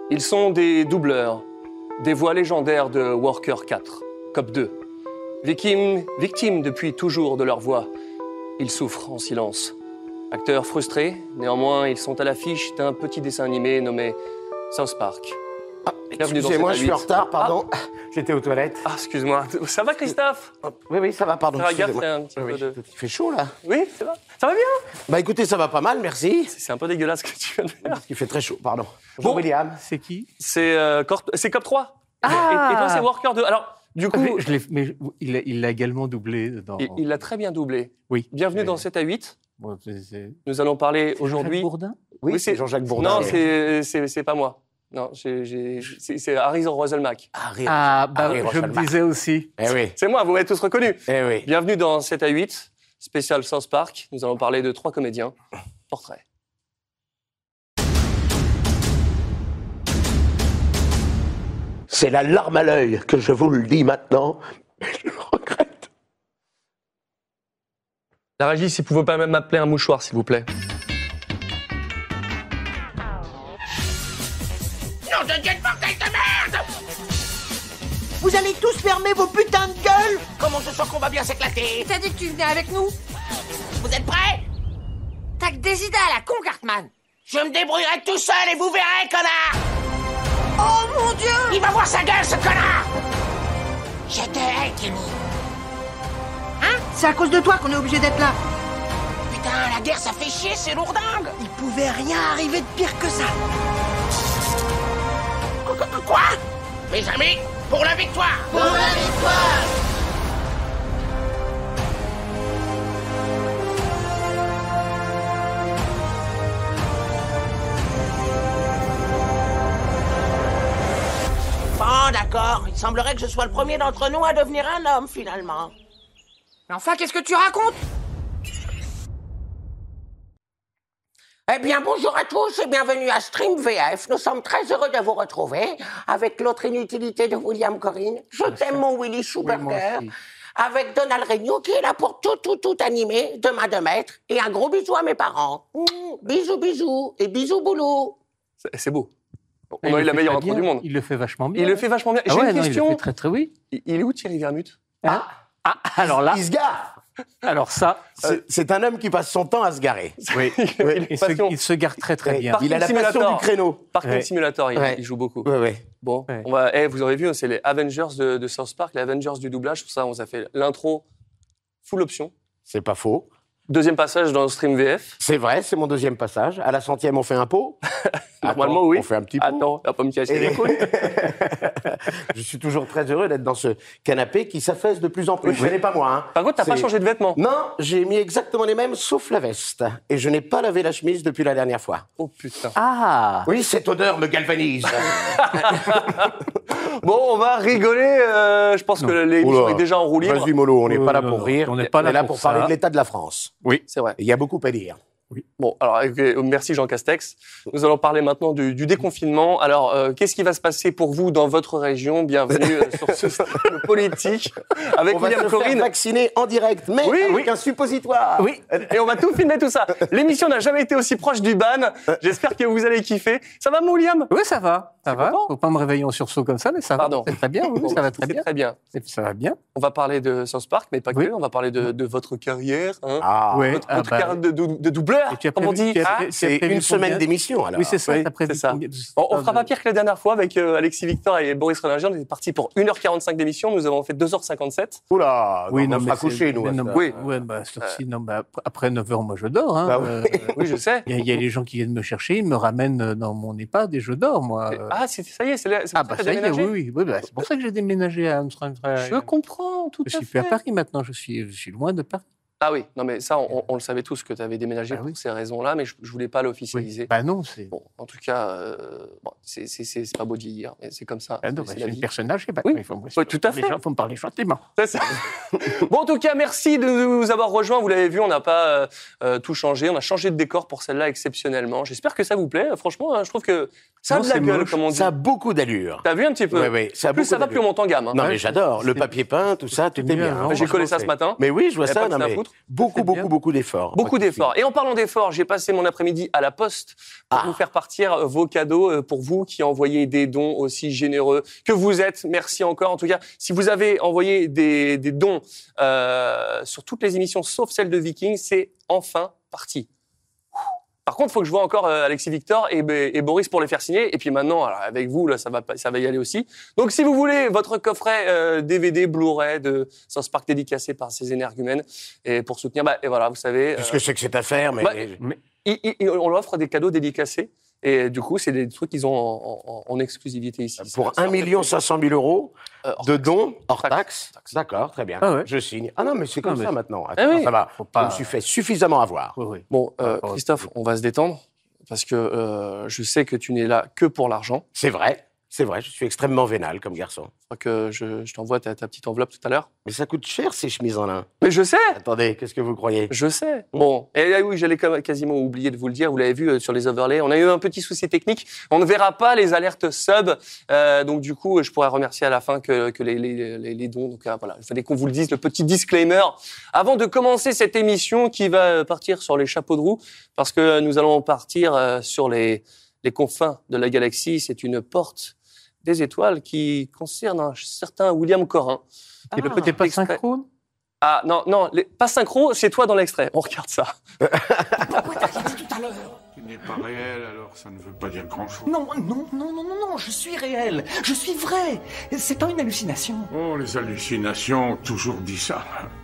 Ils sont des doubleurs, des voix légendaires de Worker 4, Cop 2. Victimes depuis toujours de leur voix, ils souffrent en silence. Acteurs frustrés, néanmoins, ils sont à l'affiche d'un petit dessin animé nommé South Park. Excusez-moi, je suis en retard, pardon. J'étais aux toilettes. Ah, excuse-moi. Ça va, Christophe? Oui, ça va, pardon. Ça va, gaffe, excusez-moi. t'as un petit peu de... Il fait chaud, là. Oui, ça va. Ça va bien? Bah écoutez, ça va pas mal, merci. C'est un peu dégueulasse ce que tu viens de faire. Il fait très chaud, pardon. Bonjour, Bon. William. C'est qui? C'est Cop 3. Ah. Et toi, c'est Worker 2. Alors, du coup, Mais il l'a également doublé dans... il l'a très bien doublé. Oui. Bienvenue dans 7 à 8. Bon, c'est... Nous allons parler aujourd'hui... Jacques Bourdin? Oui, c'est Jean-Jacques Bourdin. Non, c'est pas moi. Non, c'est Harry Roselmack. Ah, bah, Harry je me Rochelbach. disais aussi. Eh oui, C'est moi, vous m'avez tous reconnus. eh oui. Bienvenue dans 7 à 8, spécial South Park. Nous allons parler de 3 comédiens. Portrait. C'est la larme à l'œil que je vous le dis maintenant, mais je le regrette. La régie, si vous pouvez pas même m'appeler un mouchoir, s'il vous plaît. Nom de Dieu de bordel de merde! Vous allez tous fermer vos putains de gueules! Comment je sens qu'on va bien s'éclater? T'as dit que tu venais avec nous? Vous êtes prêts? T'as que des idées à la con, Cartman! Je me débrouillerai tout seul et vous verrez, connard! Oh mon Dieu! Il va voir sa gueule, ce connard! Je te hais, Kenny. Hein? C'est à cause de toi qu'on est obligé d'être là! Putain, la guerre, ça fait chier, c'est lourdingue! Il pouvait rien arriver de pire que ça! Quoi? Mes amis, pour la victoire! Pour la victoire! Bon, d'accord. Il semblerait que je sois le premier d'entre nous à devenir un homme, finalement. Mais enfin, qu'est-ce que tu racontes? Eh bien, bonjour à tous et bienvenue à Stream VF. Nous sommes très heureux de vous retrouver avec l'autre inutilité de William Corinne. Je t'aime, mon Willy Schuberger. aussi. Avec Donald Regnault qui est là pour tout animer de main de maître. Et un gros bisou à mes parents. Bisous, bisous et bisous, boulot. C'est beau. On Il a eu le la fait meilleure très intro bien. du monde. Il le fait vachement bien. Il le fait vachement bien. Ah J'ai ouais, une non, il le question. fait très très oui. Il est où Thierry Vermut? Ah, alors là, Il se gare. alors ça, C'est un homme qui passe son temps à se garer. oui, Il il, passion. il se gare très très Ouais. bien. Il a la passion Simulator. du créneau. Parking Ouais. Simulator, Ouais. il joue beaucoup. Ouais, ouais. Bon, Ouais. on va, vous aurez vu, c'est les Avengers de South Park, les Avengers du doublage. Pour ça, on vous a fait l'intro full option. C'est pas faux. Deuxième passage dans Stream VF. C'est vrai, c'est mon deuxième passage. À la 100e, on fait un pot. Normalement, Attends, oui. On fait un petit pot. Attends, on va pas me casser les Et- couilles. Je suis toujours très heureux d'être dans ce canapé qui s'affaisse de plus en plus. Ce n'est pas moi. Hein. Par contre, t'as pas C'est- changé de vêtements. Non, j'ai mis exactement les mêmes, sauf la veste. Et je n'ai pas lavé la chemise depuis la dernière fois. Oh putain. Ah, Oui, cette odeur me galvanise. Bon, on va rigoler. Je pense que l'émission Oula. est déjà en roue libre. Vas-y, mollo, on n'est pas là non, pour non, rire. on n'est pas là pour parler ça. de l'état de la France. oui. C'est vrai. Il y a beaucoup à dire. Bon, alors merci Jean Castex. Nous allons parler maintenant du déconfinement. Alors, qu'est-ce qui va se passer pour vous dans votre région? Bienvenue sur ce stream politique avec On va William se faire Corinne. vacciner en direct, mais Oui, avec oui. un suppositoire. Oui, et on va tout filmer tout ça. L'émission n'a jamais été aussi proche du ban. J'espère que vous allez kiffer. Ça va, mon William? Oui, ça va, ça va. content Faut pas me réveiller en sursaut comme ça, mais ça Pardon. va. C'est très bien, oui, Bon, ça va très c'est bien. très bien. Ça va bien. On va parler de South Park, mais pas Oui. que. On va parler de votre carrière, hein. Ah, Ouais. Votre, Ah, votre bah, carrière de doubleur, et tu as comme on prévu- dit. tu as Ah, prévu- c'est prévu une semaine combien d'émission, alors. Oui, c'est ça. Oui, t'as prévu c'est ça. combien- On fera pas pire que la dernière fois avec Alexis Victor et Boris Renardier. On était parti pour 1h45 d'émission. Nous avons fait 2h57. Oula, Oui, on non, va mais se coucher, nous. mais à non, ça. Oui. Ouais, bah, non, bah, après 9h, moi, je dors. Hein. Bah oui. Oui, je sais. Il y a les gens qui viennent me chercher, ils me ramènent dans mon EHPAD et je dors, moi. Ah, ça y est, c'est Ah, pour bah ça que ça t'as y est, déménagé. oui. Bah, c'est pour ça que j'ai déménagé à Amsterdam. Je comprends, tout Je à suis plus à fait. Paris maintenant, je suis loin de Paris. Ah oui, non mais ça, on le savait tous que tu avais déménagé Ah pour oui. ces raisons-là, mais je voulais pas Oui. l'officialiser. Bah non, c'est Bon, en tout cas, bon, c'est pas beau de vieillir, mais c'est comme ça. ah non, c'est bah, la c'est vie. une personne âgée. Bah, Oui. il faut me Oui, tout à les fait. gens, faut me parler gentiment. C'est ça. Bon, en tout cas, merci de nous avoir rejoints. Vous l'avez vu, on n'a pas tout changé. On a changé de décor pour celle-là exceptionnellement. J'espère que ça vous plaît. Franchement, je trouve que Ça a Non, de la c'est gueule, moche. comme on dit. Ça a beaucoup d'allure. T'as vu un petit peu? Oui, oui, ça a Plus beaucoup ça va, d'allure. plus on monte en gamme. Hein. Non, Ouais, mais j'adore. Le c'est- papier peint, tout ça, tout est mieux bien. avant. hein, J'ai collé franchement, ça ce matin. Mais oui, je vois Y a ça. pas que Non, ça à mais foutre. beaucoup, C'est bien. beaucoup, beaucoup d'efforts. Beaucoup Magnifique. d'efforts. Et en parlant d'efforts, j'ai passé mon après-midi à la poste pour vous faire partir vos cadeaux pour vous qui envoyez des dons aussi généreux que vous êtes. Merci encore. En tout cas, si vous avez envoyé des dons sur toutes les émissions sauf celle de Viking, c'est enfin parti. Par contre, il faut que je vois encore Alexis Victor et Boris pour les faire signer. Et puis maintenant, alors, avec vous, là, ça va y aller aussi. Donc, si vous voulez votre coffret DVD Blu-ray de South Park dédicacé par ces énergumènes et pour soutenir, et voilà, vous savez. Qu'est-ce que c'est que cette affaire mais... Bah, on leur offre des cadeaux dédicacés. Et du coup, c'est des trucs qu'ils ont en exclusivité ici. Pour Ça, 1 500 000 euros hors de taxe. dons, hors Taxe. taxe. D'accord, très bien. Ah ouais. Je signe. Ah non, mais c'est comme Non, mais- ça maintenant. Attends, oui. ça va. Faut pas- Je me suis fait suffisamment avoir. Oui, oui. Bon, rapport au- Christophe, on va se détendre parce que je sais que tu n'es là que pour l'argent. C'est vrai, je suis extrêmement vénal comme garçon. Je crois que je t'envoie ta petite enveloppe tout à l'heure. Mais ça coûte cher ces chemises en lin. Mais je sais. Attendez, qu'est-ce que vous croyez? Je sais. Bon, et là, oui, j'allais quasiment oublier de vous le dire. Vous l'avez vu sur les overlays. On a eu un petit souci technique. On ne verra pas les alertes sub. Donc, du coup, je pourrais remercier à la fin que les dons. Donc, voilà. Il fallait qu'on vous le dise, le petit disclaimer. Avant de commencer cette émission qui va partir sur les chapeaux de roue, parce que nous allons partir sur les confins de la galaxie. C'est une porte des étoiles qui concerne un certain William Corin. Qui est le petit T'es pas extrait- synchrone? Ah non, pas synchro, c'est toi dans l'extrait. On regarde ça. Pourquoi t'as rien dit tout à l'heure? Tu n'es pas réel, alors ça ne veut pas dire grand-chose. Non, je suis réel, je suis vrai. C'est pas une hallucination. Oh, les hallucinations ont toujours dit ça.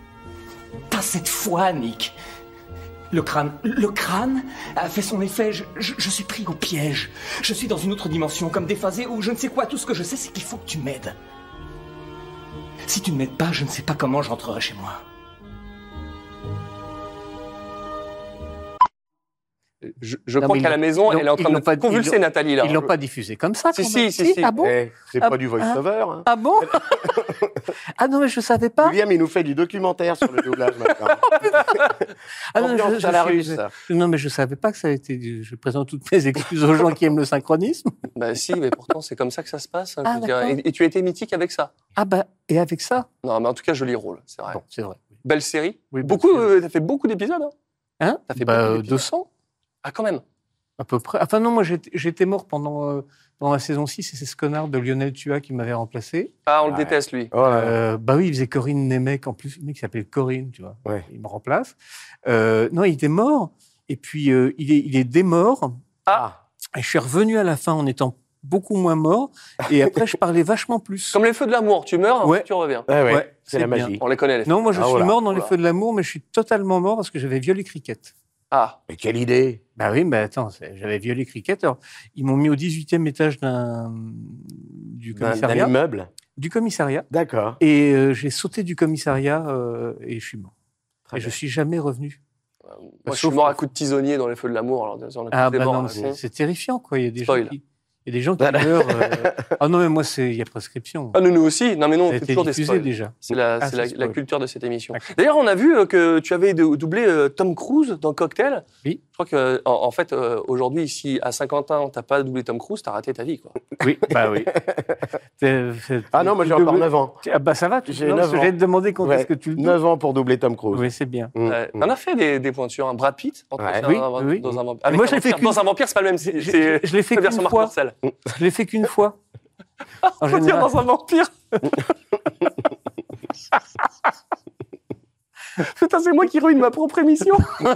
Pas cette fois, Nick. Le crâne a fait son effet. Je suis pris au piège. Je suis dans une autre dimension, comme déphasé, ou je ne sais quoi. Tout ce que je sais, c'est qu'il faut que tu m'aides. Si tu ne m'aides pas, je ne sais pas comment j'entrerai chez moi. Je Non, crois mais qu'à la maison, ils elle est en train l'ont de pas- convulser Nathalie là. Ils l'ont pas diffusé comme ça. Si, quand même. si. Ah bon? C'est Ah, pas du voice-over. Hein. Ah bon? Ah non, mais je savais pas. William, il nous fait du documentaire sur le doublage maintenant. Ah non, Ambiance à la suis- russe. Non, mais je savais pas que ça a été. Je présente toutes mes excuses aux gens qui aiment le synchronisme. Bah si, mais pourtant c'est comme ça que ça se passe. Hein, Ah, je veux dire. d'accord. Et tu as été mythique avec ça. Ah bah, et avec ça? Non, mais en tout cas, joli rôle, c'est vrai. Bon, c'est vrai. Belle série. Oui, Beaucoup. belle série. T'as fait beaucoup d'épisodes. Hein. Hein? T'as fait Bah, beaucoup d'épisodes. 200 Ah quand même. à peu près. Enfin non, moi j'étais mort pendant la saison 6 et c'est ce connard de Lionel Tua qui m'avait remplacé. Ah, on le Ouais. déteste lui. Oh là là. Bah oui, il faisait Corinne Nemec, en plus, le mec qui s'appelle Corinne, tu vois. Ouais. Il me remplace. Non, il était mort, et puis il est démort, Ah, et je suis revenu à la fin en étant beaucoup moins mort, et après je parlais vachement plus. Comme les feux de l'amour, tu meurs, Ouais. tu reviens. ouais, ouais, Ouais, c'est la bien. magie. On les connaît les feux. Non, moi je Ah, suis voilà. mort dans les Voilà. feux de l'amour, mais je suis totalement mort parce que j'avais violé Cricket. Ah, Mais quelle idée. Bah oui, mais attends, j'avais violé Cricket. Alors, ils m'ont mis au 18e étage du D'un commissariat. immeuble. Du commissariat. D'accord. Et j'ai sauté du commissariat et je suis mort. Très Et bien. je suis jamais revenu. moi je suis Sauf- mort à coup de tisonnier dans les feux de l'amour. Alors, on a Ah tous des bah morts, non, hein, mais sinon. c'est terrifiant, quoi. Il y a des Spoil. gens qui, il y a des gens qui Voilà. meurent. Ah non, mais moi, il y a prescription. Ah, nous aussi. Non, mais nous, on Ça a fait été toujours des diffusé spoils. déjà. C'est la, Ah, c'est la, c'est la spoil. culture de cette émission. D'accord. D'ailleurs, on a vu que tu avais doublé Tom Cruise dans Cocktail. Oui. Je crois que, en fait, aujourd'hui, si à 50 ans, t'as pas doublé Tom Cruise, t'as raté ta vie, quoi. Oui, bah oui. Ah non, moi j'ai encore 9 ans. Ah bah ça va, J'ai non, 9 parce que ans. j'allais te demander quand Ouais, est-ce que tu le dis. 9 ans pour doubler Tom Cruise. Oui, c'est bien. T'en as fait des pointures. Hein. Brad Pitt, entre Ouais. autres, Oui, dans oui. un vampire. Moi, je l'ai fait Dans un vampire, c'est pas le même. Je C'est l'ai fait la version qu'une Marc fois. Dorcel. Je l'ai fait qu'une fois. En Faut dire général. dans un vampire. Putain, c'est moi qui ruine ma propre émission.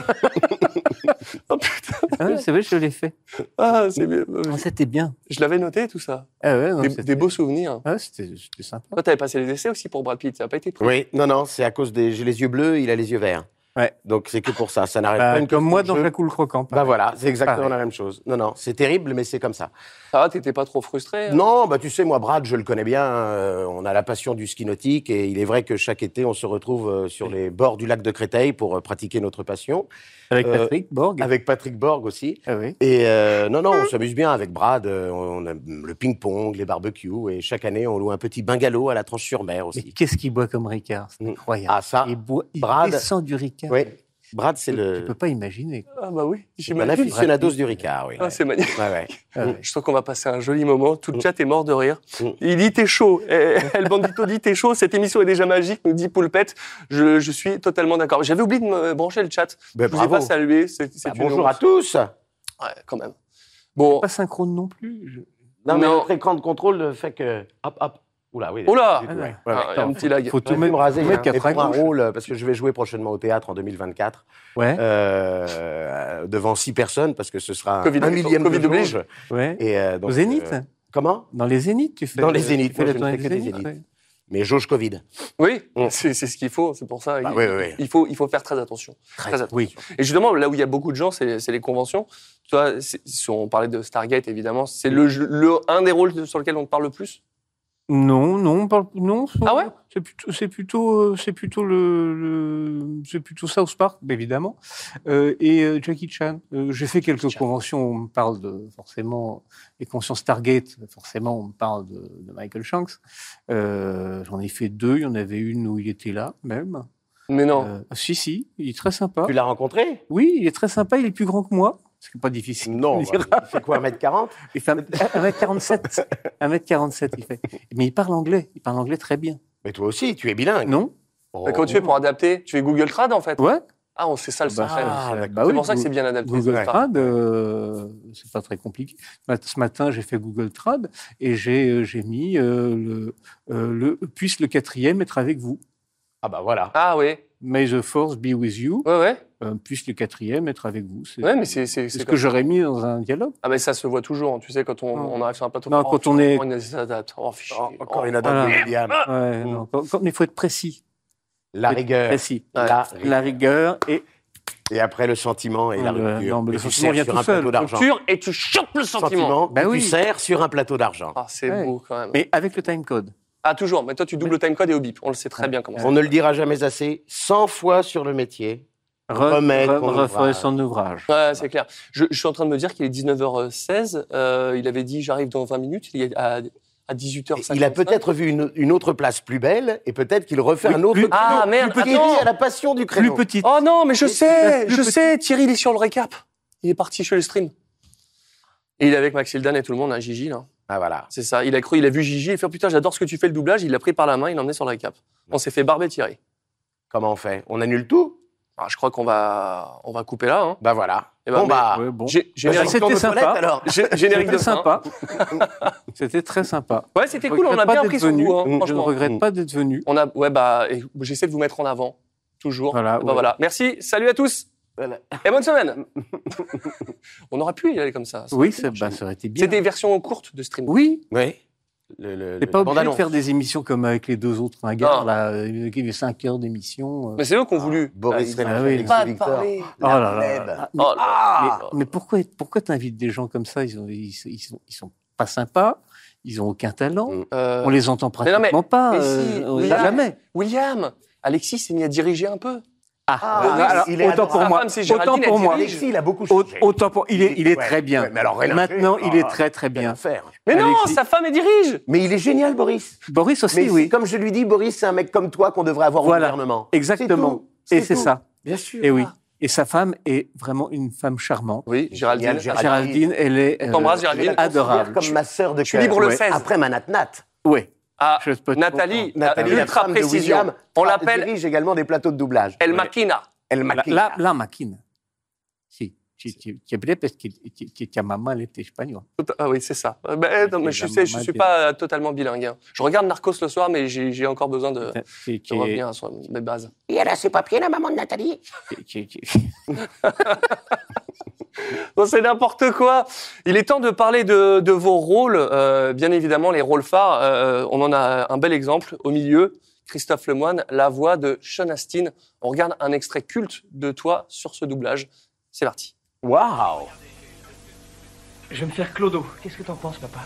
Oh putain. Ah ouais, c'est vrai, je l'ai fait. Ah, c'est bien. Ah, c'était bien. Je l'avais noté, tout ça. Ah ouais, non, Des beaux souvenirs. Ah, c'était sympa. Toi, t'avais passé les essais aussi pour Brad Pitt. Ça n'a pas été pris. Oui, non, c'est à cause des. J'ai les yeux bleus, il a les yeux verts. Ouais. Donc c'est que pour ça, ça n'arrête Bah, pas. Une comme moi dans jeu. Jacques ou le Croquant. Bah voilà, c'est exactement Pareil. la même chose. Non, c'est terrible, mais c'est comme ça. Ça va, t'étais pas trop frustré? Non, bah tu sais, moi, Brad, je le connais bien. On a la passion du ski nautique et il est vrai que chaque été, on se retrouve sur les bords du lac de Créteil pour pratiquer notre passion. Avec Patrick Borg. Avec Patrick Borg aussi. Ah oui. Et non, on s'amuse bien avec Brad. On a le ping-pong, les barbecues et chaque année, on loue un petit bungalow à la Tranche-sur-Mer Mais aussi. qu'est-ce qu'il boit comme Ricard? C'est incroyable. Ah, ça, il Brad- descend du Ricard. Oui. Brad, c'est Tu le peux pas imaginer. Ah bah oui, un j'imagine. aficionados du Ricard, oui. Ah, c'est magnifique. Ouais, ouais. Ouais. Je trouve qu'on va passer un joli moment. Tout le chat est mort de rire. Mm. Il dit t'es chaud. El Bandito dit t'es chaud. Cette émission est déjà magique, nous dit Poulpette. Je suis totalement d'accord. J'avais oublié de me brancher le chat. Ben, Je vous ai bravo. pas salué. C'est Bah, une bonjour à honte. tous. Ouais, quand même. Bon. Pas synchrone non plus. Non, mais Non. notre écran de contrôle fait que... Hop, hop. Oula, oui. Oula du coup, ouais. Ah, il y a un petit lag. Faut tout J'aurais pu mettre, me raser, faut mettre hein, quatre mais à pour un gauche. rôle, parce que je vais jouer prochainement au théâtre en 2024, Ouais. devant 6 personnes, parce que ce sera Covid- un millième Covid de oblige. jauge. Ouais. Et, donc, Au Zénith. Comment Dans les Zéniths, tu fais. Dans les Zéniths, tu fais moi, la je ne tournée fais que des Zénith, Zéniths. ouais. Mais jauge Covid. Oui, Mm. c'est ce qu'il faut. C'est pour ça. Bah, oui, oui, oui. Il faut faire très attention. Très attention. Oui. Et justement, là où il y a beaucoup de gens, c'est les conventions. Tu vois, si on parlait de Stargate, évidemment, c'est un des rôles sur lequel on te parle le plus. Non, on parle non. Ah ouais c'est plutôt South Park, évidemment, et Jackie Chan. J'ai fait quelques conventions où on me parle de forcément les conventions Stargate. Forcément, on me parle de Michael Shanks. J'en ai fait 2. Il y en avait une où il était là même. Mais non. Si, il est très sympa. Tu l'as rencontré? Oui, il est très sympa. Il est plus grand que moi. C'est pas difficile. Non. de dire. Il fait quoi, 1m40? Il fait 1m47. 1m47, il fait. Mais il parle anglais. Il parle anglais très bien. Mais toi aussi, tu es bilingue. Non? Oh. Mais comment tu fais pour adapter? Tu es Google Trad, en fait? Ouais. Ah, c'est ça le secret. d'accord. C'est pour ça que c'est bien adapté. Google c'est ça. Trad, c'est pas très compliqué. Ce matin, j'ai fait Google Trad et j'ai mis puisse le 4e être avec vous. Ah bah voilà. Ah oui. May the force be with you. Ouais. Puisse le 4e être avec vous. Ouais, mais c'est ce comme que j'aurais mis dans un dialogue. Ah, mais ça se voit toujours. Tu sais, quand Non. on arrive sur un plateau. Non, quand on est- Encore une adapte Voilà. de William. Ouais, non, il faut être précis. La rigueur. Précis. La La rigueur et Et après, le sentiment et la rupture. non, mais Et le tu sentiment sers vient sur tout un seul. plateau d'argent. Rupture et tu chopes le sentiment. Bah et oui. tu sers sur un plateau d'argent. Ah, c'est Ouais. beau quand même. mais avec le timecode. Ah, toujours. Mais toi, tu doubles le timecode et au bip. On le sait très bien comment ça. On ne le dira jamais assez, 100 fois sur le métier. Remettre ton Refaire ouvrage. son ouvrage. Ouais, c'est clair. Je suis en train de me dire qu'il est 19h16. Il avait dit j'arrive dans 20 minutes. Il est à 18h55. Il a peut-être vu une autre place plus belle et peut-être qu'il refait un autre Ah, créneau merde, plus petit attends. à la passion du créneau. Plus petite. Oh non, mais je sais, plus je petit. sais. Thierry, il est sur le récap. Il est parti chez le stream. Et il est avec Maxildan et tout le monde, hein, Gigi, là. Ah voilà. C'est ça. Il a vu Gigi. Il a fait putain, j'adore ce que tu fais le doublage. Il l'a pris par la main, il l'a emmené sur le récap. On s'est fait barber Thierry. Comment on fait? On annule tout? Ah, je crois qu'on va couper là. Hein. Bah voilà. Eh ben, bon bah. Ouais, bon. Générique, C'était Tourne aux sympa. toilettes, alors. générique de C'était fin. sympa. C'était très sympa. Ouais, c'était Je cool. On regrette a pas bien d'être pris sur venu. vous. Hein, Je ne franchement. regrette pas d'être venu. Et j'essaie de vous mettre en avant. Toujours. Voilà, Bah, ouais. voilà. Merci. Salut à tous. Voilà. Et bonne semaine. On aurait pu y aller comme ça. Oui, ça aurait été bien. C'est des versions courtes de stream. Oui. Oui. T'es pas obligé de faire des émissions comme avec les deux autres ringards, Non. là, il y avait 5 heures d'émission. Mais c'est eux qui ont voulu. Boris Ah, Renaud, oui. Alexis Pas de Victor. parler. Oh là là. plèbe. là. Oh là là. Mais pourquoi t'invites des gens comme ça? Ils sont pas sympas, ils ont aucun talent, on les entend mais non, mais- pratiquement pas, mais si, William. jamais. William, Alexis s'est mis à diriger un peu. Alors, il est autant pour Sa moi. femme, c'est Autant Géraldine, pour elle moi. dirige. Alexis, il a beaucoup changé. Autant pour, il est Ouais, très bien. ouais, mais alors, rien à Maintenant, faire. il est très très Rien bien. à faire. Mais non, Alexis. sa femme elle dirige. Mais il est génial, Boris. Boris aussi, Mais oui. comme je lui dis, Boris, c'est un mec comme toi qu'on devrait avoir Voilà. au gouvernement. Exactement. C'est Et tout, c'est tout. ça. Bien sûr. Et oui. Et sa femme est vraiment une femme charmante. Oui, Géraldine. Génial, Géraldine, elle est On t'embrasse, Je la Géraldine. considère adorable. comme ma sœur de suis cœur. libre le Ouais. 16. Après ma nat. Oui. Ah, Je peux te Nathalie, Nathalie, la ultra femme de précision. William, On l'appelle dirige également des plateaux de doublage. El Maquina. Elle maquille. La máquina. Si. Tu es parce que ta maman, elle était espagnole. Ah oui, c'est ça. Non, mais je sais, je suis pas totalement bilingue. Hein. Je regarde Narcos le soir, mais j'ai encore besoin de revenir sur mes bases. Et elle a ses papiers, la maman de Nathalie? Bon, c'est n'importe quoi. Il est temps de parler de vos rôles. Bien évidemment, les rôles phares. On en a un bel exemple au milieu. Christophe Lemoine, la voix de Sean Astin. On regarde un extrait culte de toi sur ce doublage. C'est parti. Waouh. Je vais me faire clodo. Qu'est-ce que t'en penses, papa?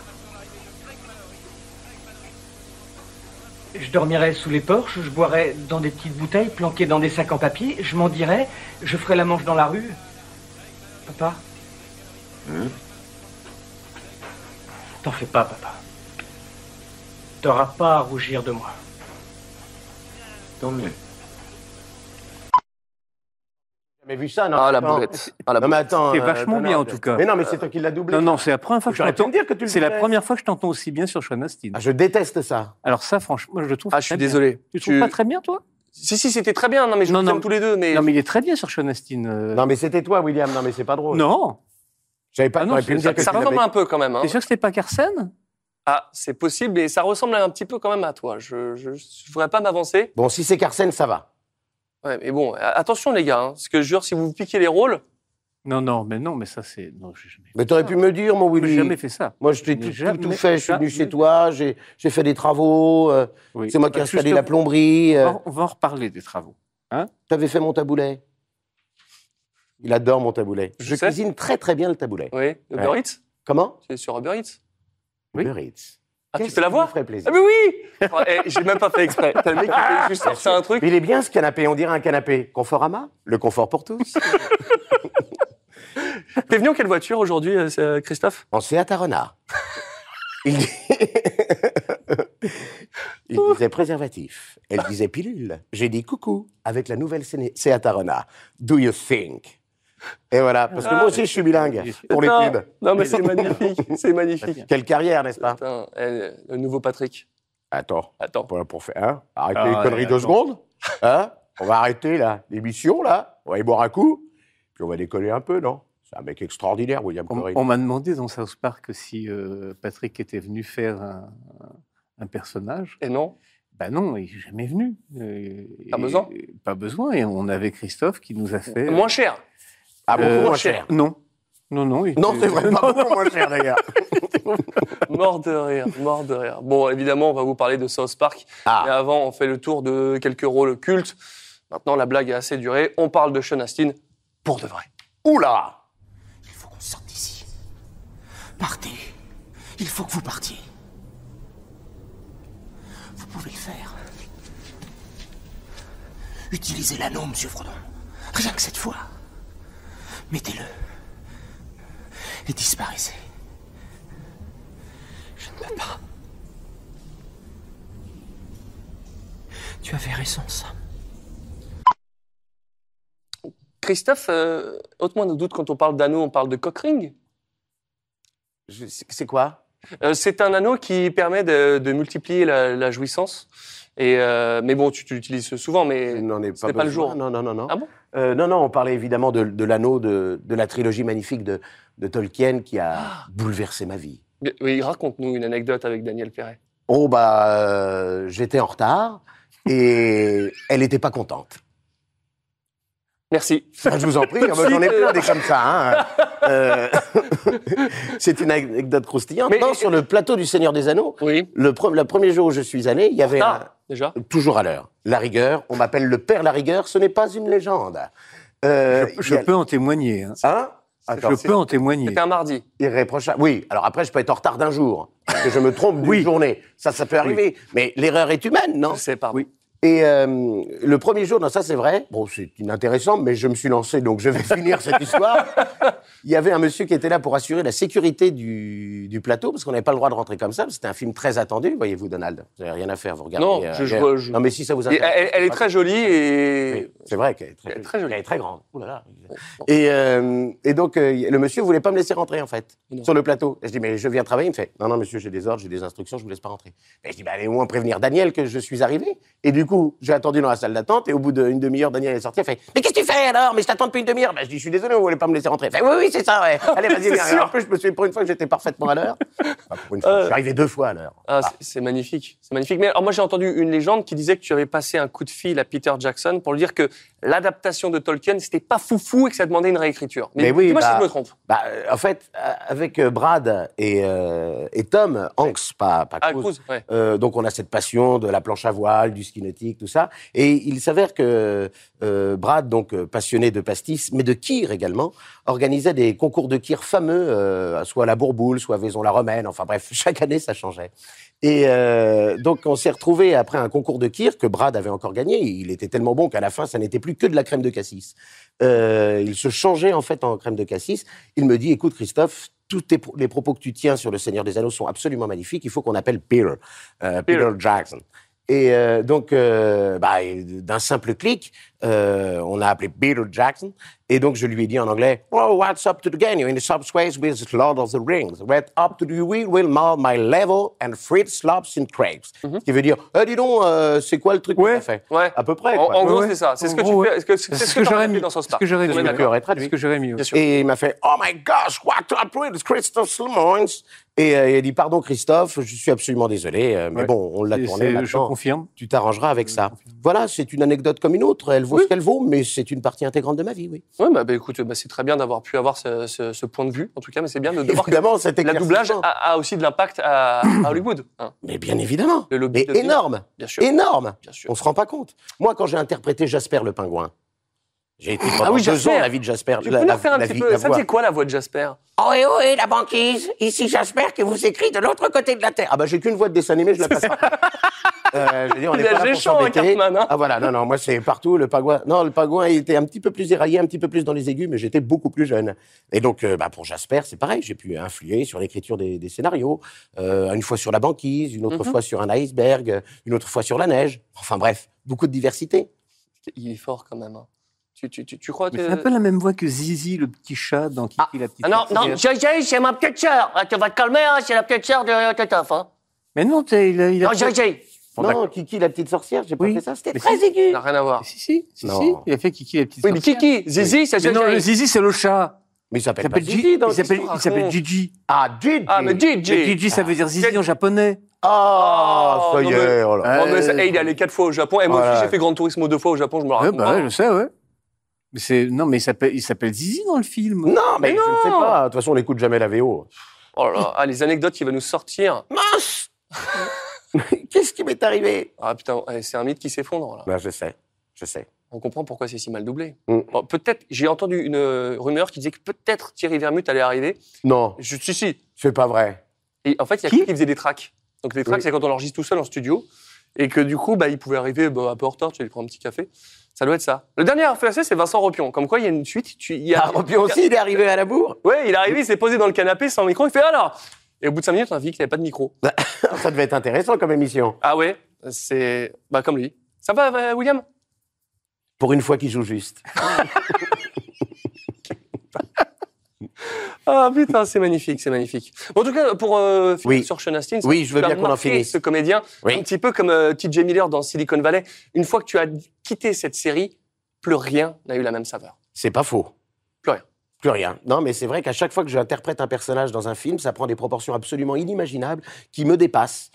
Je dormirai sous les porches, je boirai dans des petites bouteilles planquées dans des sacs en papier, je m'en dirai, je ferai la manche dans la rue. Papa? T'en fais pas, papa. T'auras pas à rougir de moi. Tant mieux. Mais vu ça, non. Ah, la attends. boulette. Ah, la Non, mais boulette. attends. C'est vachement Donald. bien, en tout cas. Mais non, mais c'est toi qui l'as doublé. Non, c'est la première fois que je J'aurais pu me t'entends. dire que tu le C'est la doublais. première fois que je t'entends aussi bien sur Sean Astin. Ah, je déteste ça. Alors ça, franchement, je le trouve. Ah, je suis très bien. désolé. Tu trouves pas très bien, toi? Si, c'était très bien. Non, mais je Non, vous non. aime tous les deux. Mais... Non, mais il est très bien sur Sean Astin. Non, mais c'était toi, William. Non, mais c'est pas drôle. Non. J'avais pas. Ah non, t'aurais pu me dire que ça tu ressemble l'avais- un peu quand même. Hein. T'es sûr que c'était pas Carson? Ah, c'est possible, mais ça ressemble un petit peu quand même à toi. Je voudrais pas m'avancer. Bon, si c'est Carsen, ça va. Ouais, mais bon, attention les gars, hein, parce que je jure, si vous piquez les rôles, Non, mais ça, c'est. Non, j'ai jamais. Mais t'aurais pu me dire, mon J'ai Willy. jamais fait ça. Moi, je t'ai Mais tout fait. Je suis venu jamais. chez toi, j'ai fait des travaux. Oui. C'est moi qui ai Bah, installé justement, la plomberie. On va en reparler des travaux. T'avais fait mon taboulet. Il adore mon taboulet. Je Je sais. cuisine très très bien le taboulet. oui, Uber Ouais. Eats, Comment c'est sur Uber Eats. Oui. Uber Eats. Ah, tu Qu'est-ce fais la qui voix vous ferait plaisir. Ah, mais oui J'ai même pas fait exprès. T'as le mec qui fait juste sortir un truc. Mais il est bien ce canapé, on dirait un canapé. Conforama, le confort pour tous. T'es venu en quelle voiture aujourd'hui, Christophe? En Seat Arona. Il, dit- Il disait préservatif. Elle disait pilule. J'ai dit coucou avec la nouvelle Seat Arona. Do you think? Et voilà, parce que moi aussi je suis bilingue pour les Non, pubs. non, mais c'est magnifique. C'est magnifique. Quelle carrière, n'est-ce pas? Putain, le nouveau Patrick. Attends, Attends. pour faire, hein? Arrêtez Ah, les conneries ouais, 2 attends. secondes. Hein? On va arrêter là, l'émission là. On va y boire un coup. Puis on va décoller un peu, non? C'est un mec extraordinaire, William Corey. On m'a demandé dans South Park si Patrick était venu faire un personnage. Et non? Ben non, il n'est jamais venu. Pas besoin. Pas besoin. Et on avait Christophe qui nous a fait. Moins cher. Ah, beaucoup Euh, moins cher. Non. Non. il Non, était- c'est vrai, pas beaucoup moins cher d'ailleurs. Mort de rire, mort de rire. Bon, évidemment, on va vous parler de South Park. Ah. Mais avant, on fait le tour de quelques rôles cultes. Maintenant, la blague a assez duré. On parle de Sean Astin pour de vrai. Oula! Il faut qu'on sorte d'ici. Partez. Il faut que vous partiez. Vous pouvez le faire. Utilisez l'anneau, monsieur Frodon. Rien que cette fois. Mettez-le. Et disparaissez. Je ne peux pas. Tu avais raison, Sam. Christophe, ôte-moi nos doutes, quand on parle d'anneau, on parle de cock ring. C'est quoi? C'est un anneau qui permet de multiplier la jouissance. Et, mais bon, tu l'utilises souvent, mais Je n'en ai c'était pas le besoin. jour. Non. Ah bon? Non, on parlait évidemment de l'anneau de la trilogie magnifique de Tolkien qui a bouleversé ma vie. Oui, raconte-nous une anecdote avec Daniel Perret. Oh, j'étais en retard et elle n'était pas contente. Merci. Ah, je vous en prie, j'en ai plein des comme ça. Hein. C'est une anecdote croustillante. Mais- Non, sur le plateau du Seigneur des Anneaux, Oui. le premier jour où je suis allé, il y avait Déjà. toujours à l'heure. La rigueur, on m'appelle le père La Rigueur, ce n'est pas une légende. Je peux en témoigner. Hein. Hein? Attends, Je peux en témoigner. C'était un mardi. irréprochable. Oui, alors après, je peux être en retard d'un jour, parce que je me trompe d'une Oui. journée. Ça peut arriver. Mais l'erreur est humaine, non? Je sais pas. Oui. Et le premier jour, non, ça c'est vrai, bon, c'est inintéressant, mais je me suis lancé, donc je vais finir cette histoire. Il y avait un monsieur qui était là pour assurer la sécurité du plateau, parce qu'on n'avait pas le droit de rentrer comme ça. C'était un film très attendu, voyez-vous, Donald. Vous n'avez rien à faire, vous regardez. Non, ailleurs. je- Non, mais si ça vous Et intéresse. elle est très jolie et. Oui, c'est vrai qu'elle est très, Elle est très jolie. Elle est très grande. Ouh là là. Et donc, le monsieur voulait pas me laisser rentrer, en fait, Non. sur le plateau. Et je dis, mais je viens travailler. Il me fait, non, monsieur, j'ai des ordres, j'ai des instructions, je vous laisse pas rentrer. Et je dis, allez au moins prévenir Daniel que je suis arrivé. Et du coup, j'ai attendu dans la salle d'attente. Et au bout d'une demi-heure, Daniel est sorti. Il fait, mais qu'est-ce que tu fais alors? Mais je t'attends depuis une demi-heure. Je dis, je suis désolé, vous voulez pas me laisser rentrer. Il fait, oui, c'est ça, ouais. Allez, vas-y, C'est viens. sûr. Et en plus, je me suis pour une fois que j'étais parfaitement à l'heure. Enfin, pour une fois, je suis arrivé 2 fois à l'heure. Ah, c'est magnifique. C'est magnifique. Mais alors, moi, j'ai entendu une légende qui disait que tu avais passé un coup de fil à Peter Jackson pour lui dire que l'adaptation de Tolkien, c'était pas foufou et que ça demandait une réécriture. Mais oui, dis-moi si bah, je me trompe. En fait, avec Brad et Tom Hanks, pas Ah, Cruise, Cruise, ouais. donc on a cette passion de la planche à voile, du ski nautique, tout ça. Et il s'avère que Brad, donc passionné de pastis, mais de kir également, organisait des concours de kir fameux, soit à la Bourboule, soit à Vaison-la-Romaine. Enfin bref, chaque année ça changeait. Et donc on s'est retrouvé après un concours de kir que Brad avait encore gagné. Il était tellement bon qu'à la fin ça n'était plus que de la crème de cassis. Il se changeait en fait en crème de cassis. Il me dit, écoute Christophe, les propos que tu tiens sur le Seigneur des Anneaux sont absolument magnifiques. Il faut qu'on appelle Peter Jackson. Et donc, d'un simple clic, on a appelé Peter Jackson. Et donc, je lui ai dit en anglais, "Oh, what's up to the game? You're in the subspace with Lord of the Rings. Right up to the wheel will mar my level and Fritz slops in crabes." Ce qui veut dire, dis donc, c'est quoi le truc que t'as fait? Ouais. À peu près, En quoi. gros, c'est ça. C'est ce que tu fais. C'est ce que j'aurais mis dans son star. Ce que j'aurais mis. On est d'accord. J'aurais traduit. Ce que j'aurais mis. Bien sûr. Et il m'a fait, "Oh my gosh, what happened with Christophe Slimons?" Et il a dit, "Pardon Christophe, je suis absolument désolé, mais Ouais. bon, on l'a tourné Je maintenant. confirme. Tu t'arrangeras avec ça." Voilà, c'est une anecdote comme une autre. Elle vaut ce qu'elle vaut, mais c'est une partie intégrante de ma vie, oui. Ouais, écoute, c'est très bien d'avoir pu avoir ce point de vue, en tout cas, mais c'est bien de voir que Évidemment, cet la doublage éclaircissement. a aussi de l'impact à Hollywood. Hein. Mais bien évidemment. Le lobby Mais de énorme. Bien sûr. Énorme. Bien sûr. On se rend pas compte. Moi, quand j'ai interprété Jasper le pingouin, j'ai été pendant 2 Jasper. ans la vie de Jasper. Tu peux nous refaire un petit peu. Ça, c'est quoi la voix de Jasper? Ohé, ohé, la banquise. Ici Jasper qui vous écrit de l'autre côté de la Terre. Ah bah j'ai qu'une voix de dessin animé, je la passe pas. Je veux dire, on Il n'est a pas là pour Géchant, hein, s'embêter. Cartman, hein. Ah voilà, non, moi c'est partout, le pingouin. Non, le pingouin, il était un petit peu plus éraillé, un petit peu plus dans les aigus, mais j'étais beaucoup plus jeune. Et donc, pour Jasper, c'est pareil, j'ai pu influer sur l'écriture des scénarios. Une fois sur la banquise, une autre fois sur un iceberg, une autre fois sur la neige. Enfin bref, beaucoup de diversité. Il est fort quand même. Hein. Tu crois que... Mais c'est un peu la même voix que Zizi, le petit chat dans Kiki la petite non, sorcière. JJ, c'est ma petite sœur. Tu vas te calmer, hein, c'est la petite sœur de Titoff. Hein. Mais non, il a Non, JJ. Bon, non, d'accord. Kiki la petite sorcière, j'ai pas Oui. fait ça, c'était Mais très si. aigu. Ça n'a rien à voir. Si, Non. il a fait Kiki la petite Oui, mais sorcière. Kiki, Zizi, c'est Mais non, le JJ. Zizi, c'est le chat. Mais il Il s'appelle pas s'appelle Gigi dans il s'appelle raconte. Gigi. Ah, Gigi. Ah, mais Mais JJ. Gigi, ça veut dire Zizi en japonais. Ah, ça y non, est, mais- oh là. Non, mais ça- il est allé 4 fois au Japon. Et moi Voilà. aussi, j'ai fait Grand Turismo 2 fois au Japon, je me le Ouais, raconte. bah ouais, je sais, ouais. Mais mais il s'appelle Zizi dans le film. Non, mais Mais je ne sais non. pas. De toute façon, on n'écoute jamais la VO. Oh là là, les anecdotes qu'il va nous sortir. Mince. Qu'est-ce qui m'est arrivé? Ah putain, c'est un mythe qui s'effondre là. Ben, je sais. On comprend pourquoi c'est si mal doublé. Mm. Bon, peut-être, j'ai entendu une rumeur qui disait que peut-être Thierry Vermut allait arriver. Non, Si. c'est pas vrai. Et en fait, il y a Qui qui faisait des tracks. Donc les tracks, Oui. c'est quand on enregistre tout seul en studio. Et que du coup, il pouvait arriver un peu en retard, tu lui prends un petit café. Ça doit être ça. Le dernier à faire ça, c'est Vincent Ropion. Comme quoi, il y a une suite. Puis aussi, il est arrivé à la bourre. Ouais, il est arrivé, il s'est posé dans le canapé sans micro. Il fait alors. Et au bout de 5 minutes, on a vu qu'il n'avait pas de micro. Ça devait être intéressant comme émission. Ah ouais, c'est comme lui. Ça va, William? Pour une fois qu'il joue juste. Ah putain, c'est magnifique, c'est magnifique. Bon, en tout cas, pour finir Oui. sur Sean Astin, Oui, je veux tu as bien qu'on en marqué finisse. ce comédien, Oui. un petit peu comme T.J. Miller dans Silicon Valley. Une fois que tu as quitté cette série, plus rien n'a eu la même saveur. C'est pas faux. Plus rien. Plus rien. Non, mais c'est vrai qu'à chaque fois que j'interprète un personnage dans un film, ça prend des proportions absolument inimaginables qui me dépassent.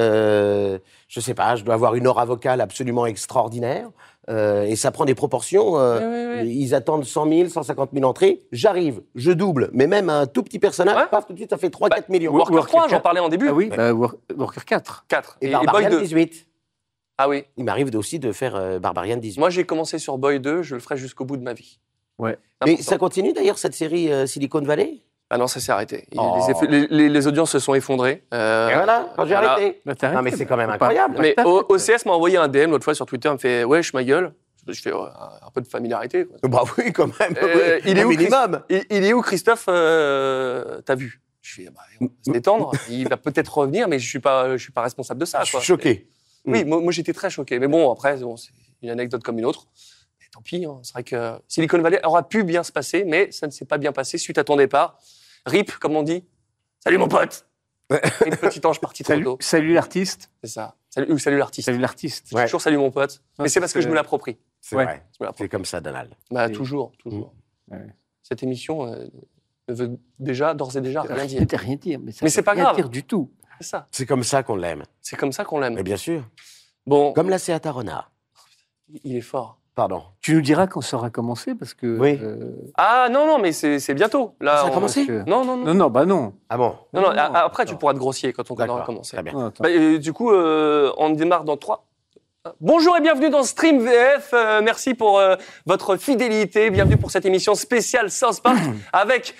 Je sais pas, je dois avoir une aura vocale absolument extraordinaire. Et ça prend des proportions. Oui. Ils attendent 100 000, 150 000 entrées. J'arrive, je double. Mais même un tout petit personnage, Ouais. paf, tout de suite, ça fait 3-4 millions. Worker 3, j'en parlais en début. Ah oui, Worker 4. 4. Et Et Barbarian Boy 2. 18. Ah oui. Il m'arrive aussi de faire Barbarian 18. Moi, j'ai commencé sur Boy 2, je le ferai jusqu'au bout de ma vie. Ouais. C'est Mais important. ça continue d'ailleurs, cette série Silicon Valley. Ah non, ça s'est arrêté. Oh. Les audiences se sont effondrées. Et voilà, quand j'ai voilà. arrêté. Bah, t'as Non, mais arrêté, c'est quand même faut incroyable. Mais T'as- OCS m'a envoyé un DM l'autre fois sur Twitter, il me fait wesh ma gueule. Je fais un peu de familiarité. Quoi. Bah oui, quand même. oui. Il est Au où, minimum. Il est où Christophe t'as vu? Je fais on va se détendre. Il va peut-être revenir, mais je suis pas responsable de ça. Je Quoi. suis choqué. Oui, moi j'étais très choqué. Mais bon, après, c'est une anecdote comme une autre. Et tant pis, hein. C'est vrai que Silicon Valley aura pu bien se passer, mais ça ne s'est pas bien passé suite à ton départ. RIP, comme on dit. Salut mon pote. Une petite ange partie trop tôt. Salut l'artiste. C'est ça. Salut l'artiste. Salut l'artiste. Je dis toujours salut mon pote. Non, Mais c'est parce que je me l'approprie. C'est Ouais. vrai. Je me l'approprie. C'est comme ça, Donald. Bah, Et- toujours. Ouais. Cette émission ne veut d'ores et déjà rien dire. Rien dire. Mais Mais c'est pas rien grave. dire du tout. C'est ça. C'est comme ça qu'on l'aime. C'est comme ça qu'on Mais l'aime. bien sûr. Bon, Comme la Seat Arona. il est fort. Pardon. Tu nous diras quand ça aura commencé parce que. Oui. Ah non, mais c'est bientôt. Là, Ça a on- commencé Non. Non, non. Ah bon? Non, après, tu Non. pourras te grossier quand on aura D'accord. commencé. Très bien. Non, attends. Du coup, on démarre dans 3. Bonjour et bienvenue dans Stream VF. Merci pour votre fidélité. Bienvenue pour cette émission spéciale South Park avec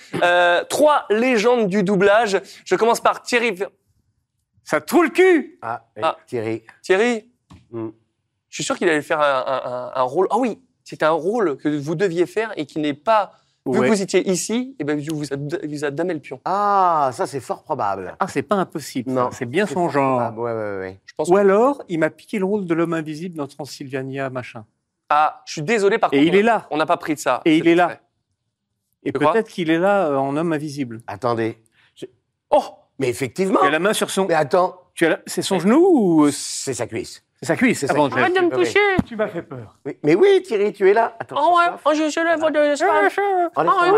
3 légendes du doublage. Je commence par Thierry. Ça te trouve le cul. Ah, et Ah. Thierry. Thierry, Hmm. je suis sûr qu'il allait faire un rôle. Ah oui, c'était un rôle que vous deviez faire et qui n'est pas Vu Ouais. que vous étiez ici, et ben, vous a damé le pion. Ah, ça c'est fort probable. Ah, c'est pas impossible. Non, ça. C'est bien son fort genre. probable. Ouais. Je pense Ou alors, il m'a piqué le rôle de l'homme invisible dans Transylvania, machin. Ah, je suis désolé, par Et contre. il est là. On n'a pas pris de ça. Et il est là. fait. Et Tu crois peut-être qu'il est là en homme invisible. Attendez. Oh, Mais effectivement. Tu as la main sur son. Mais attends, C'est son genou ou c'est sa cuisse. c'est sa cuisse? C'est sa Avant, cuisse. arrête de me Oui. toucher. Tu m'as fait peur. Oui, mais oui, Thierry, tu es là. Attends. Oh ouais, oh, je la voix de Enlève ton masque.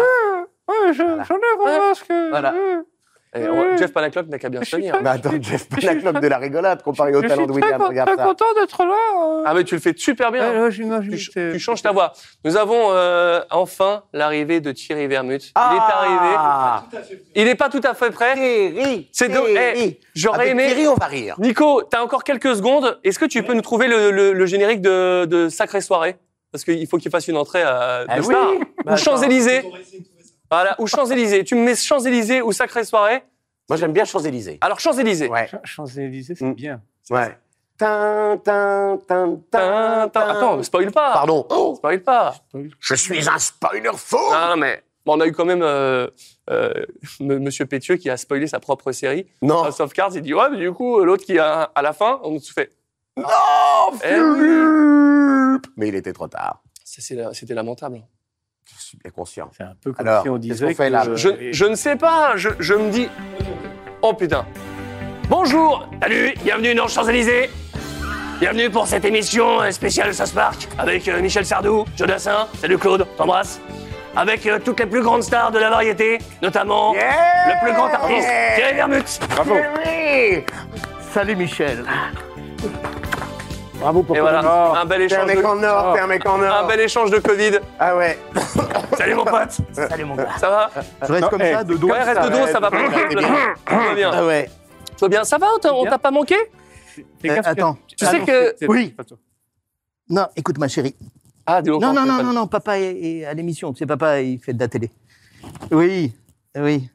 Voilà. Jeff Panaclock n'a qu'à bien se tenir. Mais attends, Jeff Panaclock de la rigolade comparé au talent de William. Regarde ça. d'être là. Ah, mais tu le fais super bien. Tu changes ta voix. Nous avons enfin l'arrivée de Thierry Vermut. Il est arrivé. Il n'est pas tout à fait prêt. Thierry. C'est j'aurais Avec aimé. Thierry, on va rire. Nico, t'as encore quelques secondes. Est-ce que tu peux nous trouver le générique de Sacrée Soirée? Parce qu'il faut qu'il fasse une entrée de star. Ou Champs-Élysées. Voilà, ou Champs-Élysées. Tu me mets Champs-Élysées ou Sacrée Soirée? Moi, j'aime bien Champs-Élysées. Alors Champs-Élysées. Ouais. Champs-Élysées, c'est Mm. bien. Ouais. Tin, tin, tin, tin, tin. Attends, spoil pas. Pardon. Oh, Spoil pas. je suis un spoiler fou. Non, mais bon, on a eu quand même Monsieur Pétieux qui a spoilé sa propre série. Non. House of Cards, il dit ouais, mais du coup, l'autre qui a à la fin, on se fait. Non, Eh oui. Philippe. Mais il était trop tard. C'était lamentable. Je suis bien conscient. C'est un peu comme Alors, si on qu'est-ce disait qu'on fait, là Je ne sais pas, je me dis. Oh putain. Bonjour, salut, bienvenue dans Champs-Élysées. Bienvenue pour cette émission spéciale South Park avec Michel Sardou, Jodassin, salut Claude, t'embrasse. Avec toutes les plus grandes stars de la variété, notamment le plus grand artiste, Thierry Vermut. Bravo. Oui. Salut Michel. Bravo pour Et ton voilà, or. un bel T'es un échange mec en or, de... t'es un mec en or. Un bel échange de Covid. Ah ouais. Salut mon pote. Salut mon gars. Ça va? Je reste comme ça, de dos. Ouais, reste de dos, ça va pas. Tout va bien. Ah ouais. Tout va bien. Ça va? On t'a pas manqué? Fais gaffe, attends. Tu sais que... Oui. Non, écoute ma chérie. Ah, dis donc. Non, papa est à l'émission. Tu sais, papa, il fait de la télé. Oui. Oui,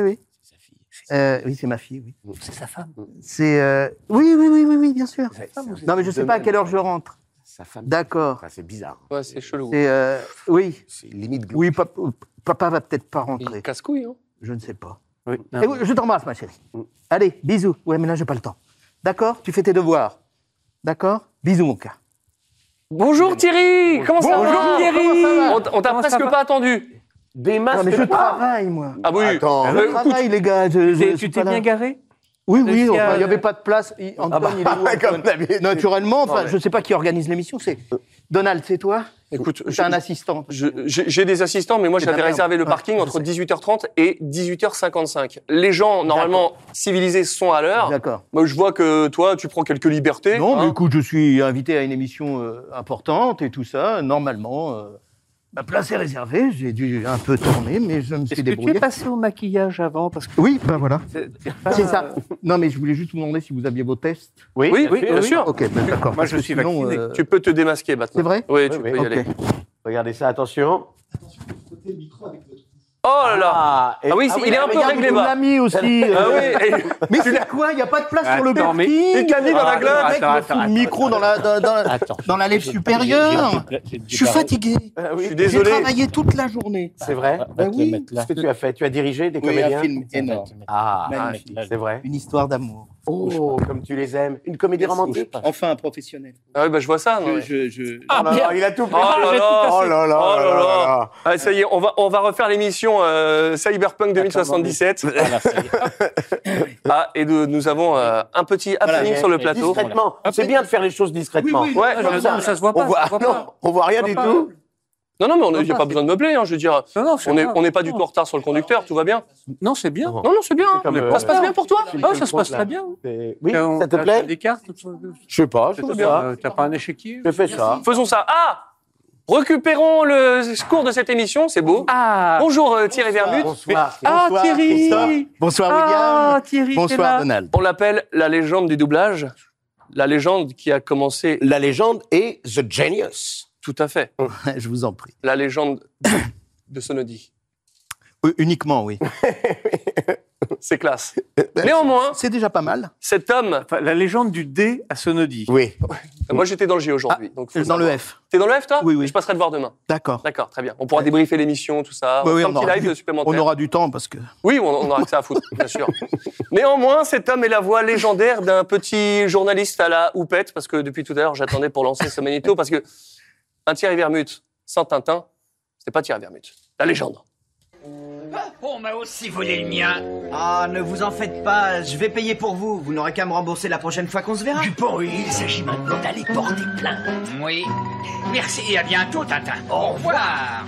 c'est ma fille, oui. C'est sa femme. C'est... Oui, bien sûr. Non, mais je sais pas à quelle heure je rentre. Sa femme. D'accord. Enfin, c'est bizarre. Ouais, c'est chelou. C'est... Oui. C'est limite glauque. Oui, papa va peut-être pas Il rentrer. casse-couille, hein. Je ne sais pas. Oui. Eh oui, je t'embrasse, ma chérie. Allez, bisous. Ouais, mais là, j'ai pas le temps. D'accord? Tu fais tes devoirs. D'accord? Bisous, mon gars. Bonjour Thierry. Comment ça va? Bonjour, Thierry. comment ça va? On t'a presque pas attendu. Des Non, masques. mais je travaille, moi. Ah oui. Attends. Je travaille, les gars. Je Tu suis t'es pas là. bien garé? Oui, Est-ce qu'il y a- enfin, il n'y avait pas de place. Antoine, il est où, Comme Antoine d'habitude. Naturellement, enfin, Ouais, ouais. je ne sais pas qui organise l'émission. C'est Donald, c'est toi? Écoute, C'est un assistant. j'ai des assistants, mais moi C'est de j'avais la merde. réservé le Ouais, parking je entre sais. 18h30 et 18h55. Les gens, normalement, civilisés sont à l'heure. D'accord. Moi, je vois que toi, tu prends quelques libertés. Non, hein. mais écoute, je suis invité à une émission importante et tout ça. Normalement, ma place est réservée. J'ai dû un peu tourner, mais je me suis Est-ce que tu es débrouillé. passé au maquillage avant? Parce que Oui, ben voilà. c'est pas- C'est ça. Non, mais je voulais juste vous demander si vous aviez vos tests. Oui, bien sûr. Ok, ben d'accord. Moi, je Parce que suis sinon, vacciné. Tu peux te démasquer maintenant. C'est vrai? Oui, tu Oui, peux oui. y Ok. aller. Regardez ça, attention. Oh là là. et- Ah oui, il est un peu Regarde, réglé on bas. l'a mis aussi. Ah oui. et- Mais c'est quoi? Il n'y a pas de place sur le Attends, mais- parking. Il qu'a mis dans la glace. Le mec me fout le micro dans la lèvre supérieure. Je suis fatigué. Je suis J'ai désolé. travaillé toute la journée. C'est vrai. Ben oui. Qu'est-ce que tu as fait? Tu as dirigé des Oui, comédiens? un film énorme. Ah, Magnifique. c'est vrai. Une histoire d'amour. Oh, comme tu les aimes. Une comédie romantique. Enfin, un professionnel. Ah oui, bah, je vois ça. non, ouais. Ah, non, il a tout pris. Oh là là. Oh là là. Oh là là. là. Ah, ça y est, on va refaire l'émission Cyberpunk 2077. Ah, et nous avons un petit happening sur le plateau. Discrètement. C'est bien de faire les choses discrètement. Ouais, Non, ça se voit On pas. voit, ça se voit non, pas. on voit rien On du voit tout. non, mais il n'y a pas besoin de meubler, hein, je veux dire. Non, On n'est pas du tout en retard sur le conducteur, tout va bien. Non, c'est bien. Non, c'est bien. comme, Ça se passe bien pour toi? Ah, ça se passe très bien. Oui, On- ça te t'as plaît? des cartes? Je sais pas, je fais ça. T'as pas un échiquier? Je fais ça. Faisons ça. Ah! Récupérons le cours de cette émission, c'est beau. Ah! Bonjour Thierry Vermut. Bonsoir. Ah, Bonsoir, Thierry! Christophe. Bonsoir, Ah, William. Thierry, t'es Bonsoir, là. Donald. On l'appelle la légende du doublage. La légende qui a commencé La légende est The Genius. tout à fait. Je vous en prie. La légende de Sonodi. Uniquement, oui. C'est classe. Néanmoins, C'est déjà pas mal. cet homme... Enfin, la légende du dé à Sonodi. Oui. Moi, j'étais dans le J aujourd'hui. donc faut Dans le savoir. F. T'es dans le F, toi? Oui, oui. Je passerai te voir demain. D'accord. D'accord, très bien. On pourra débriefer l'émission, tout ça. Oui, on oui, fera un petit live supplémentaire. on aura du temps parce que. Oui, on aura que ça à foutre, bien sûr. Néanmoins, cet homme est la voix légendaire d'un petit journaliste à la houppette, parce que depuis tout à l'heure, j'attendais pour lancer ce magnéto, parce que un Thierry Vermut sans Tintin, c'était pas Thierry Vermut. La légende. On m'a aussi volé le mien. Ah, ne vous en faites pas, je vais payer pour vous. Vous n'aurez qu'à me rembourser la prochaine fois qu'on se verra. Dupont, il s'agit maintenant d'aller porter plainte. Oui. Merci et à bientôt, Tintin. Au revoir.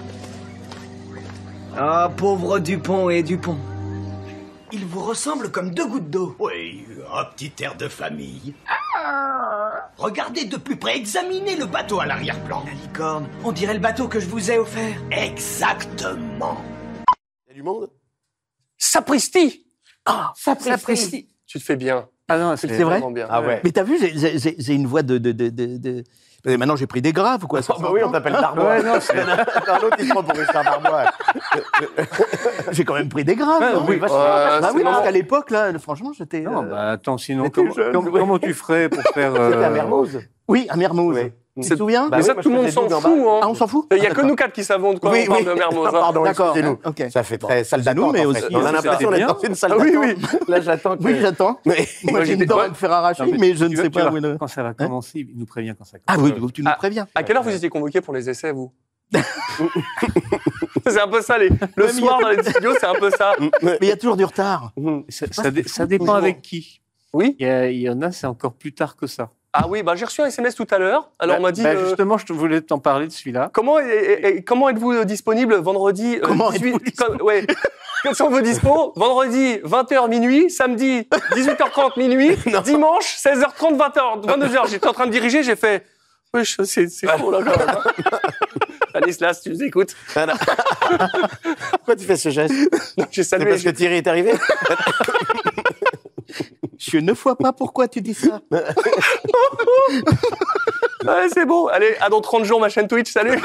Ah, pauvre Dupont et Dupont. Ils vous ressemblent comme deux gouttes d'eau. Oui, un petit air de famille. Regardez de plus près, examinez le bateau à l'arrière-plan. La licorne, on dirait le bateau que je vous ai offert. Exactement. Il y a du monde? Sapristi! Ah, sapristi. Tu te fais bien. Ah non, C'est vrai Vraiment bien. Ah ouais. Mais t'as vu, j'ai une voix de. Maintenant, j'ai pris des graves ou quoi ça Oh, bah oui, on t'appelle Darbois. Ouais, non, c'est- Un autre, il se prend pour Richard Darbois. J'ai quand même pris des graves. non oui, vachement. Ah oui, c'est parce qu'à l'époque, là, franchement, j'étais. Non, bah attends, sinon, Mais t'es jeune, ouais. comment tu ferais pour faire... C'était à Mermoz. Oui, à Mermoz. Oui. Tu te souviens Bah Mais oui, ça, moi, tout le je monde faisais s'en double en fout. bas. Hein. Ah, on s'en fout? Il n'y a que D'accord. nous quatre qui savons de quoi Oui, on parle oui. de Mermoz. hein. Pardon, D'accord. excusez-nous. Ok. Ça fait très salle C'est d'attente, nous, mais en fait. aussi, On a ça l'impression fait d'être bien. dans une salle Ah oui, d'attente. Là, j'attends que... Oui, j'attends. Mais- Moi, j'ai une dent à me faire arracher, Non, mais je ne tu sais vas- pas tu où vas- est le. Quand ça va commencer, il nous prévient quand ça Ah commence. oui, tu nous Ah. préviens. À quelle heure vous étiez convoqués pour les essais, vous? C'est un peu ça, le Ouais, mais soir dans les studios, c'est un peu ça. Mais il y a toujours du retard. Ça dépend avec qui. Oui. Il y en a, c'est encore plus tard que ça. Ah oui, bah j'ai reçu un SMS tout à l'heure. Alors on m'a dit... Justement, je voulais t'en parler de celui-là. Comment êtes-vous disponible vendredi Comment 18 êtes-vous ouais. Quels sont vos dispos? Vendredi 20h minuit, samedi 18h30 minuit, dimanche 16h30 22h. J'étais en train de diriger, j'ai fait oui, c'est chaud là quand même. Stanislas, tu nous écoutes? Pourquoi tu fais ce geste? J'ai C'est salué. parce que Thierry est arrivé? Je ne vois pas pourquoi tu dis ça. Ouais, c'est bon. Allez, à dans 30 jours ma chaîne Twitch. Salut.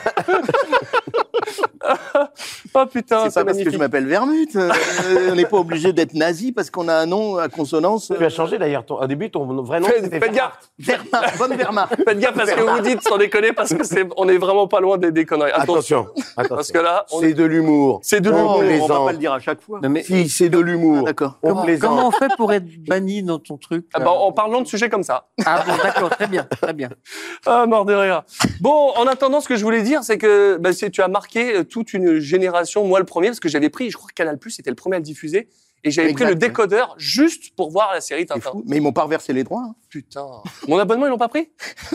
Oh putain, C'est c'est pas parce que je magnifique. m'appelle Vermut. On n'est pas obligé d'être nazi parce qu'on a un nom à consonance. Tu as changé d'ailleurs. Au début, ton vrai nom, c'était... Faites gaffe. Wehrmacht, von Wehrmacht. Faites gaffe à ce que vous dites, sans déconner, parce que on est vraiment pas loin des conneries. Attention. Attention. Parce que là, C'est de l'humour. c'est de Oh, l'humour. les On va ans. pas le dire à chaque fois. Non, mais Si, c'est de l'humour. Ah, d'accord. On plaisante. comment on fait pour être banni dans ton truc Ah bah, en parlant de sujets comme ça. Ah bon, d'accord, très bien, très bien. Ah, mort de rire. Bon, en attendant, ce que je voulais dire, c'est que tu as marqué toute une génération, moi le premier, parce que j'avais pris, je crois que Canal+, c'était le premier à le diffuser, et j'avais pris Exact, le ouais. décodeur juste pour voir la série C'est Tintin. fou. Mais ils m'ont pas reversé les droits. hein. Putain. Mon abonnement, ils l'ont pas pris?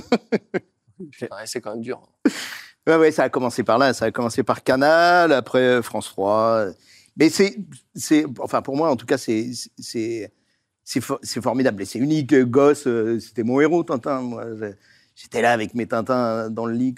Ouais, c'est quand même dur. Ouais, ça a commencé par là. Ça a commencé par Canal, après France 3. Mais enfin, pour moi, en tout cas, c'est formidable. Et c'est unique. Gosse, c'était mon héros, Tintin. Moi, j'étais là avec mes Tintins dans le lit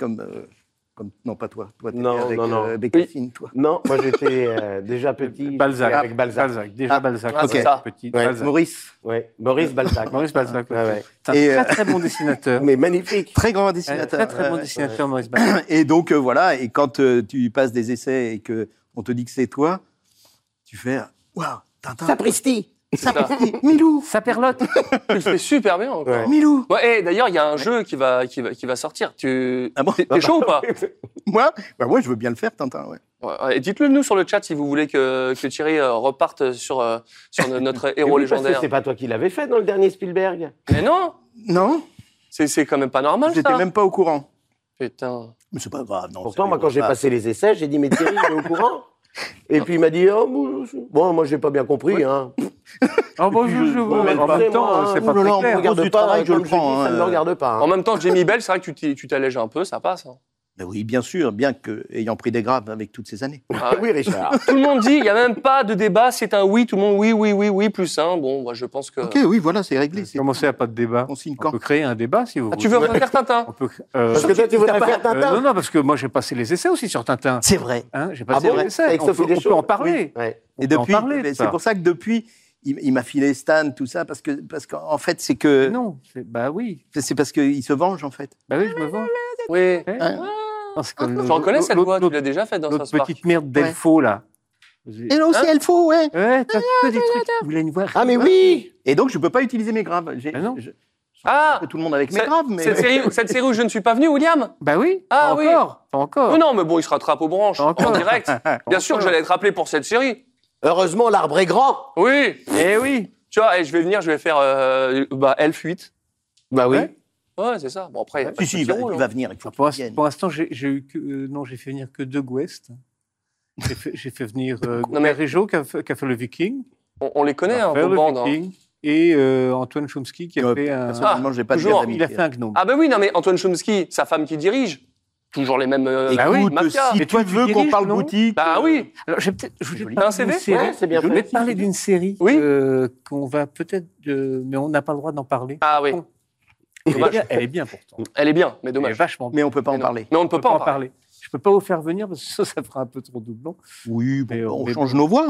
non, pas toi. Toi, t'étais Non, avec non. Bécassine, toi. Non, moi j'étais déjà petit. Balzac. j'étais Avec Balzac. Déjà Ah, Balzac. ah, c'est ça. Petit Ouais. Balzac. Maurice. Ouais, Maurice Balzac. Maurice Balzac. Ouais, ouais. C'est un Et, très très bon dessinateur. Mais magnifique. Très grand Un dessinateur. très très bon Ouais. dessinateur, Maurice Balzac. Et donc, voilà. Et quand tu passes des essais et qu'on te dit que c'est toi, tu fais waouh, Tintin. Sapristi. Sapristi. Milou. Ça perlotte. Tu le fais super bien encore. Ouais. Milou. Ouais, et d'ailleurs, il y a un jeu qui va sortir. Ah bon T'es chaud ou pas? Moi, je veux bien le faire, Tintin. Ouais. Ouais, et dites-le nous sur le chat si vous voulez que Thierry reparte sur notre héros Oui, parce que légendaire. c'est pas toi qui l'avais fait dans le dernier Spielberg. Mais non, Non, c'est quand même pas normal j'étais ça. même pas au courant. Putain. Mais c'est pas grave. Non, Pourtant, ça moi, quand j'ai pas. passé les essais, j'ai dit, mais Thierry, il est au courant. Et puis il m'a dit, oh, bon, moi, j'ai pas bien compris. Hein. Oh, bonjour, Bon, mais en même temps, moi, c'est pas oh là là, très on clair. regarde Regarde du pas, travail, je comme le prends, dis, ça ne hein. me regarde pas. En même temps, Jamie Bell, c'est vrai que tu t'allèges un peu, ça passe. Hein. Mais oui, bien sûr, bien que ayant pris des graves avec toutes ces années. Ah ouais. Oui, Richard. Tout le monde dit, il n'y a même pas de débat, c'est un oui, tout le monde oui, plus un. Bon, moi je pense que... Ok, oui, voilà, c'est réglé. C'est Comment ça, pas de débat? on signe On quand peut créer un débat si vous Ah, voulez. tu veux refaire Tintin? On peut, Parce que toi, tu voudrais faire Tintin. non, parce que moi j'ai passé les essais aussi sur Tintin. C'est vrai. Hein, j'ai Ah passé bon, les essais. avec On Sophie peut Deschaux. en parler. Oui, ouais. On Et peut en depuis, parler de c'est ça. pour ça que depuis, il m'a filé Stan, tout ça, parce qu'en fait, c'est que Non, bah oui. c'est parce qu'il se venge, en fait. Bah oui, je me vends. Oui. Hein Non, c'est comme Je reconnais cette l'autre- voix, tu l'as déjà faite dans L'autre South Park. petite merde d'Elfo, là. Et là aussi, elle faut, ouais. Ouais, t'as que des trucs. Il a une voix. Ah, mais oui. Et donc, je peux pas utiliser mes graves. non. Tout le monde avec mes Cette- graves, mais... Cette série où je ne suis pas venu, William? Bah oui. Ah pas oui. encore. Pas encore. Non, mais bon, il se rattrape aux branches, Pas encore. en direct. Bien sûr que j'allais être appelé pour cette série. Heureusement, l'arbre est grand. Oui. Eh oui. Tu vois, et je vais venir, je vais faire Elf 8. Bah oui. Ouais, c'est ça. Bon, après, Si, il va venir. Il faut Pour qu'il vienne. l'instant, j'ai eu que non, j'ai fait venir que Doug West. J'ai fait venir Non, mais- Réjo qui a fait le Viking. on les connaît, hein, Fait vos le bandes. Hein. Viking. Et Antoine Chomsky qui a fait un. Personnellement, j'ai pas de toujours. gars Il a fait un gnome. Ah ben oui, non mais Antoine Chomsky, sa femme qui dirige, toujours les mêmes Écoute, mafias. si Mais toi tu tu veux qu'on diriges, parle non boutique... Bah oui. Alors, je voulais joli. parler Un CV? d'une série. Ouais, c'est bien Je voulais fait. te parler d'une série Oui. qu'on va peut-être, mais on n'a pas le droit d'en parler. Ah oui, Elle est bien pourtant. elle est bien, mais Elle est dommage. vachement bien. Mais on peut pas en Mais non. parler. Mais on ne peut On pas peut en parler. Je peux pas vous faire venir parce que ça fera un peu trop doublon. Oui, Mais on mais change nos voix.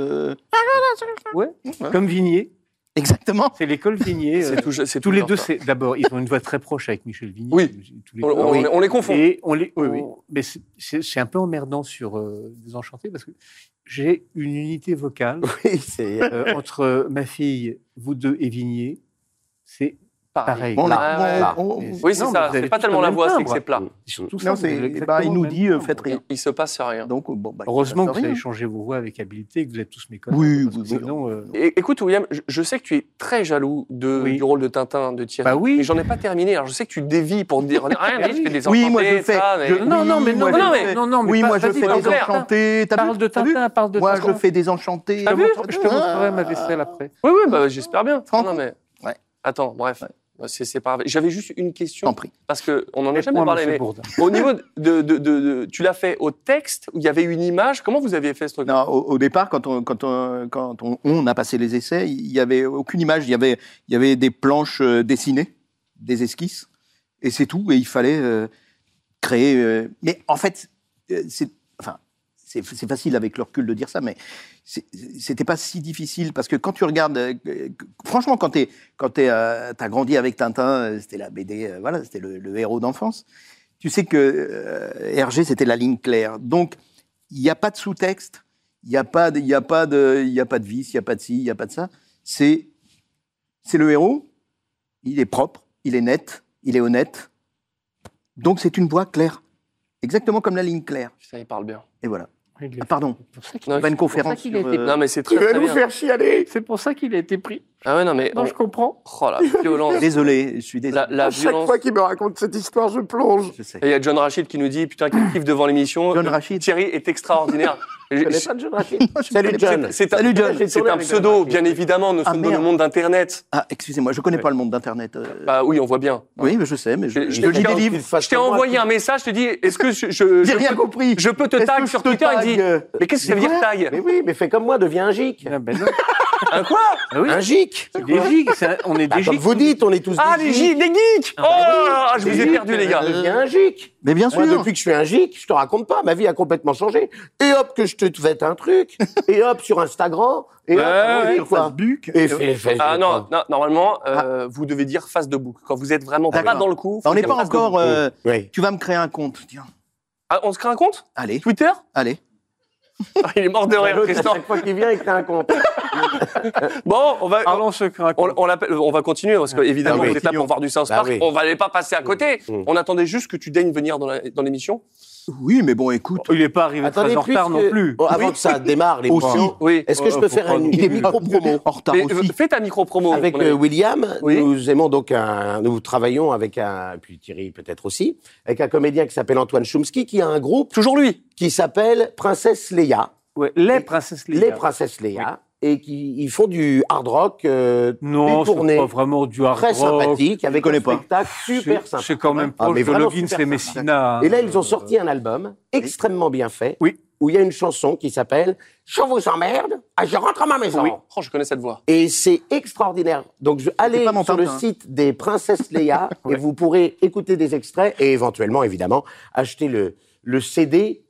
Ouais. Comme Vignier. Exactement. C'est l'école Vignier. C'est Tous les toujours deux, ça. d'abord, ils ont une voix très proche avec Michel Vignier. Oui. Tous les deux. On les confond. Et Oui. mais c'est un peu emmerdant sur Désenchanté parce que j'ai une unité vocale Oui, c'est. entre ma fille, vous deux et Vignier. C'est pareil. Bon, Là, Oui, c'est Non, ça. mais vous avez C'est pas tous tellement le la même voix, c'est que timbre. c'est plat. Surtout Non, ça, vous avez il exactement nous le dit même timbre. faites rien. Il se passe rien. Donc, bon, bah, Heureusement que ça vous rien. avez changé vos voix avec habileté et que vous êtes tous mes collègues. Oui, parce que oui, sinon, Écoute, William, je sais que tu es très jaloux Oui. du rôle de Tintin de Thierry. Bah oui. Mais j'en ai pas terminé. Alors je sais que tu dévis pour dire rien, Oui. je fais des Oui, enchantés, moi je fais. ça, mais- je- Non, oui, non, mais moi, non, je non, fais- mais- non, non, mais Oui, pas- moi je vas-y, fais parle des de Tintin. enchantés. T'as parle vu de T'as vu Tintin, parle de Moi Tintin. je fais des enchantés. Je te montrerai ma vaisselle après. Oui, bah, j'espère bien. Franco. Non, mais... Ouais. Attends, bref. C'est pas grave. J'avais juste une question. T'en prie. Parce qu'on n'en a Moi, jamais parlé. Monsieur Mais Bourdin. au niveau tu l'as fait au texte, où il y avait une image. Comment vous aviez fait ce truc? Non, au départ, quand on a passé les essais, il y avait aucune image. Il y avait des planches dessinées, des esquisses, et c'est tout. Et il fallait créer. Mais en fait, c'est facile avec le recul de dire ça, mais c'était pas si difficile parce que quand tu regardes, franchement, quand t'as grandi avec Tintin, c'était la BD, voilà, c'était le héros d'enfance. Tu sais que Hergé, c'était la ligne claire. Donc, il n'y a pas de sous-texte, il n'y a pas de vice, il n'y a pas de ci, il n'y a pas de ça. C'est le héros, il est propre, il est net, il est honnête. Donc, c'est une voix claire. Exactement comme la ligne claire. Ça, il parle bien. Et voilà. Il est- Ah, pardon. C'est pour ça qu'il- Non, Pas une c'est pour conférence ça qu'il a sur, été- Non, mais c'est Tu très, vas très nous bien. faire chialer. C'est pour ça qu'il a été pris. Ah ouais, non, mais... Non, je comprends. Oh, la violence. Désolé, je suis désolé. La À chaque violence. fois qu'il me raconte cette histoire, je plonge. Je sais. Et il y a John Rachid qui nous dit, putain, quel kiff devant l'émission. John Rachid. Thierry est extraordinaire. Je connais pas de John Rachid. Salut John. C'est un, Salut, John. c'est un pseudo, bien évidemment. Nous Ah, sommes dans le merde. monde d'Internet. Ah, excusez-moi, je connais pas le monde d'Internet. Bah oui, on voit bien. Oui, mais je sais, mais Je- je lis des livres. Je t'ai envoyé un message, je te dis, est-ce que J'ai rien compris. je peux te Est-ce tag que sur je te Twitter? Il dit, tag mais qu'est-ce que ça veut dire tag? Mais oui, mais fais comme moi, deviens un gic. Ah, ben non. Un quoi? Ah oui. Un gic. C'est des gigs, on est Bah, des comme gigs. vous dites, on est tous Ah, des les gics. geeks! Oh là là, je vous ai perdu, les gars. Deviens un gic. Mais bien sûr. Moi, depuis que je suis un gic, je te raconte pas, ma vie a complètement changé. Et hop, que je te fais un truc. Et hop, sur Instagram. Et hop, Ouais, sur Facebook. Et fais. Ah non, normalement, vous devez dire face de bouc. Quand vous êtes vraiment pas D'accord. dans le coup. On faut n'est dire pas face de encore. bouc. Oui. Tu vas me créer un compte. Tiens. Ah, on se crée un compte? Allez, Twitter? allez. Ah, il est mort de rire, L'autre, à Tristan. chaque fois qu'il vient, il crée un compte. Bon, on va. Parlons secret. On va continuer parce qu'évidemment, Ah oui. vous êtes là pour voir du South Bah Park. oui. On va aller pas passer à côté. Mm. On attendait juste que tu daignes venir dans l'émission. Oui, mais bon, écoute. Il n'est pas arrivé très en retard non plus. Oh, avant que ça démarre, les Aussi. points, Oui. est-ce que je peux faut faire pas- une Il est micro-promo en retard Mais, aussi. fais ta micro-promo. avec mon ami. William, Oui. nous aimons donc nous travaillons avec puis Thierry peut-être aussi, avec un comédien qui s'appelle Antoine Chomsky, qui a un groupe Toujours lui. qui s'appelle Princesse Leia, Ouais, les princesses Leia. les Princesses Leia, et ils font du hard rock Non, c'est détourné, pas vraiment du hard très rock. sympathique, avec connais un pas. spectacle super C'est- sympa. C'est quand même Ah, proche mais de vraiment Loggins super et sympa. Messina. Et là, ils ont sorti un album extrêmement bien fait, Oui. où il y a une chanson qui s'appelle « Je vous emmerde, je rentre à ma maison Oui. Oh, je connais cette voix. Et c'est extraordinaire. Donc, allez pas mon sur le Tintin. site des Princesses Leia et vous pourrez écouter des extraits et éventuellement, évidemment, acheter le CD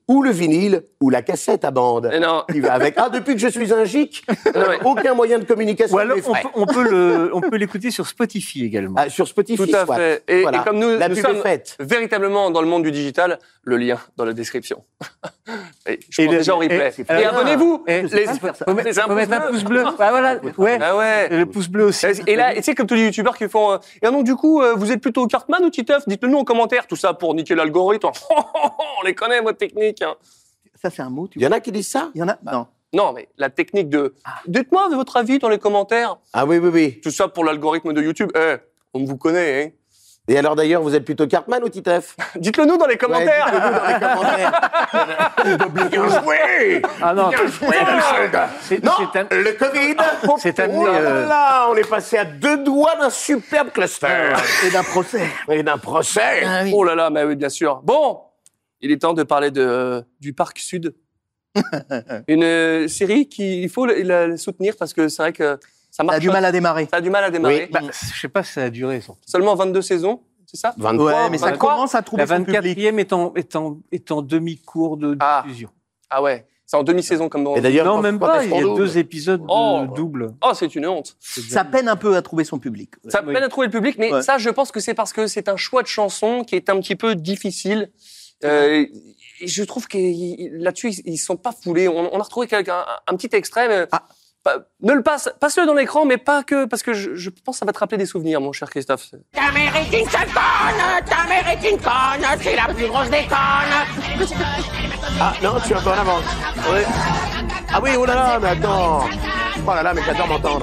ou le vinyle, ou la cassette à bande. Mais non. Qui va avec. Ah, depuis que je suis un geek, aucun moyen de communication. Ou alors, n'est frais. on peut l'écouter sur Spotify également. Ah, sur Spotify, Tout à soit. fait. Et Voilà. comme nous La pub est sommes faite. véritablement dans le monde du digital, le lien dans la description. Et je pense déjà en replay. Et, alors, abonnez-vous. Et Les faut mettre un pouce bleu. Ah, voilà. Ouais. Ah ouais. Le pouce bleu aussi. Et là, tu sais, comme tous les youtubeurs qui font et donc du coup, vous êtes plutôt Cartman ou Titeuf? Dites-le nous en commentaire. Tout ça pour niquer l'algorithme. On les connaît, votre technique. Hein. Ça, c'est un mot. Il y en a qui disent ça? Il y en a. Non. Non, mais la technique de. Dites-moi votre avis dans les commentaires. Ah oui, oui, oui. Tout ça pour l'algorithme de YouTube. On vous connaît, hein. Et alors d'ailleurs, vous êtes plutôt Cartman ou Titeuf? Dites-le nous dans les commentaires. Ouais, dites-le nous dans les commentaires. Bien joué. Ah non. Bien joué, Non, le Covid. C'est amené. Oh là là, on est passé à 2 doigts d'un superbe cluster. Et d'un procès. Et d'un procès. Ah oui. Oh là là, mais oui, bien sûr. Bon, il est temps de parler du Parc Sud. Une série qu'il faut la soutenir parce que c'est vrai que ça Ça marche. a du mal à démarrer. Ça a du mal à démarrer. Bah, je sais pas si ça a duré. Seulement 22 saisons, c'est ça? 23. Ouais, mais ça 23. commence à trouver La son public. 24e est en demi-cours de diffusion. Ah ouais, c'est en demi-saison comme dans... Et d'ailleurs, Non, quand- même quand pas. est-ce Il qu'on y a double 2 épisodes Oh. doubles. Oh, c'est une honte. Ça peine un peu à trouver son public. Ça peine à trouver le public, mais Ouais. ça, je pense que c'est parce que c'est un choix de chanson qui est un petit peu difficile. Et je trouve que là-dessus, ils sont pas foulés. On a retrouvé un petit extrait. Mais ne le passe-le dans l'écran, mais pas que, parce que je pense que ça va te rappeler des souvenirs, mon cher Christophe. Ta mère est une seule conne, ta mère est une conne, c'est la plus grosse des connes. Ah non, tu es un peu en avance. Ouais. Ah oui, oh là là, mais attends. Oh là là, mais j'adore m'entendre.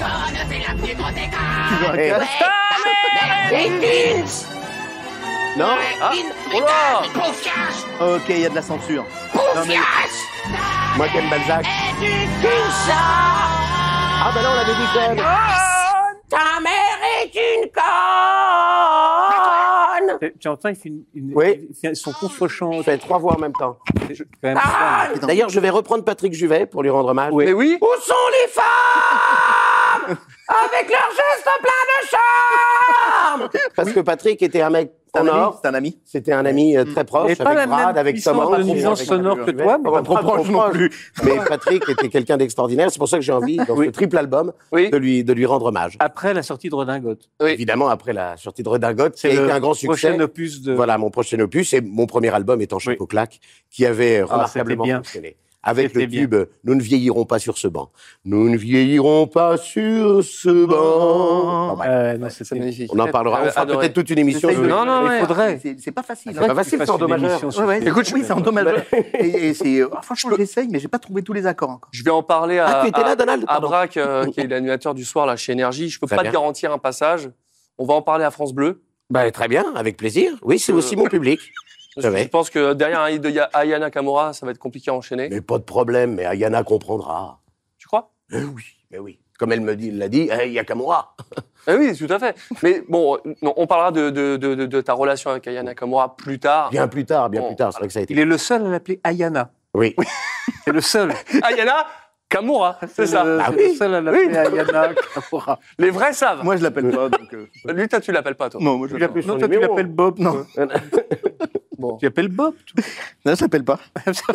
Eh. Non. Ah, oh là. Ok, il y a de la censure. Non, mais Moi qui aime Balzac. Ah bah là, on l'avait dit quand même. Ta mère est une conne. Tu entends, il fait Oui. il fait son contre-champ. Je fais 3 voix en même temps. Quand même. D'ailleurs, je vais reprendre Patrick Juvet pour lui rendre hommage. Mais oui. Où sont les femmes avec leurs gestes pleins de charme? Parce que Patrick était un mec en or. c'est un ami. C'était un ami très proche, Et pas la avec Brad, même avec puissance Thomas. de nuisance avec sonore que toi, mais Pas trop proche non plus. Mais Patrick était quelqu'un d'extraordinaire. C'est pour ça que j'ai envie, dans ce triple album, Oui. de lui rendre hommage. Après la sortie de Redingote. Oui. Évidemment, après la sortie de Redingote, qui a été un grand succès. prochain opus de. Voilà, mon prochain opus, et mon premier album étant Chapeau Claque, qui avait remarquablement c'était bien. fonctionné. Avec le C'était bien. tube « Nous ne vieillirons pas sur ce banc ». Nous ne vieillirons pas sur ce banc. Bon, bref, Non, C'est magnifique. on en parlera. On fera Adoré. peut-être toute une émission. J'essaye de- Non, non, il ouais. faudrait. C'est pas facile. C'est pas facile, c'est en do majeur. Écoute, oui, c'est en do majeur. Et c'est franchement, j'essaye, mais j'ai pas trouvé tous les accords encore. Je vais en parler à, Ah, tu étais là, Donald? à Pardon. Braque, qui est l'animateur du soir là, chez Énergie. Je peux Très pas bien. te garantir un passage. On va en parler à France Bleu. Bah, très bien, avec plaisir. Oui, c'est aussi mon public. Je pense que derrière un hit de Aya Nakamura, ça va être compliqué à enchaîner. Mais pas de problème, mais Ayana comprendra. Tu crois? Mais oui. Comme elle l'a dit, hey, Yakamura. Oui, tout à fait. Mais bon, non, on parlera de ta relation avec Aya Nakamura plus tard. Bien plus tard, Bon, C'est vrai que ça a été. Il est le seul à l'appeler Ayana. Oui. C'est le seul. Ayana Kamura, c'est ça. Le, Ah c'est oui. le seul à l'appeler Ayana Kamura. Les vrais savent. Moi, je l'appelle pas. Donc, Lui, toi, tu l'appelles pas, toi. non, moi, je l'appelle. Non, toi, tu l'appelles Bob. Non, Bon. Tu l'appelles Bob. non, je l'appelle pas.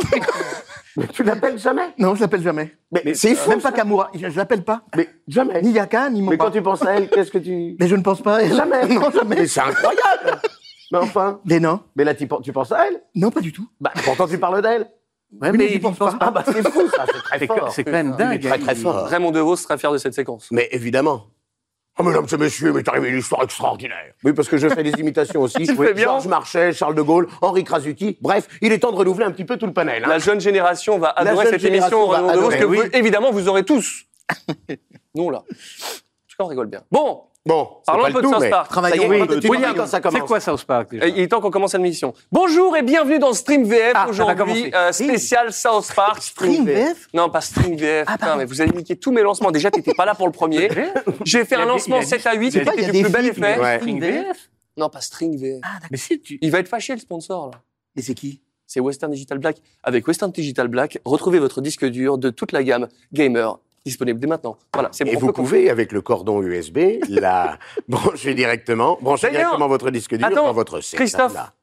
Mais tu l'appelles jamais. Non, je l'appelle jamais. Mais c'est fou. Même pas Kamura. Je l'appelle pas. Mais jamais. Ni Yaka, ni Mais Momba. quand tu penses à elle, qu'est-ce que tu... Mais je ne pense pas à elle. Jamais. Non, jamais. Mais c'est incroyable. Mais enfin. Mais non. Mais là, tu penses à elle. Non, pas du tout. Bah, pourtant, tu parles d'elle. Ouais, Oui, mais il j'y pense pense pas. Ah bah, c'est fou, ça. C'est très fort. C'est quand même dingue. Très, très fort. Raymond DeVos serait fier de cette séquence. Mais évidemment. Oh, mesdames et messieurs, mais t'as arrivé une histoire extraordinaire. Oui, parce que je fais des imitations aussi. Tu le fais bien. Georges Marchais, Charles de Gaulle, Henri Krasuki. Bref, il est temps de renouveler un petit peu tout le panel. Hein. La jeune génération va adorer jeune cette émission, génération va Raymond DeVos, adorer, que oui. évidemment, vous aurez tous. Nous, là. En tout cas, on rigole bien. Bon, Bon, c'est parlons pas un peu le de tout, South mais... Park. Travaillons. Ça y est, Oui, tu William, dis quand ça commence. C'est quoi South Park déjà? Il est temps qu'on commence l'émission. Bonjour et bienvenue dans Stream VF Ah, ça va aujourd'hui, commencer. spécial South Park. Stream VF. Non, pas Stream VF. Ah, Putain, pardon. mais vous avez niqué tous mes lancements. Déjà, t'étais pas là pour le premier. J'ai fait Il un a dit- lancement il a dit- 7 à 8, il a dit- c'était il y a du des plus bel films, effet. Ouais. String VF. Non, pas String VF. Mais si tu. Il va être fâché, le sponsor, là. Et c'est qui? C'est Western Digital Black. Avec Western Digital Black, retrouvez votre disque dur de toute la gamme Gamer, disponible dès maintenant. Voilà, c'est bon. Et on vous peut pouvez, avec le cordon USB, brancher directement D'ailleurs, votre disque dur attends, dans votre set. Christophe, Là.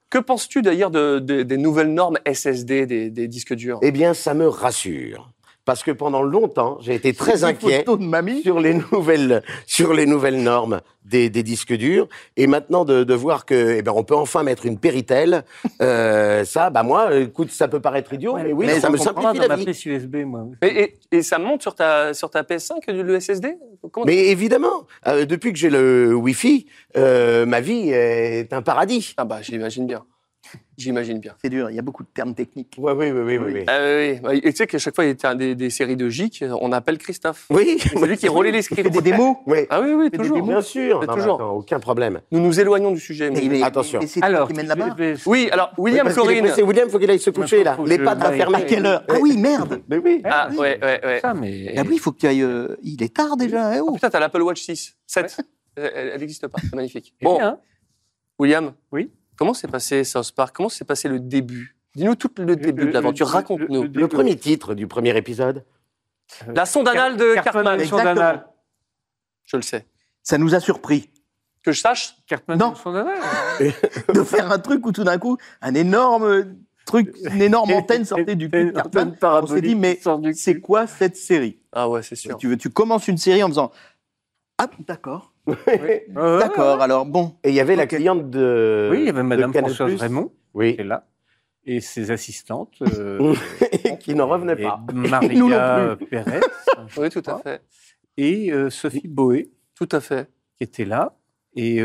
Que penses-tu d'ailleurs des nouvelles normes SSD des disques durs? Eh bien, ça me rassure. Parce que pendant longtemps, j'ai été très inquiet Photo de mamie. sur les nouvelles normes des disques durs. Et maintenant, de voir que, eh ben, on peut enfin mettre une Péritel, ça, bah, moi, écoute, ça peut paraître idiot, mais oui, ça me simplifie la ma vie. prise USB, moi. Et ça monte sur ta PS5 le SSD? Comment Mais évidemment, depuis que j'ai le Wi-Fi, ma vie est un paradis. Ah bah, j'imagine bien. J'imagine bien. C'est dur, il y a beaucoup de termes techniques. Oui. Ah oui. Et tu sais qu'à chaque fois, il y a des séries de GIC, on appelle Christophe. Oui. C'est lui qui relaie les scripts. Il fait des démos. Oui. Ah oui, toujours. Bien sûr. Non, Toujours. attends, aucun problème. Nous nous éloignons du sujet. mais- Attention. Et c'est toi qui mène là-bas. Oui, alors, William Parce qu'il est Corine. pressé. William, faut qu'il aille se coucher, là. faut que Les je- pattes Ah, À fermées. quelle heure? Ah oui, merde. Mais oui. Ah, ouais. Ça, mais... Ah oui, il faut que tu ailles. Il est tard déjà. Oh, putain, t'as l'Apple Watch 6. 7. Elle n'existe pas. C'est magnifique. Eh Bon, bien, William. Oui. Comment s'est passé South Park? Comment s'est passé le début? Dis-nous tout le début de l'aventure. Raconte-nous. Le premier titre du premier épisode. La sonde anale de Cartman. Exactement. Je le sais. Ça nous a surpris Que je sache? Cartman Non. de son anal. de faire un truc où tout d'un coup, un énorme truc, une énorme antenne sortait du cul de Cartman. On s'est dit, mais c'est quoi cette série? Ah ouais, c'est Si sûr. tu commences une série en faisant ah d'accord, d'accord. Alors bon, Et il y avait la Ok. cliente de. Oui, il y avait Madame de Canal+. Françoise Raymond Oui. qui est là, et ses assistantes, Qui n'en revenait et pas. Nous Maria non Pérez, Oui, tout à fait. et Sophie Boé, Tout à fait. qui était là. Et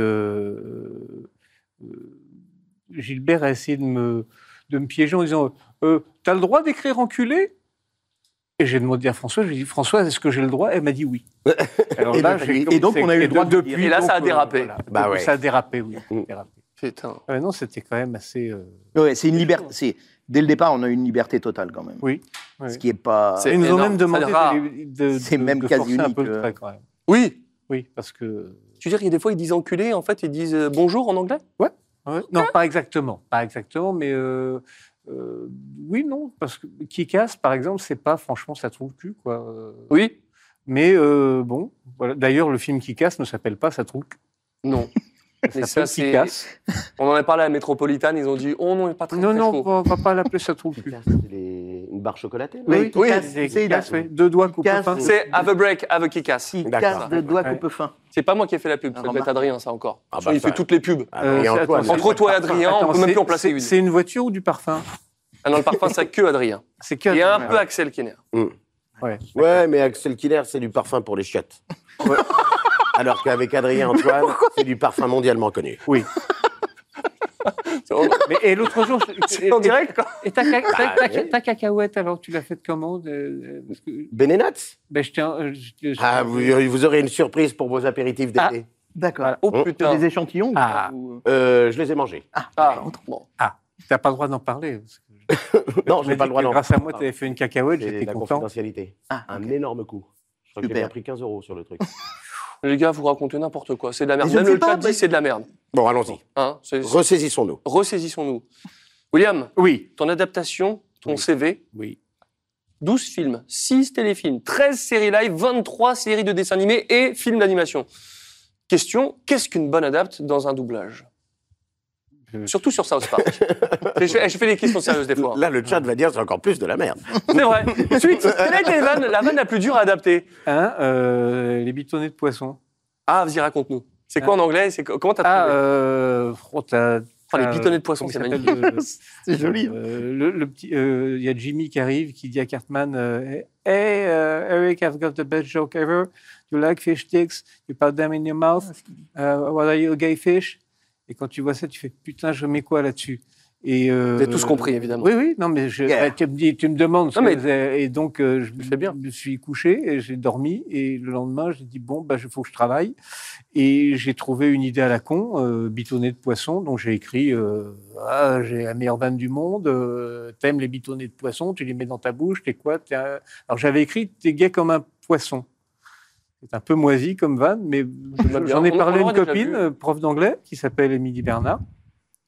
Gilbert a essayé de me piéger en disant t'as le droit d'écrire enculé? Et j'ai demandé à Françoise, je lui ai dit Françoise, est-ce que j'ai le droit? Elle m'a dit oui. Alors Et là, donc- j'ai et donc, on a eu le droit de depuis. dire. Et là, ça a donc, dérapé. voilà. Bah Donc, ouais. Ça a dérapé, oui. Ça a Mm. dérapé. Putain. Non, c'était quand même assez. ouais, c'est une liberté. Dès le départ, on a une liberté totale quand même. Oui. oui. Ce qui est pas. C'est Ils nous ont énorme, même demandé c'est rare. C'est même de quasi forcer un unique, peu le trait quand même. Oui. Oui, parce que. Tu veux dire qu'il y a des fois, ils disent enculé, en fait, ils disent bonjour en anglais? Ouais. Non, pas exactement, mais oui, non, parce que Kick-Ass, par exemple, c'est pas franchement ça trouve le cul, quoi. Oui. Mais bon, voilà. D'ailleurs, le film Kick-Ass ne s'appelle pas ça trouve le cul. Non. Ça Mais s'appelle ça, c'est- Kick-Ass. On en a parlé à la Métropolitane, ils ont dit oh non, il n'est pas très, Non, très non, chaud. on va pas l'appeler ça trouve le cul. Une barre chocolatée. là. Oui, oui, Kick-Ass, c'est c'est Kick-Ass, la- oui. Deux doigts coupés Kick-Ass, fin. C'est Have a Break, Have a Kick-Ass. Qui D'accord. casse de doigts Ouais. coupe fin. C'est pas moi qui ai fait la pub, ça Alors, doit être Adrien, ça encore. Ah bah il ça- fait toutes les pubs. Et Antoine. attends, Entre toi et Adrien, on peut même plus en placer une. C'est une voiture ou du parfum? Ah non, le parfum, c'est que Adrien. C'est que. Et un peu Axel Kenner. Ouais. Ouais, mais Axel Killer, c'est du parfum pour les chiottes. Alors qu'avec Adrien Antoine, c'est du parfum mondialement connu. Oui. Mais, et l'autre jour, C'est en direct, quoi. Et ta cacahuète, alors, tu l'as faite comment? Parce que, Benenats. ben, Ah, vous aurez une surprise pour vos apéritifs d'été. D'accord. Voilà. Oh Hum. putain. Des échantillons ou Ah. pas, ou- Je les ai mangés. Ah, bon. T'as pas le droit d'en parler. Parce que Non, tu j'ai m'as pas dit le droit que d'en grâce à moi, tu avais fait une cacahuète, C'est j'étais la content. confidentialité. Ah, Un ok. énorme coup. Je crois qu'il a Super. pris 15 € sur le truc. Les gars, vous racontez n'importe quoi. C'est de la merde. Mais je Même ne sais le chat pas, dit mais- c'est de la merde. Bon, allons-y. Hein, Ressaisissons-nous. Ressaisissons-nous. William, Oui. ton adaptation, ton Oui. CV, Oui. 12 films, 6 téléfilms, 13 séries live, 23 séries de dessins animés et films d'animation. Question, qu'est-ce qu'une bonne adapte dans un doublage? Surtout sur South Park. je fais des questions sérieuses des fois. Là, le chat va dire c'est encore plus de la merde. C'est vrai. Ensuite, quelle a été la vanne la plus dure à adapter? Hein, les bitonnets de poisson. Ah, vas-y, raconte-nous. C'est quoi en anglais? Comment t'as trouvé les bitonnets de poisson, c'est magnifique. C'est joli. Le petit, il y a Jimmy qui arrive, qui dit à Cartman, Hey, Eric, I've got the best joke ever. You like fish sticks? You put them in your mouth? What are you, a gay fish? Et quand tu vois ça, tu fais putain, je mets quoi là-dessus? Et Vous avez tous compris, évidemment. Oui, non, mais tu me demandes. Non, mais- Et donc, je fais bien. me suis couché, et j'ai dormi, et le lendemain, j'ai dit bon, bah, il faut que je travaille. Et j'ai trouvé une idée à la con, bitonnet de poisson, donc j'ai écrit j'ai la meilleure vanne du monde, t'aimes les bitonnets de poisson, tu les mets dans ta bouche, t'es quoi? Alors j'avais écrit t'es gay comme un poisson. C'est un peu moisi comme vanne, mais bien. j'en ai On parlé à l'aura une déjà copine, vu. prof d'anglais, qui s'appelle Émilie Bernard.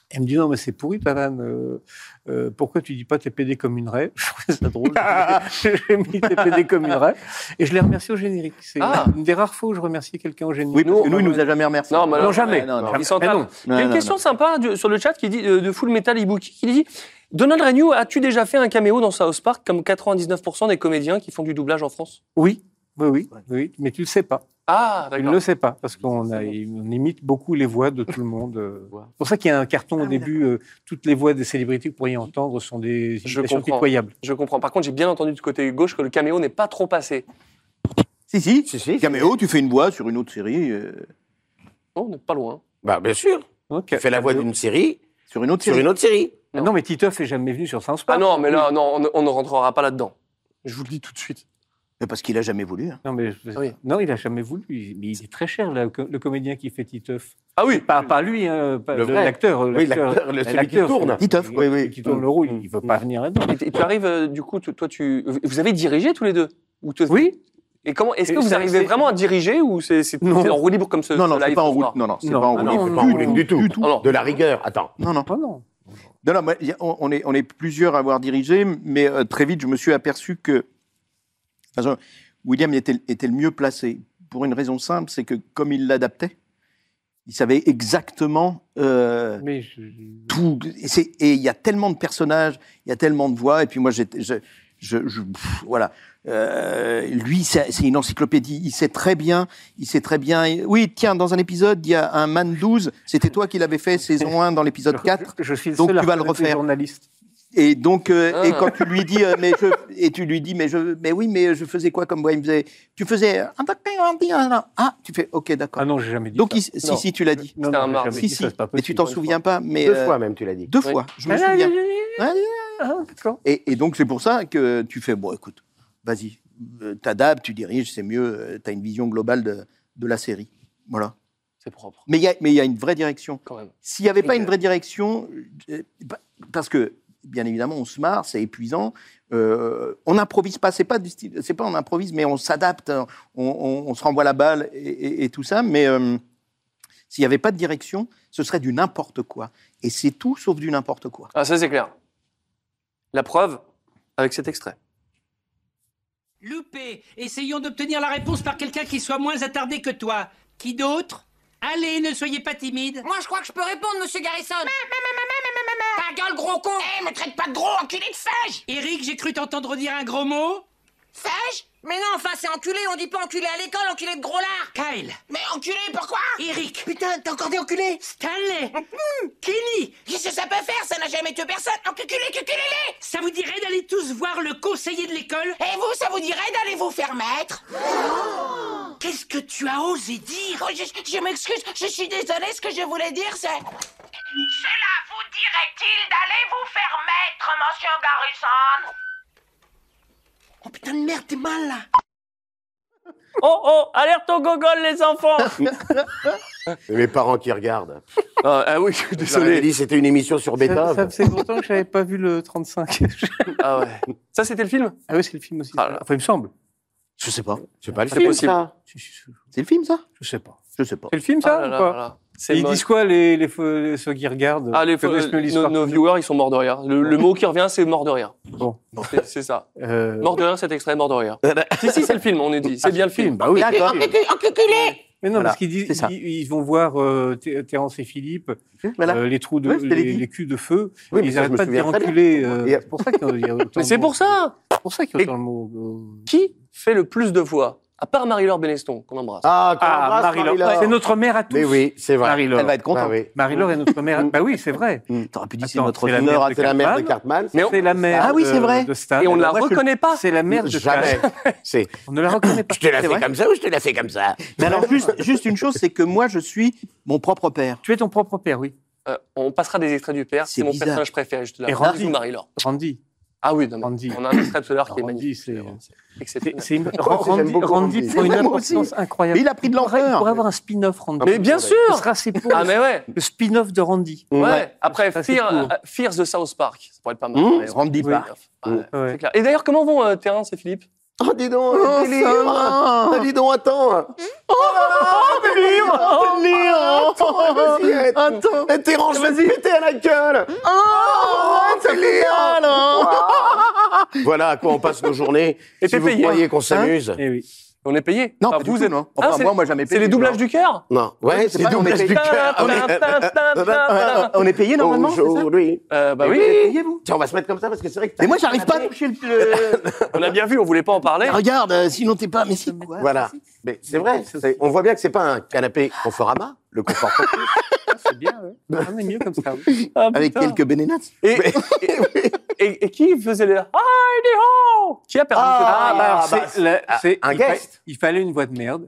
Elle me dit, non, mais c'est pourri, ta vanne. Pourquoi tu dis pas t'es pédé comme une raie? Je trouvais ça drôle. J'ai mis t'es pédé comme une raie. Et je l'ai remercié au générique. C'est une des rares fois où je remercie quelqu'un au générique. Oui, parce que nous, il nous a jamais remercié. Non, jamais. Ils s'entendent. Il y a une question sympa sur le chat qui dit, de Full Metal Ibuki qui dit Donald Renew, as-tu déjà fait un caméo dans South Park comme 99% des comédiens qui font du doublage en France? Oui, mais tu le sais pas. Ah, Tu ne d'accord. le sais pas, parce qu'on imite beaucoup les voix de tout le monde. C'est pour ça qu'il y a un carton au début, toutes les voix des célébrités que vous pourriez entendre sont des imitations pitoyables. Je comprends. Par contre, j'ai bien entendu du côté gauche que le caméo n'est pas trop passé. Si. Caméo, tu fais une voix sur une autre série. Oh, on n'est pas loin. Bah, bien sûr. Okay. Tu fais la voix d'une série sur une autre série. Non, mais Titeuf n'est jamais venu sur South Park. Ah non, mais là, non, on ne rentrera pas là-dedans. Je vous le dis tout de suite. Mais parce qu'il a jamais voulu. Hein. Non, mais non, il a jamais voulu. Mais il est très cher, le comédien qui fait Titeuf. Ah oui. Pas lui, hein, l'acteur. Oui, l'acteur, celui qui tourne. Titeuf, oui. Qui tourne le rôle, il ne veut pas venir là-dedans. Et tu arrives, du coup, toi, vous avez dirigé tous les deux? Oui. Et comment est-ce que vous arrivez vraiment à diriger ou c'est en roue libre comme ce Non, live c'est pas en roue. Non, c'est pas en roue libre du tout. De la rigueur. Attends. Non. On est plusieurs à avoir dirigé, mais très vite, je me suis aperçu que William était le mieux placé. Pour une raison simple, c'est que comme il l'adaptait, il savait exactement tout. Et il y a tellement de personnages, il y a tellement de voix, et puis moi, voilà. Lui, c'est une encyclopédie. Il sait très bien. Oui, tiens, dans un épisode, il y a un Man 12. C'était toi qui l'avais fait saison 1 dans l'épisode 4. Je suis le donc seul tu vas le refaire. Journaliste. Et donc, et quand tu lui dis, mais je faisais quoi comme voix? Il me disait, tu faisais, tu fais, ok, d'accord. Ah non, j'ai jamais dit donc, ça. Si, tu l'as dit. Non, si, mais tu t'en souviens pas. Mais 2 fois même, tu l'as dit. 2 fois, je me souviens. D'accord. Et donc, c'est pour ça que tu fais, bon, écoute, vas-y, t'adaptes, tu diriges, c'est mieux, t'as une vision globale de la série. Voilà. C'est propre. Mais il y a une vraie direction. Quand même. S'il n'y avait pas une vraie direction, parce que, bien évidemment, on se marre, c'est épuisant. On n'improvise pas, c'est pas on improvise, mais on s'adapte, on se renvoie la balle et tout ça. Mais s'il n'y avait pas de direction, ce serait du n'importe quoi. Et c'est tout sauf du n'importe quoi. Ah, ça c'est clair. La preuve avec cet extrait. Loupé, essayons d'obtenir la réponse par quelqu'un qui soit moins attardé que toi. Qui d'autre? Allez, ne soyez pas timide. Moi, je crois que je peux répondre, monsieur Garrison. Ta gueule, gros con. Me traite pas de gros, enculé de fège. Eric, j'ai cru t'entendre dire un gros mot. Fège? Mais non, enfin, c'est enculé, on dit pas enculé à l'école, enculé de gros lard. Kyle. Mais enculé, pourquoi? Eric. Putain, t'as encore des enculés? Stanley. Kenny. Qu'est-ce que ça peut faire? Ça n'a jamais tué personne. Enculé-les. Ça vous dirait d'aller tous voir le conseiller de l'école? Et vous, ça vous dirait d'aller vous faire mettre? Qu'est-ce que tu as osé dire? Oh, je m'excuse, je suis désolé, ce que je voulais dire, c'est... Cela vous dirait-il d'aller vous faire mettre, monsieur Garrison? Oh putain de merde, t'es mal là. Oh, alerte au gogol, les enfants. Mes parents qui regardent. Ah oui, désolé. Dit c'était une émission sur Beethoven. Ça faisait longtemps que je n'avais pas vu le 35. Ah ouais. Ça, c'était le film? Ah oui, c'est le film aussi. Enfin, il me semble. Je sais pas. C'est pas le C'est film, possible. ça. C'est le film, ça? Je sais pas. Je sais pas. C'est le film, ça, Ah là ou là pas là là. Ils disent quoi, ceux qui regardent? Ah, nos viewers, ils sont morts de rire. Le mot qui revient, c'est mort de rire. Bon. C'est ça. Mort de rire, cet extrait, mort de rire. si, c'est le film, on est dit. C'est bien le film. Bah oui. D'accord. Enculé. Mais non, Voilà, parce qu'ils disent, c'est ça. ils vont voir Terrence et Philippe, Voilà. les trous de, Ouais, je te l'ai dit. les culs de feu. Oui, mais ils ça, n'arrêtent je me pas de dire souviens très enculé. bien. C'est pour ça qu'il y a autant Mais c'est de pour mots. ça. C'est pour ça qu'il y a autant de mots. Qui fait le plus de voix? À part Marie-Laure Beneston, qu'on embrasse. Marie-Laure. C'est notre mère à tous. Mais oui, c'est vrai. Marie-Laure. Elle va être contente. Ah oui. Marie-Laure est notre mère. Bah oui, c'est vrai. T'aurais pu dire Attends, c'est notre c'est la honneur. mère C'est la mère de Cartman. Mais C'est la mère Ah oui, c'est vrai. de Stan. Et on ne la moi, je- reconnaît pas. C'est la mère de Jamais. Stan. C'est. On ne la reconnaît pas. Je te l'ai C'est fait vrai comme ça ou je te l'ai fait comme ça? Mais alors, juste une chose, c'est que moi, je suis mon propre père. Tu es ton propre père, oui. On passera des extraits du père. C'est C'est mon bizarre. personnage préféré. Je te Et la Randy. bisous, Marie-Laure. Randy. Ah oui, non, mais Randy. on a un extrait tout à l'heure qui est Randy, magnifique. c'est Exceptionnel. Randy beaucoup Randy Randy. prend une Moi aussi. importance incroyable. Mais il a pris de l'ampleur. Il pourrait avoir un spin-off, Randy. Mais bien Ce sûr. sera assez beau. Ah mais ouais. Le spin-off de Randy. Ouais. Après, Ça, c'est cool. Fears de South Park. Ça pourrait être pas mal. Mmh. Ouais, Randy oui. Park. Ouais, Ouais. c'est clair. Et d'ailleurs, comment vont Terrence et Philippe? Oh, dis donc, Oh, délire. ça va. Dis donc, attends. Oh, délire. Vas-y, tête. Attends. Et Terence, je vais te péter à la gueule. Ça fait mal, hein. Voilà à quoi on passe nos journées. Et Si t'es vous payé, croyez hein. qu'on s'amuse. Eh oui. On est payé. Non, Enfin, pas du tout, non. Enfin, c'est- moi, jamais payé. C'est les doublages du cœur. Non, ouais, c'est les doublages du cœur. On est payé normalement, c'est ça Aujourd'hui. Bah oui. Payez, vous. Tiens, on va se mettre comme ça parce que c'est vrai que. Mais moi, j'arrive pas à toucher le. On a bien vu, on voulait pas en parler. Regarde, sinon t'es pas. Mais si, quoi. Voilà. Mais c'est vrai. On voit bien que c'est pas un canapé Conforama, le confort. C'est bien, ouais. On est mieux comme ça. Oui. Ah, Avec putain. quelques bénénats. Et qui faisait les Hi-di-ho? Qui a perdu un guest. Il fallait une voix de merde.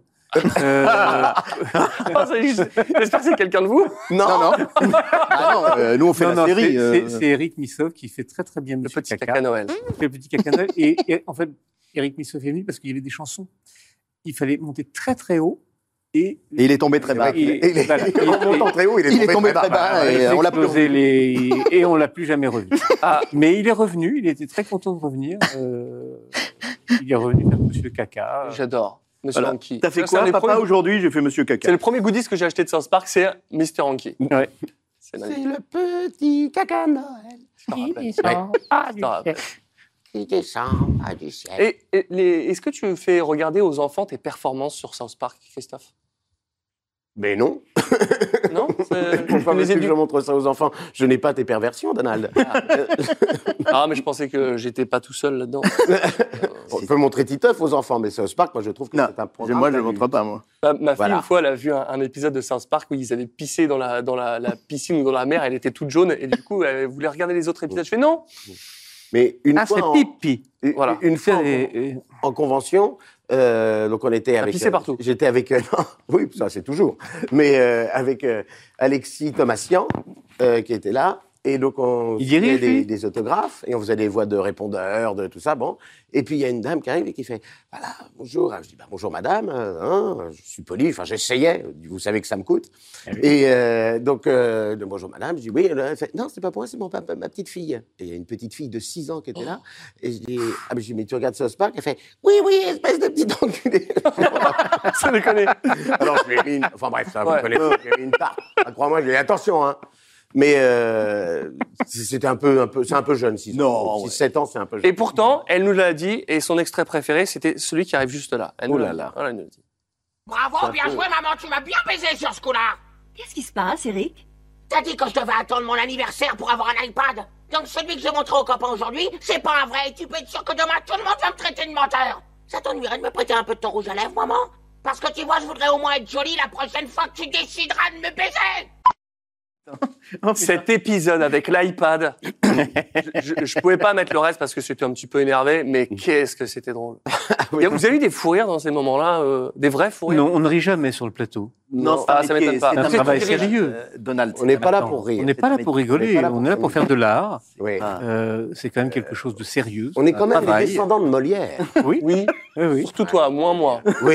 J'espère que c'est quelqu'un de vous. Non. Ah non, nous on fait la série. C'est Eric Missov qui fait très très bien Le petit caca Noël. Le petit caca Noël. Et en fait, Eric Missov est venu parce qu'il y avait des chansons. Il fallait monter très très haut. Et il est tombé très bas. En montant très haut, il est tombé très bas. Et on l'a plus revu. Et on l'a plus jamais revu. Mais il est revenu. Il était très content de revenir. Il est revenu faire Monsieur Caca. J'adore. Monsieur Voilà. Hanky. T'as fait Ça, quoi, c'est un des papa, premiers- aujourd'hui? J'ai fait Monsieur Caca. C'est le premier goodies que j'ai acheté de South Park, c'est Mr. Hanky. Ouais. C'est magnifique. le petit caca Noël. Qui descend pas du ciel. Est-ce que tu fais regarder aux enfants tes performances sur South Park, Christophe? Mais non. Non. Pourquoi veux-tu que je montre ça aux enfants? Je n'ai pas tes perversions, Donald. Ah, mais je pensais que j'étais pas tout seul là-dedans. On peut montrer Titeuf aux enfants, mais South Park, moi je trouve que c'est un programme. Moi, je ne le montre pas, moi. Ma fille, une fois, elle a vu un épisode de South Park où ils avaient pissé dans la piscine ou dans la mer, elle était toute jaune, et du coup, elle voulait regarder les autres épisodes. Je fais non. Mais une fois c'est pipi. Voilà. Une fois en convention, donc on était avec. pissé partout. J'étais avec. Non, oui, ça c'est toujours. Mais avec Alexis Thomasian qui était là. Et donc, on faisait des autographes et on faisait des voix de répondeurs, de tout ça. Bon. Et puis, il y a une dame qui arrive et qui fait « Voilà, bonjour ». Je dis « Bonjour, madame. Je suis poli. Enfin, j'essayais. Vous savez que ça me coûte. » Et donc, bonjour, madame. Je dis « Oui ». Elle fait « Non, c'est pas pour moi, c'est pour ma petite fille. » Et il y a une petite fille de 6 ans qui était là. Et je dis « Ah, mais je dis, mais tu regardes South Park ?» Elle fait « Oui, oui, espèce de petit enculé. » Ça déconne. Alors, je lui ai mis une... Enfin, bref, ça, vous connaissez. Je lui ai mis une part. Crois-moi, je lui ai dit « Attention, hein. » Mais c'était c'est un peu jeune, 6 ans. 7 ans, c'est un peu jeune. Et pourtant, elle nous l'a dit, et son extrait préféré, c'était celui qui arrive juste là. Elle nous l'a dit. Voilà, elle nous l'a dit. Bravo, bien joué, maman, tu m'as bien baisé sur ce coup-là. Qu'est-ce qui se passe, Eric? T'as dit que je devais attendre mon anniversaire pour avoir un iPad. Donc celui que j'ai montré aux copains aujourd'hui, c'est pas un vrai. Tu peux être sûr que demain, tout le monde va me traiter de menteur. Ça t'ennuierait de me prêter un peu de ton rouge à lèvres, maman? Parce que tu vois, je voudrais au moins être jolie la prochaine fois que tu décideras de me baiser. Cet épisode avec l'iPad, je pouvais pas mettre le reste parce que c'était un petit peu énervé, mais qu'est-ce que c'était drôle. Vous avez eu des fous rires dans ces moments-là, des vrais fous rires? Non, on ne rit jamais sur le plateau. Non, ça m'étonne pas. C'est un travail sérieux. Donald, on n'est pas là pour rire. On n'est pas là pour rigoler, on est là pour faire de l'art. Oui. C'est quand même quelque chose de sérieux. On est quand même des descendants de Molière. Oui. Surtout toi, moins moi. Oui.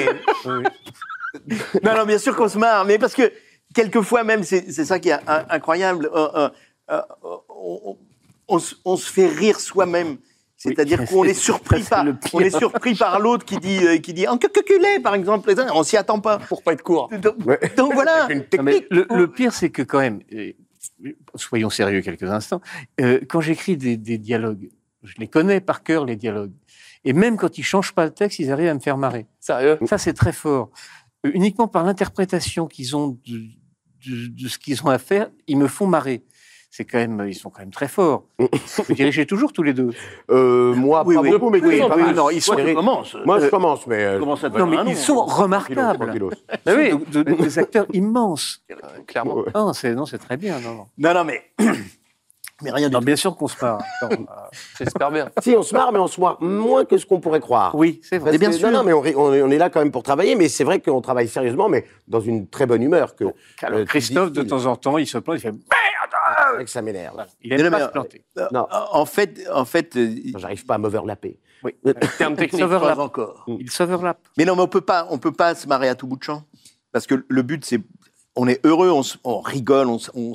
Non, bien sûr qu'on se marre, mais parce que quelquefois même, c'est ça qui est incroyable, on se fait rire soi-même. C'est-à-dire qu'on est surpris par l'autre qui dit en cuculé, par exemple. On s'y attend pas. Pour pas être court. Donc voilà. Le pire, c'est que quand même, soyons sérieux quelques instants, quand j'écris des dialogues, je les connais par cœur, les dialogues. Et même quand ils changent pas le texte, ils arrivent à me faire marrer. Sérieux? Ça, c'est très fort. Uniquement par l'interprétation qu'ils ont de ce qu'ils ont à faire, ils me font marrer. Ils sont quand même très forts. Vous dirigez toujours tous les deux? Moi, pas beaucoup, mais non, ils commencent. Moi, je commence, mais... Non, mais ils sont remarquables. Des acteurs immenses. Clairement. Non, c'est très bien. Non, mais rien du tout. Bien sûr qu'on se marre. J'espère bien. Si, on se marre, mais on se marre moins que ce qu'on pourrait croire. Oui, c'est vrai. Bien sûr. Non, mais on est là quand même pour travailler, mais c'est vrai qu'on travaille sérieusement, mais dans une très bonne humeur. Christophe, de temps en temps, il se plante, il fait merde. C'est vrai que ça m'énerve. Il aime pas se planter. Non. En fait, j'arrive pas à m'overlapper. Oui. Terme technique. Pas encore. Il s'overlappe. Mais non, mais on peut pas se marrer à tout bout de champ, parce que le but, c'est on est heureux, on rigole,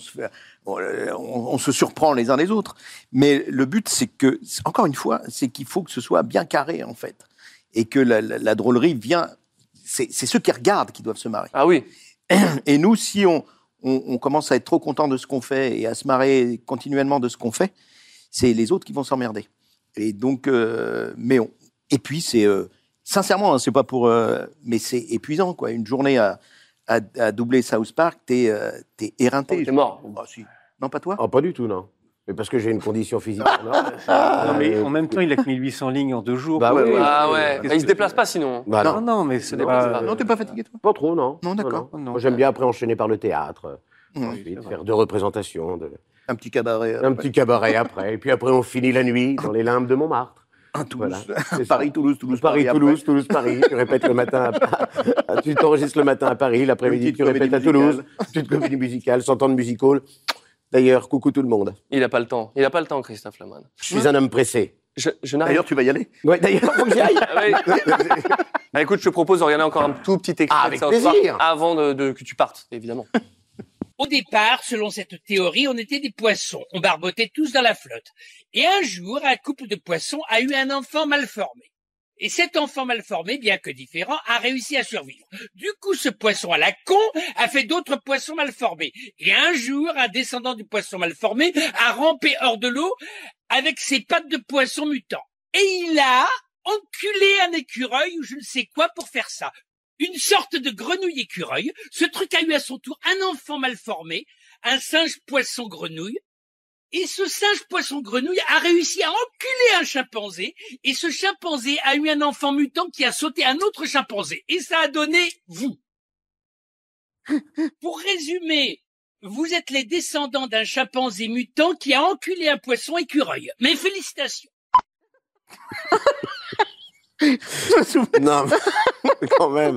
on se surprend les uns les autres. Mais le but, c'est que, encore une fois, c'est qu'il faut que ce soit bien carré, en fait. Et que la drôlerie vient... C'est ceux qui regardent qui doivent se marrer. Ah oui. Et nous, si on commence à être trop content de ce qu'on fait et à se marrer continuellement de ce qu'on fait, c'est les autres qui vont s'emmerder. Et donc, et puis c'est sincèrement, hein, c'est pas pour, mais c'est épuisant quoi. Une journée à doubler South Park, t'es éreinté. T'es mort. Ah, si. Non, pas toi. Oh, pas du tout, non. Mais parce que j'ai une condition physique. Non, mais en même temps, il a que 1800 lignes en 2 jours. Bah ouais, Ah ouais, il se déplace pas sinon. Bah non. Non, mais c'est pas... Non, t'es pas fatigué toi. Pas trop, non. Non, d'accord. Moi, j'aime bien après enchaîner par le théâtre. Ensuite, faire 2 représentations. Un petit cabaret. Un petit cabaret après. Et puis après, on finit la nuit dans les limbes de Montmartre. Toulouse. Voilà. Paris, Toulouse, Paris, Paris. Tu répètes le matin. Tu t'enregistres le matin à Paris, l'après-midi, tu répètes à Toulouse. Petite comédie musicale, 100 ans de musical. D'ailleurs, coucou tout le monde. Il n'a pas le temps. Il n'a pas le temps, Christophe Lamanne. Je suis un homme pressé. Je n'arrive... D'ailleurs, tu vas y aller. Ouais, d'ailleurs, faut que j'y aille. Ah, écoute, je te propose de regarder encore un tout petit extrait avec de South Park plaisir. avant que tu partes, évidemment. Au départ, selon cette théorie, on était des poissons. On barbotait tous dans la flotte. Et un jour, un couple de poissons a eu un enfant mal formé. Et cet enfant mal formé, bien que différent, a réussi à survivre. Du coup, ce poisson à la con a fait d'autres poissons mal formés. Et un jour, un descendant du poisson mal formé a rampé hors de l'eau avec ses pattes de poisson mutant. Et il a enculé un écureuil ou je ne sais quoi pour faire ça. Une sorte de grenouille écureuil. Ce truc a eu à son tour un enfant mal formé, un singe poisson grenouille. Et ce singe poisson grenouille a réussi à enculer un chimpanzé. Et ce chimpanzé a eu un enfant mutant qui a sauté un autre chimpanzé. Et ça a donné vous. Pour résumer, vous êtes les descendants d'un chimpanzé mutant qui a enculé un poisson écureuil. Mes félicitations. Non, mais quand même.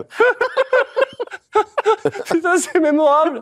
Putain, c'est mémorable.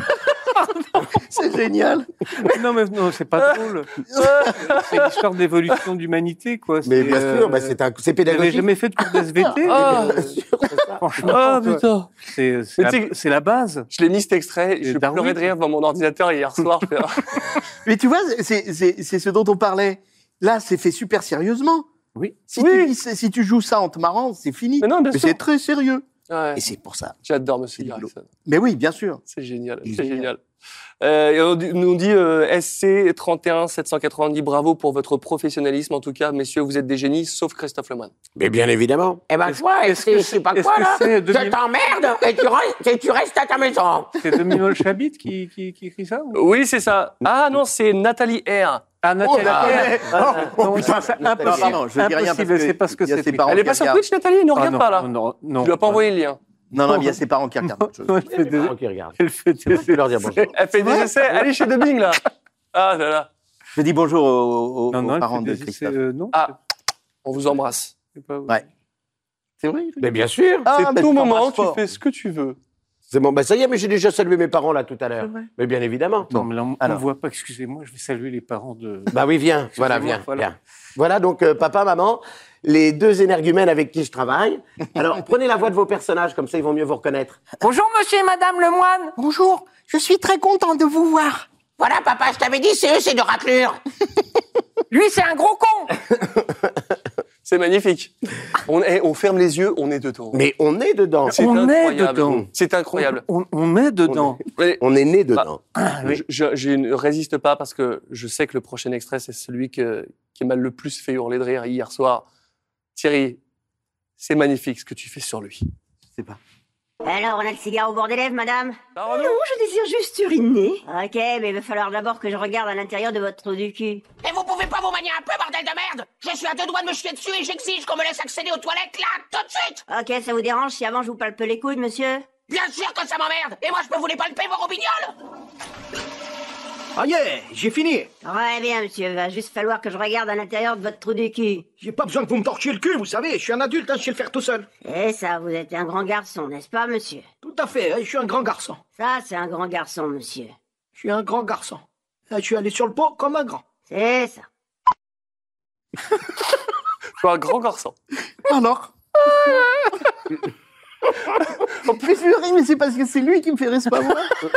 C'est génial. Non, mais non, c'est pas drôle. C'est l'histoire d'évolution de l'humanité, quoi. Mais bien sûr, bah, c'est pédagogique. J'avais jamais fait de cours d'SVT. Franchement, Ah, putain. C'est la base. Je l'ai mis cet extrait, je pleurais de rire devant mon ordinateur hier soir. Mais tu vois, c'est ce dont on parlait. Là, c'est fait super sérieusement. Oui. Si tu joues ça en te marrant, c'est fini. Mais non, bien sûr. C'est très sérieux. Ouais. Et c'est pour ça. J'adore Monsieur Garrison. Mais oui, bien sûr. C'est génial. C'est génial. Et on nous dit SC 31 790, bravo pour votre professionnalisme. En tout cas, messieurs, vous êtes des génies, sauf Christophe Lemoine. Mais bien évidemment. Eh ben, toi, je sais pas quoi, là. Je t'emmerde et tu restes à ta maison. C'est Domino Chabit qui écrit ça ou... Oui, c'est ça. Ah non, c'est Nathalie R. Ah, Nathalie Oh putain, c'est impossible. Pardon, je dis rien c'est parce que c'est... Elle est pas sur Twitch, Nathalie? Elle ne regarde pas, là. Non. Tu lui as pas envoyé le lien. Non, il y a ses parents qui regardent. Elle fait des leur dire bonjour. Elle fait des essais. Elle est chez Dubbing, là. Ah là là. Je dis bonjour aux parents de Christophe. Christophe. Ah, on vous embrasse. Ouais. C'est vrai? Mais bien sûr. C'est ton moment, tu fais ce que tu veux. C'est bon, bah ça y est, mais j'ai déjà salué mes parents là tout à l'heure. Mais bien évidemment. Non, mais là, on ne voit pas, excusez-moi, je vais saluer les parents de... Bah oui, viens, voilà, viens. Voilà, donc papa, maman, les 2 énergumènes avec qui je travaille. Alors, prenez la voix de vos personnages, comme ça ils vont mieux vous reconnaître. Bonjour, monsieur et madame Lemoine. Bonjour, je suis très content de vous voir. Voilà, papa, je t'avais dit, c'est eux, c'est de raclure. Lui, c'est un gros con. C'est magnifique. On ferme les yeux, on est dedans. Mais on est dedans. C'est incroyable. C'est incroyable. On est dedans. On est né dedans. Je ne résiste pas parce que je sais que le prochain extrait, c'est celui qui m'a le plus fait hurler de rire hier soir. Thierry, c'est magnifique ce que tu fais sur lui. C'est pas. Alors, on a le cigare au bord des lèvres, madame? Non, je désire juste uriner. Ok, mais il va falloir d'abord que je regarde à l'intérieur de votre trou du cul. Et vous pouvez pas vous manier un peu, bordel de merde? Je suis à 2 doigts de me chier dessus et j'exige qu'on me laisse accéder aux toilettes, là, tout de suite! Ok, ça vous dérange si avant je vous palpe les couilles, monsieur? Bien sûr que ça m'emmerde! Et moi, je peux vous les palper, vos robignoles? Ah yeah, j'ai fini. Ouais, bien, monsieur, va juste falloir que je regarde à l'intérieur de votre trou du cul. J'ai pas besoin que vous me torchiez le cul, vous savez, je suis un adulte, je sais le faire tout seul. Et ça, vous êtes un grand garçon, n'est-ce pas, monsieur? Tout à fait, je suis un grand garçon. Ça, c'est un grand garçon, monsieur. Je suis un grand garçon. Je suis allé sur le pot comme un grand. C'est ça. Je suis un grand garçon. Alors En plus, je ris, mais c'est parce que c'est lui qui me fait rire, c'est pas moi.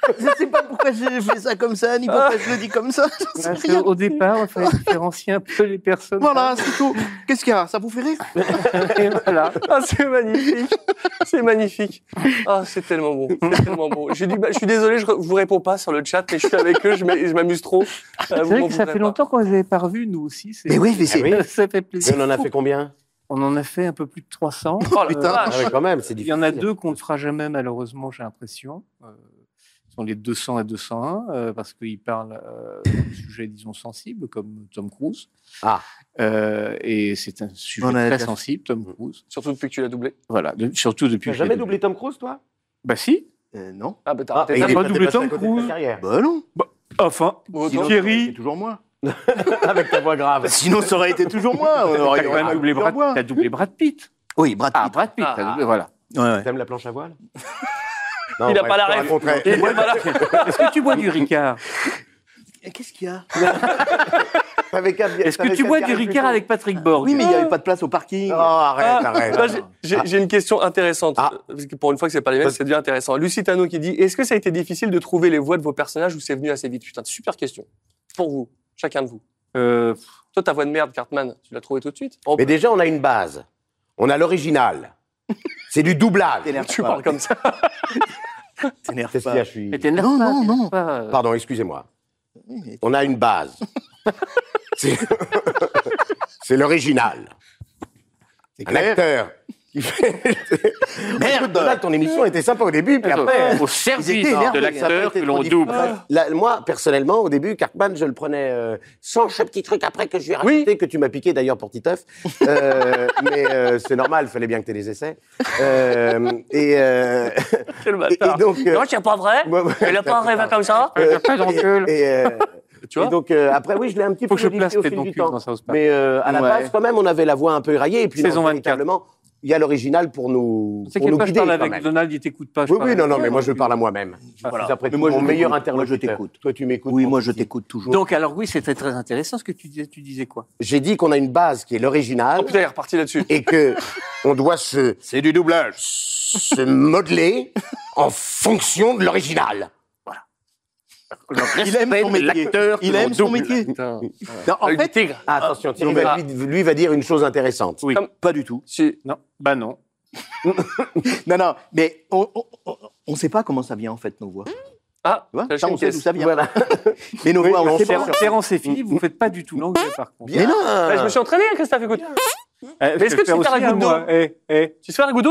Je sais pas pourquoi j'ai fait ça comme ça, ni pourquoi je le dis comme ça. J'en sais rien. Au départ, il fallait différencier un peu les personnes. Voilà, c'est tout. Qu'est-ce qu'il y a? Ça vous fait rire? Et voilà. Ah, c'est magnifique. C'est magnifique. Ah, c'est tellement beau. C'est tellement beau. J'ai dit, je suis désolé, je vous réponds pas sur le chat, mais je suis avec eux, je m'amuse trop. C'est vrai que ça fait longtemps qu'on les avait pas revus, nous aussi. Mais oui, mais c'est... Ça fait plaisir. Et on en a fait combien? On en a fait un peu plus de 300. Oh, putain. Ah ouais, quand même, c'est Il y difficile. en a 2 qu'on ne fera jamais, malheureusement, j'ai l'impression. Ce sont les 200 et 201, parce qu'ils parlent de sujets, disons, sensibles, comme Tom Cruise. Ah. Et c'est un sujet On a très déjà- sensible, Tom Cruise. Surtout depuis que tu l'as doublé. Voilà, surtout depuis Tu n'as que j'ai jamais doublé Tom Cruise, toi? Bah si. Non. Ah, bah Ah, t'as et t'as il est pas passé doublé à Tom côté de ta Cruise carrière. Bah non. Enfin, Autant- Thierry. C'est toujours moi. Avec ta voix grave. Sinon, ça aurait été toujours moi. T'as quand même doublé T'as doublé Brad Pitt. Oui, Brad Pitt. Ah, Brad Pitt, t'as doublé, voilà. Ouais. T'aimes la planche à voile? Il n'a pas la rêve. Est-ce que tu bois du Ricard? Qu'est-ce qu'il y a? Est-ce que tu bois du Ricard avec Patrick Borg? Oui, mais il n'y avait pas de place au parking. Oh, arrête, arrête. Là, j'ai une question intéressante. Parce que pour une fois que c'est pas les mêmes, c'est devient intéressant. Lucie Tano qui dit, est-ce que ça a été difficile de trouver les voix de vos personnages ou c'est venu assez vite? Putain, super question. Pour vous, chacun de vous. Toi, ta voix de merde, Cartman, tu l'as trouvée tout de suite? Mais déjà, on a une base. On a l'original. C'est du doublage. Tu parles comme ça. T'énerve Qu'est-ce pas. qu'il y a, je suis... Mais t'énerves pas, Non, t'énerve pas. Pardon, excusez-moi. On a une base. C'est c'est l'original. Un acteur qui fait... Merde, Donald, ton émission était sympa au début, puis après... Au service étaient énervés, de ça a pas l'acteur été que trop l'on double. Là, moi, personnellement, au début, Cartman, je le prenais sans ce petit truc après que je lui ai rajouté, que tu m'as piqué d'ailleurs pour Titeuf. Mais c'est normal, il fallait bien que tu aies les essais. Quel bâtard. Et donc, Non, c'est pas vrai. Il a pas rêvé comme ça. Tu vois donc après, oui, je l'ai un petit peu Faut que je place modifié au fil Pédoncule du temps. dans South Park. Mais à la base, quand même, on avait la voix un peu éraillée. Et puis, Saison non, 24. véritablement, il y a l'original pour nous, Tu sais pour qu'il nous pas, je guider. parle quand avec même. Donald, il t'écoute pas. Oui, non, mais moi, je parle à moi-même. Voilà. C'est après Mais tout moi, je mon meilleur t'écoute. Moi, je interlocuteur. t'écoute. Toi, tu m'écoutes. Oui, mon moi, je petit. t'écoute toujours. Donc, alors oui, c'était très intéressant ce que tu disais quoi? J'ai dit qu'on a une base qui est l'original. Oh putain, il est reparti là-dessus. Et que on doit C'est du doublage. se modeler en fonction de l'original. Il aime son métier. Il aime son métier. Putain. Non, en Avec fait, du tigre. Attention, Thierry, lui va dire une chose intéressante. Oui. pas du tout. Non, bah non. Non, mais on sait pas comment ça vient, en fait, nos voix. Ah, Tu vois, lâche ça, une on sait caisse. d'où ça vient. Voilà. Mais nos voix, on sait pas. Terence et Philippe, vous faites pas du tout l'anglais par contre. Bien. Ouais, je me suis entraîné, Christophe, écoute. Mais est-ce que tu sais faire la goutte d'eau? Tu sais faire la goutte d'eau?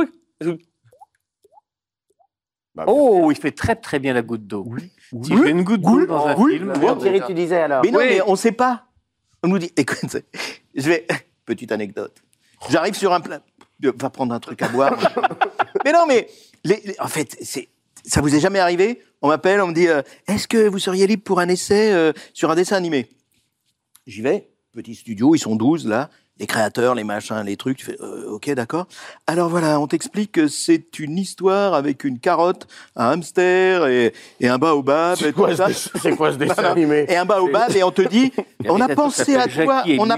Oh, il fait très très bien la goutte d'eau. Si je fais une goutte d'eau dans un film, Bon, Thierry, tu disais alors. Mais non, Oui. mais on sait pas. On nous dit, écoute, je vais... Petite anecdote. J'arrive sur un plat... Va prendre un truc à boire. Mais non, mais... En fait, ça vous est jamais arrivé? On m'appelle, on me dit, est-ce que vous seriez libre pour un essai sur un dessin animé? J'y vais. Petit studio, ils sont 12, là. Les créateurs, les machins, les trucs. Tu fais, ok, d'accord. Alors voilà, on t'explique que c'est une histoire avec une carotte, un hamster et un baobab. C'est quoi ce dessin animé? Et un baobab, et on te dit, on a pensé à toi, on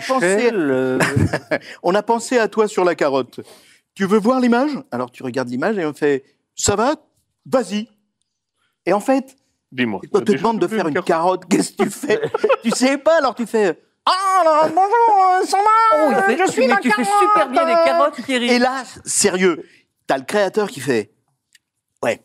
a pensé à toi sur la carotte. Tu veux voir l'image? Alors tu regardes l'image et on fait, ça va? Vas-y. Et en fait, dis-moi. on te demande de faire une carotte, qu'est-ce que tu fais? Tu sais pas, alors tu fais, ah, alors, bonjour, ça va? Je suis la tu fais carotte. super bien les carottes, Thierry. Et là, sérieux, t'as le créateur qui fait, ouais.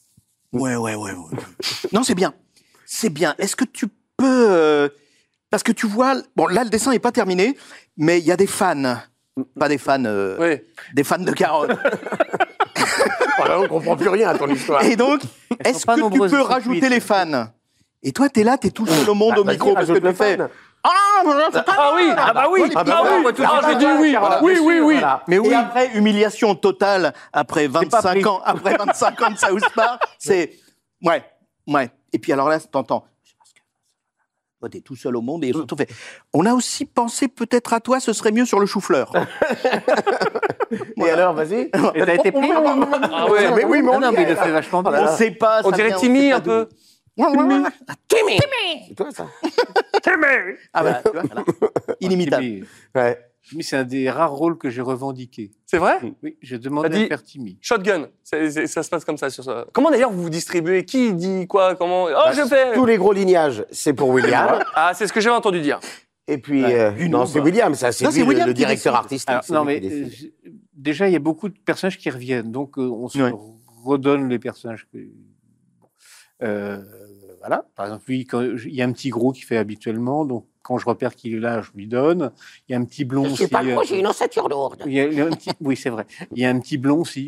Non, c'est bien. C'est bien. Est-ce que tu peux... parce que tu vois... Bon, là, le dessin n'est pas terminé, mais il y a des fans. Pas des fans... Oui. Des fans de carottes. On comprend plus rien à ton histoire. Et donc, est-ce que tu peux rajouter les fans? Et toi, t'es là, t'es tout seul au monde au Vas-y, micro, parce que rajoute tu le fais... fan. Ah oui, ah bah oui, j'ai dit oui. Oui. Mais oui. Et après, humiliation totale, après 25 ans, de South Park, c'est... Ouais. Et puis alors là, t'entends... Toi, t'es tout seul au monde, et surtout fait... On a aussi pensé peut-être à toi, ce serait mieux sur le chou-fleur. Et alors, vas-y. Et t'as été pris? Ah ouais. Mais oui, mais on Non, mais il le est, fait vachement bien. On sait pas... On ça dirait vient, Timmy sait pas un peu. Timmy. C'est toi, ça? Ah bah, tu vois, voilà. Inimitable. Ouais. Mais c'est un des rares rôles que j'ai revendiqué. C'est vrai? Oui, j'ai demandé T'as dit à faire Timmy. Shotgun. Ça se passe comme ça sur ça. Comment d'ailleurs vous vous distribuez? Qui dit quoi? Comment? Oh, je fais. Tous les gros lignages, c'est pour William. Ah, c'est ce que j'ai entendu dire. Et puis, non, c'est William, ça, c'est Non, lui, c'est William le qui directeur décide. artistique. Alors, c'est non, lui mais qui décide. déjà, il y a beaucoup de personnages qui reviennent. Donc, on se redonne les personnages. Voilà. Par exemple, lui, il y a un petit gros qui fait habituellement. Donc, quand je repère qu'il est là, je lui donne. Il y a un petit blond Je aussi. suis pas gros, j'ai une ossature lourde. Il y a un petit... Oui, c'est vrai. Il y a un petit blond aussi.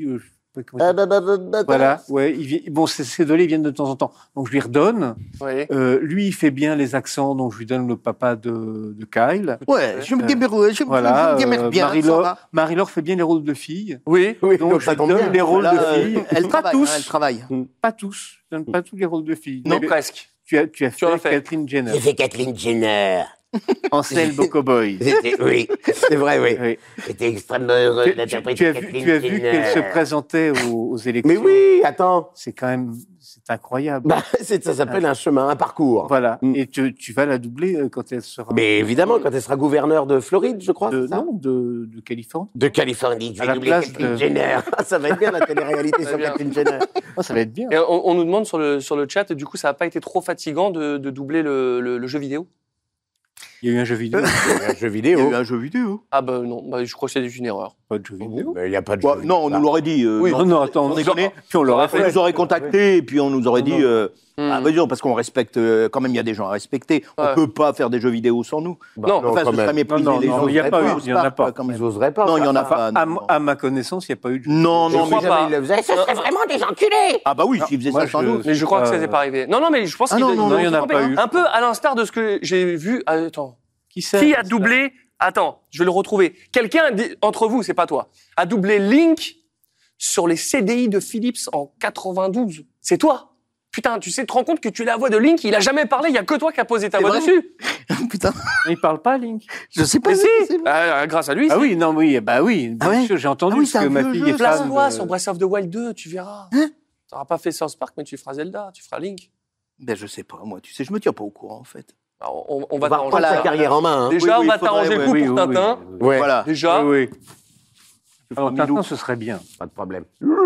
Voilà, ouais. Bon, ces deux-là, ils viennent de temps en temps. Donc, je lui redonne. Oui. Lui, il fait bien les accents, donc je lui donne le papa de Kyle. Ouais, je me débrouille, je me démerde bien. Marie-Laure fait bien les rôles de filles. Oui, donc je lui donne les rôles de filles. Elle pas travaille, tous. elle travaille. Pas tous. Je donne pas tous les rôles de filles. Non, presque. Tu as fait Kathleen Jenner. J'ai fait Kathleen Jenner. Ansel Bocoboy. Oui, c'est vrai, oui. J'étais extrêmement heureux d'interpréter Kathleen Tu as vu Jenner. qu'elle se présentait aux élections. Mais oui, attends. C'est quand même, c'est incroyable. Bah, ça s'appelle un chemin, un parcours. Voilà. Et tu vas la doubler quand elle sera. Mais évidemment, quand elle sera gouverneure de Floride, je crois. c'est ça Non, de Californie. De Californie, je À vais la doubler place Kathleen de- Jenner. Ça va être bien la télé-réalité sur bien. Kathleen Jenner. Oh, ça va être bien. Et on nous demande sur le chat, du coup, ça n'a pas été trop fatigant de doubler le jeu vidéo? Il y a eu un jeu vidéo. Un jeu Il y a vidéo. eu un jeu vidéo. Ah bah non, bah, je crois que c'est une erreur. Pas de jeu vidéo. Mais il n'y a pas de Bah, jeu non, on nous l'aurait dit. Oui, non, attends, on est connu. puis on l'aurait On fait. nous aurait contacté et puis on nous aurait dit ah, vas-y, non, parce qu'on respecte quand même, il y a des gens à respecter. On Ouais. peut pas faire des jeux vidéo sans nous. Non, Enfin, quand ce même. serait mépriser Non, les non, gens. il y a pas eu, il y en a pas. Quand même. Ils n'oseraient pas. Non, il y en a Enfin, pas. non. à ma connaissance, il n'y a pas eu de jeu. Non, Je non, crois mais pas. jamais. Il le faisait. Mais ce serait vraiment des enculés. Ah bah oui, s'ils faisaient Moi, ça sans je- nous. Mais je crois que ça Euh, n'est pas arrivé. Non, mais je pense Ah qu'il non, non, non, il y en a pas eu. Un peu à l'instar de ce que j'ai vu. Attends. Qui Qui a doublé? Attends, je vais le retrouver. Quelqu'un entre vous, c'est pas toi, a doublé Link sur les CDI de Philips en 92. C'est toi. Putain, tu te rends compte que tu es la voix de Link, il a jamais parlé, il y a que toi qui a posé ta C'est voix vrai dessus. Putain, Il parle pas, Link. je sais pas Mais si, c'est- grâce à lui. Ah oui, non, oui, bah oui. Bien Ah ouais sûr, j'ai entendu Ah oui, parce c'est que un ma vieux fille jeu, est ça. fan. Place-toi de- sur Breath of the Wild 2, tu verras. Hein T'auras pas fait South Park, mais tu feras Zelda, tu feras Link. Ben je sais pas, moi, tu sais, je me tiens pas au courant en fait. Alors, on On va va t'arranger reprendre ça. sa carrière en main. Hein. Déjà, Oui, on va il faudrait, t'arranger le ouais, coup oui, pour oui, Tintin. Ouais, Voilà. Déjà. Oui, oui. Alors, Milou. Tintin, ce serait bien. pas de problème.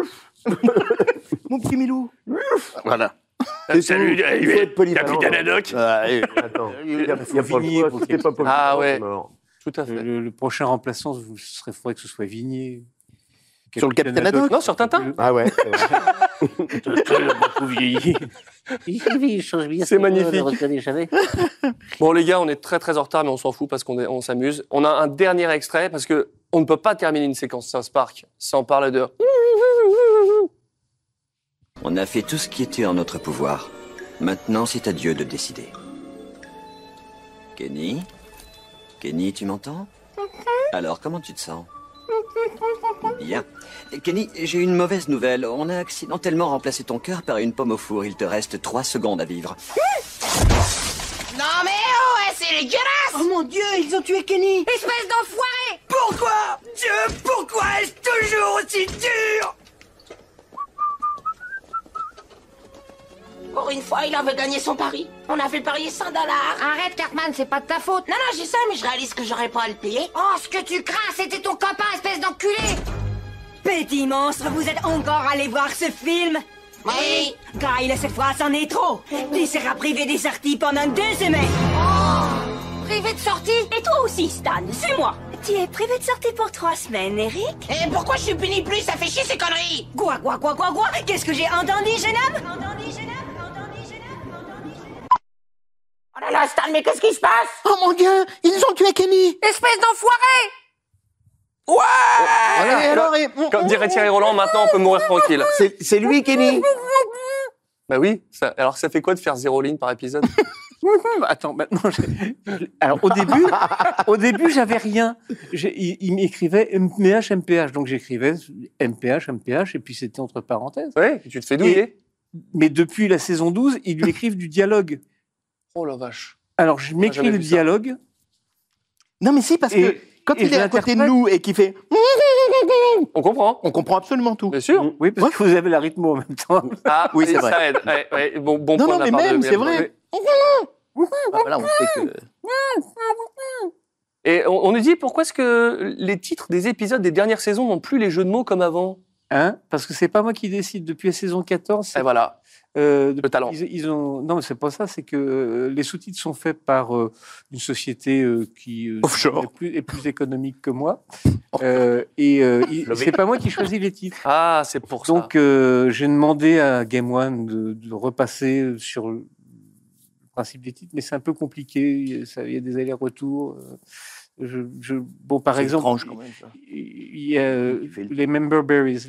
Mon petit Milou. Voilà. Salut, Il faut être polyvalent. capitaine Haddock. Attends, il y a pas le Vigny, choix, faut si t'es qu'il- pas polyvalent, Ah ouais. c'est mort. Tout à fait. Le prochain remplaçant, ce faudrait que ce soit Vignier. Sur le Capitaine Haddock. Non, sur Tintin. Ah ouais. c'est vrai. Beaucoup vieilli. C'est magnifique. Bon, les gars, on est très très en retard, mais on s'en fout parce qu'on s'amuse. On a un dernier extrait parce que on ne peut pas terminer une séquence South Park sans parler de. On a fait tout ce qui était en notre pouvoir. Maintenant, c'est à Dieu de décider. Kenny? Kenny, tu m'entends? Alors, comment tu te sens? Bien. Kenny, j'ai une mauvaise nouvelle. On a accidentellement remplacé ton cœur par une pomme au four. Il te reste 3 secondes à vivre. Non mais oh, c'est dégueulasse. Oh mon Dieu, ils ont tué Kenny. Espèce d'enfoiré. Pourquoi? Dieu, pourquoi est-ce toujours aussi dur? Pour une fois, il avait gagné son pari. On avait parié 100 $. Arrête, Cartman, c'est pas de ta faute. Non, non, j'ai ça, mais je réalise que j'aurais pas à le payer. Oh, ce que tu crains, c'était ton copain, espèce d'enculé. Petit monstre, vous êtes encore allé voir ce film? Oui. Kyle, cette fois, c'en est trop. Tu seras privé des sorties pendant 2 semaines. Oh, privé de sortie. Et toi aussi, Stan, suis-moi. Tu es privé de sortie pour 3 semaines, Eric? Et pourquoi je suis puni plus? Ça fait chier ces conneries. Quoi? Qu'est-ce que j'ai entendu, jeune homme? Oh là là, Stan, mais qu'est-ce qui se passe? Oh mon Dieu, ils ont tué Kenny. Espèce d'enfoiré. Ouais. Voilà. Et alors, Comme dirait Thierry Roland, maintenant on peut mourir tranquille. C'est lui, Kenny. Bah oui. Alors ça fait quoi de faire 0 ligne par épisode? Attends, maintenant, alors au début, j'avais rien. Il m'écrivait MPH, donc j'écrivais MPH, et puis c'était entre parenthèses. Ouais. Tu te fais douiller. Mais depuis la saison 12, ils lui écrivent du dialogue. Oh la vache. Alors je m'écris jamais le vu ça. dialogue. Non, mais si, parce que quand et il je est à côté de l'interprète. nous et qu'il fait. On comprend. On comprend absolument tout. Bien sûr. Oui, parce que vous avez la rythme en même temps. Ah Oui, c'est ça vrai. aide. Ouais. Bon Non, point non, de la mais part de même, c'est Mylène vrai. Farmer. Ah, voilà, on sait que. Et on nous dit pourquoi est-ce que les titres des épisodes des dernières saisons n'ont plus les jeux de mots comme avant? Parce que c'est pas moi qui décide. Depuis la saison 14, Et voilà. Le talent. ils ont... Non, mais c'est pas ça. C'est que les sous-titres sont faits par une société qui est plus économique que moi. C'est pas moi qui choisis les titres. Ah, c'est pour ça. Donc, j'ai demandé à Game One de repasser sur le principe des titres, mais c'est un peu compliqué. Il y a des allers-retours. Bon, par C'est exemple, étrange, quand même, ça. il y a les Member Berries,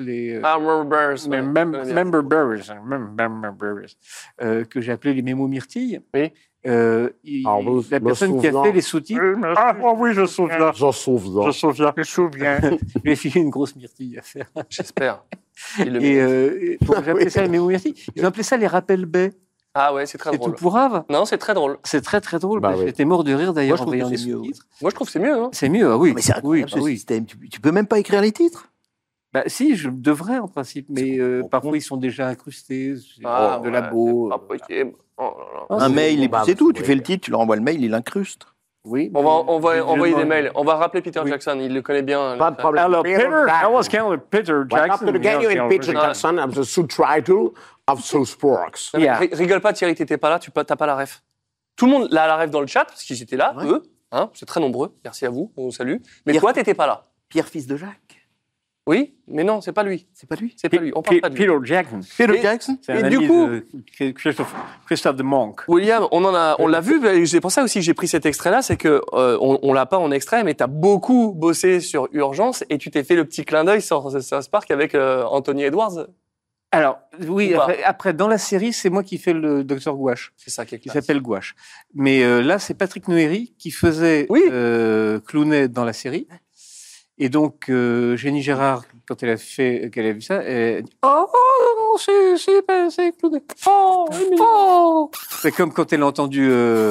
Member Berries, que j'ai appelé les mémos myrtilles. Oui. La personne qui a fait les sous-titres. Oui, je souviens. Je souviens. Je lui ai filé une grosse myrtille à faire. J'espère. J'ai appelé ça les mémos myrtilles. Ils ont appelé ça les rappels baies. Ah ouais, c'est très drôle. C'est tout pourrave. Non, c'est très drôle. C'est très très drôle. Bah oui. J'étais mort de rire d'ailleurs Moi, je en trouve voyant que les c'est mieux, sous-titres. Moi, je trouve que c'est mieux. Hein. C'est mieux, ah oui. Mais c'est incroyable ce oui. système. Tu peux même pas écrire les titres. Bah, si, je devrais en principe, mais parfois ils sont déjà incrustés, Ah, de labo. c'est pas possible. Oh là là. Ah, Un mail, c'est tout. Tu oui. fais le titre, tu leur envoies le mail, il l'incruste. Oui. On va je envoyer des demande. mails. On va rappeler Peter Jackson. Il le connaît bien. Pas de problème. Alors, Peter, I was kind of Peter Welcome Jackson. to the game in Peter Jackson of the subtitle of South Parks. Non, mais Yeah. Rigole pas, Thierry, t'étais pas là. T'as pas la ref. Tout le monde là, a la ref dans le chat parce qu'ils étaient là. Ouais. Eux, hein, c'est très nombreux. Merci à vous. On vous salue. Mais Pierre- toi, t'étais pas là. Pierre, fils de Jacques. Oui, mais non, c'est pas lui. C'est pas lui. C'est pas lui. On parle pas de lui. Peter Jackson. Peter Et- Jackson. C'est Et un du ami coup- de Christophe de Monk. William, on l'a vu. C'est pour ça aussi que j'ai pris cet extrait-là, c'est que on l'a pas en extrait, mais t'as beaucoup bossé sur Urgence et tu t'es fait le petit clin d'œil sur Spark avec Anthony Edwards. Alors, oui, Ou pas. après, dans la série, c'est moi qui fais le docteur Gouache, C'est ça qui est qui classe. s'appelle Gouache. Mais là, c'est Patrick Noéry qui faisait Oui. Clooney dans la série. Et donc, Jenny Gérard, quand qu'elle a vu ça, elle dit « Oh, c'est Clooney. Oh. C'est comme quand elle a entendu,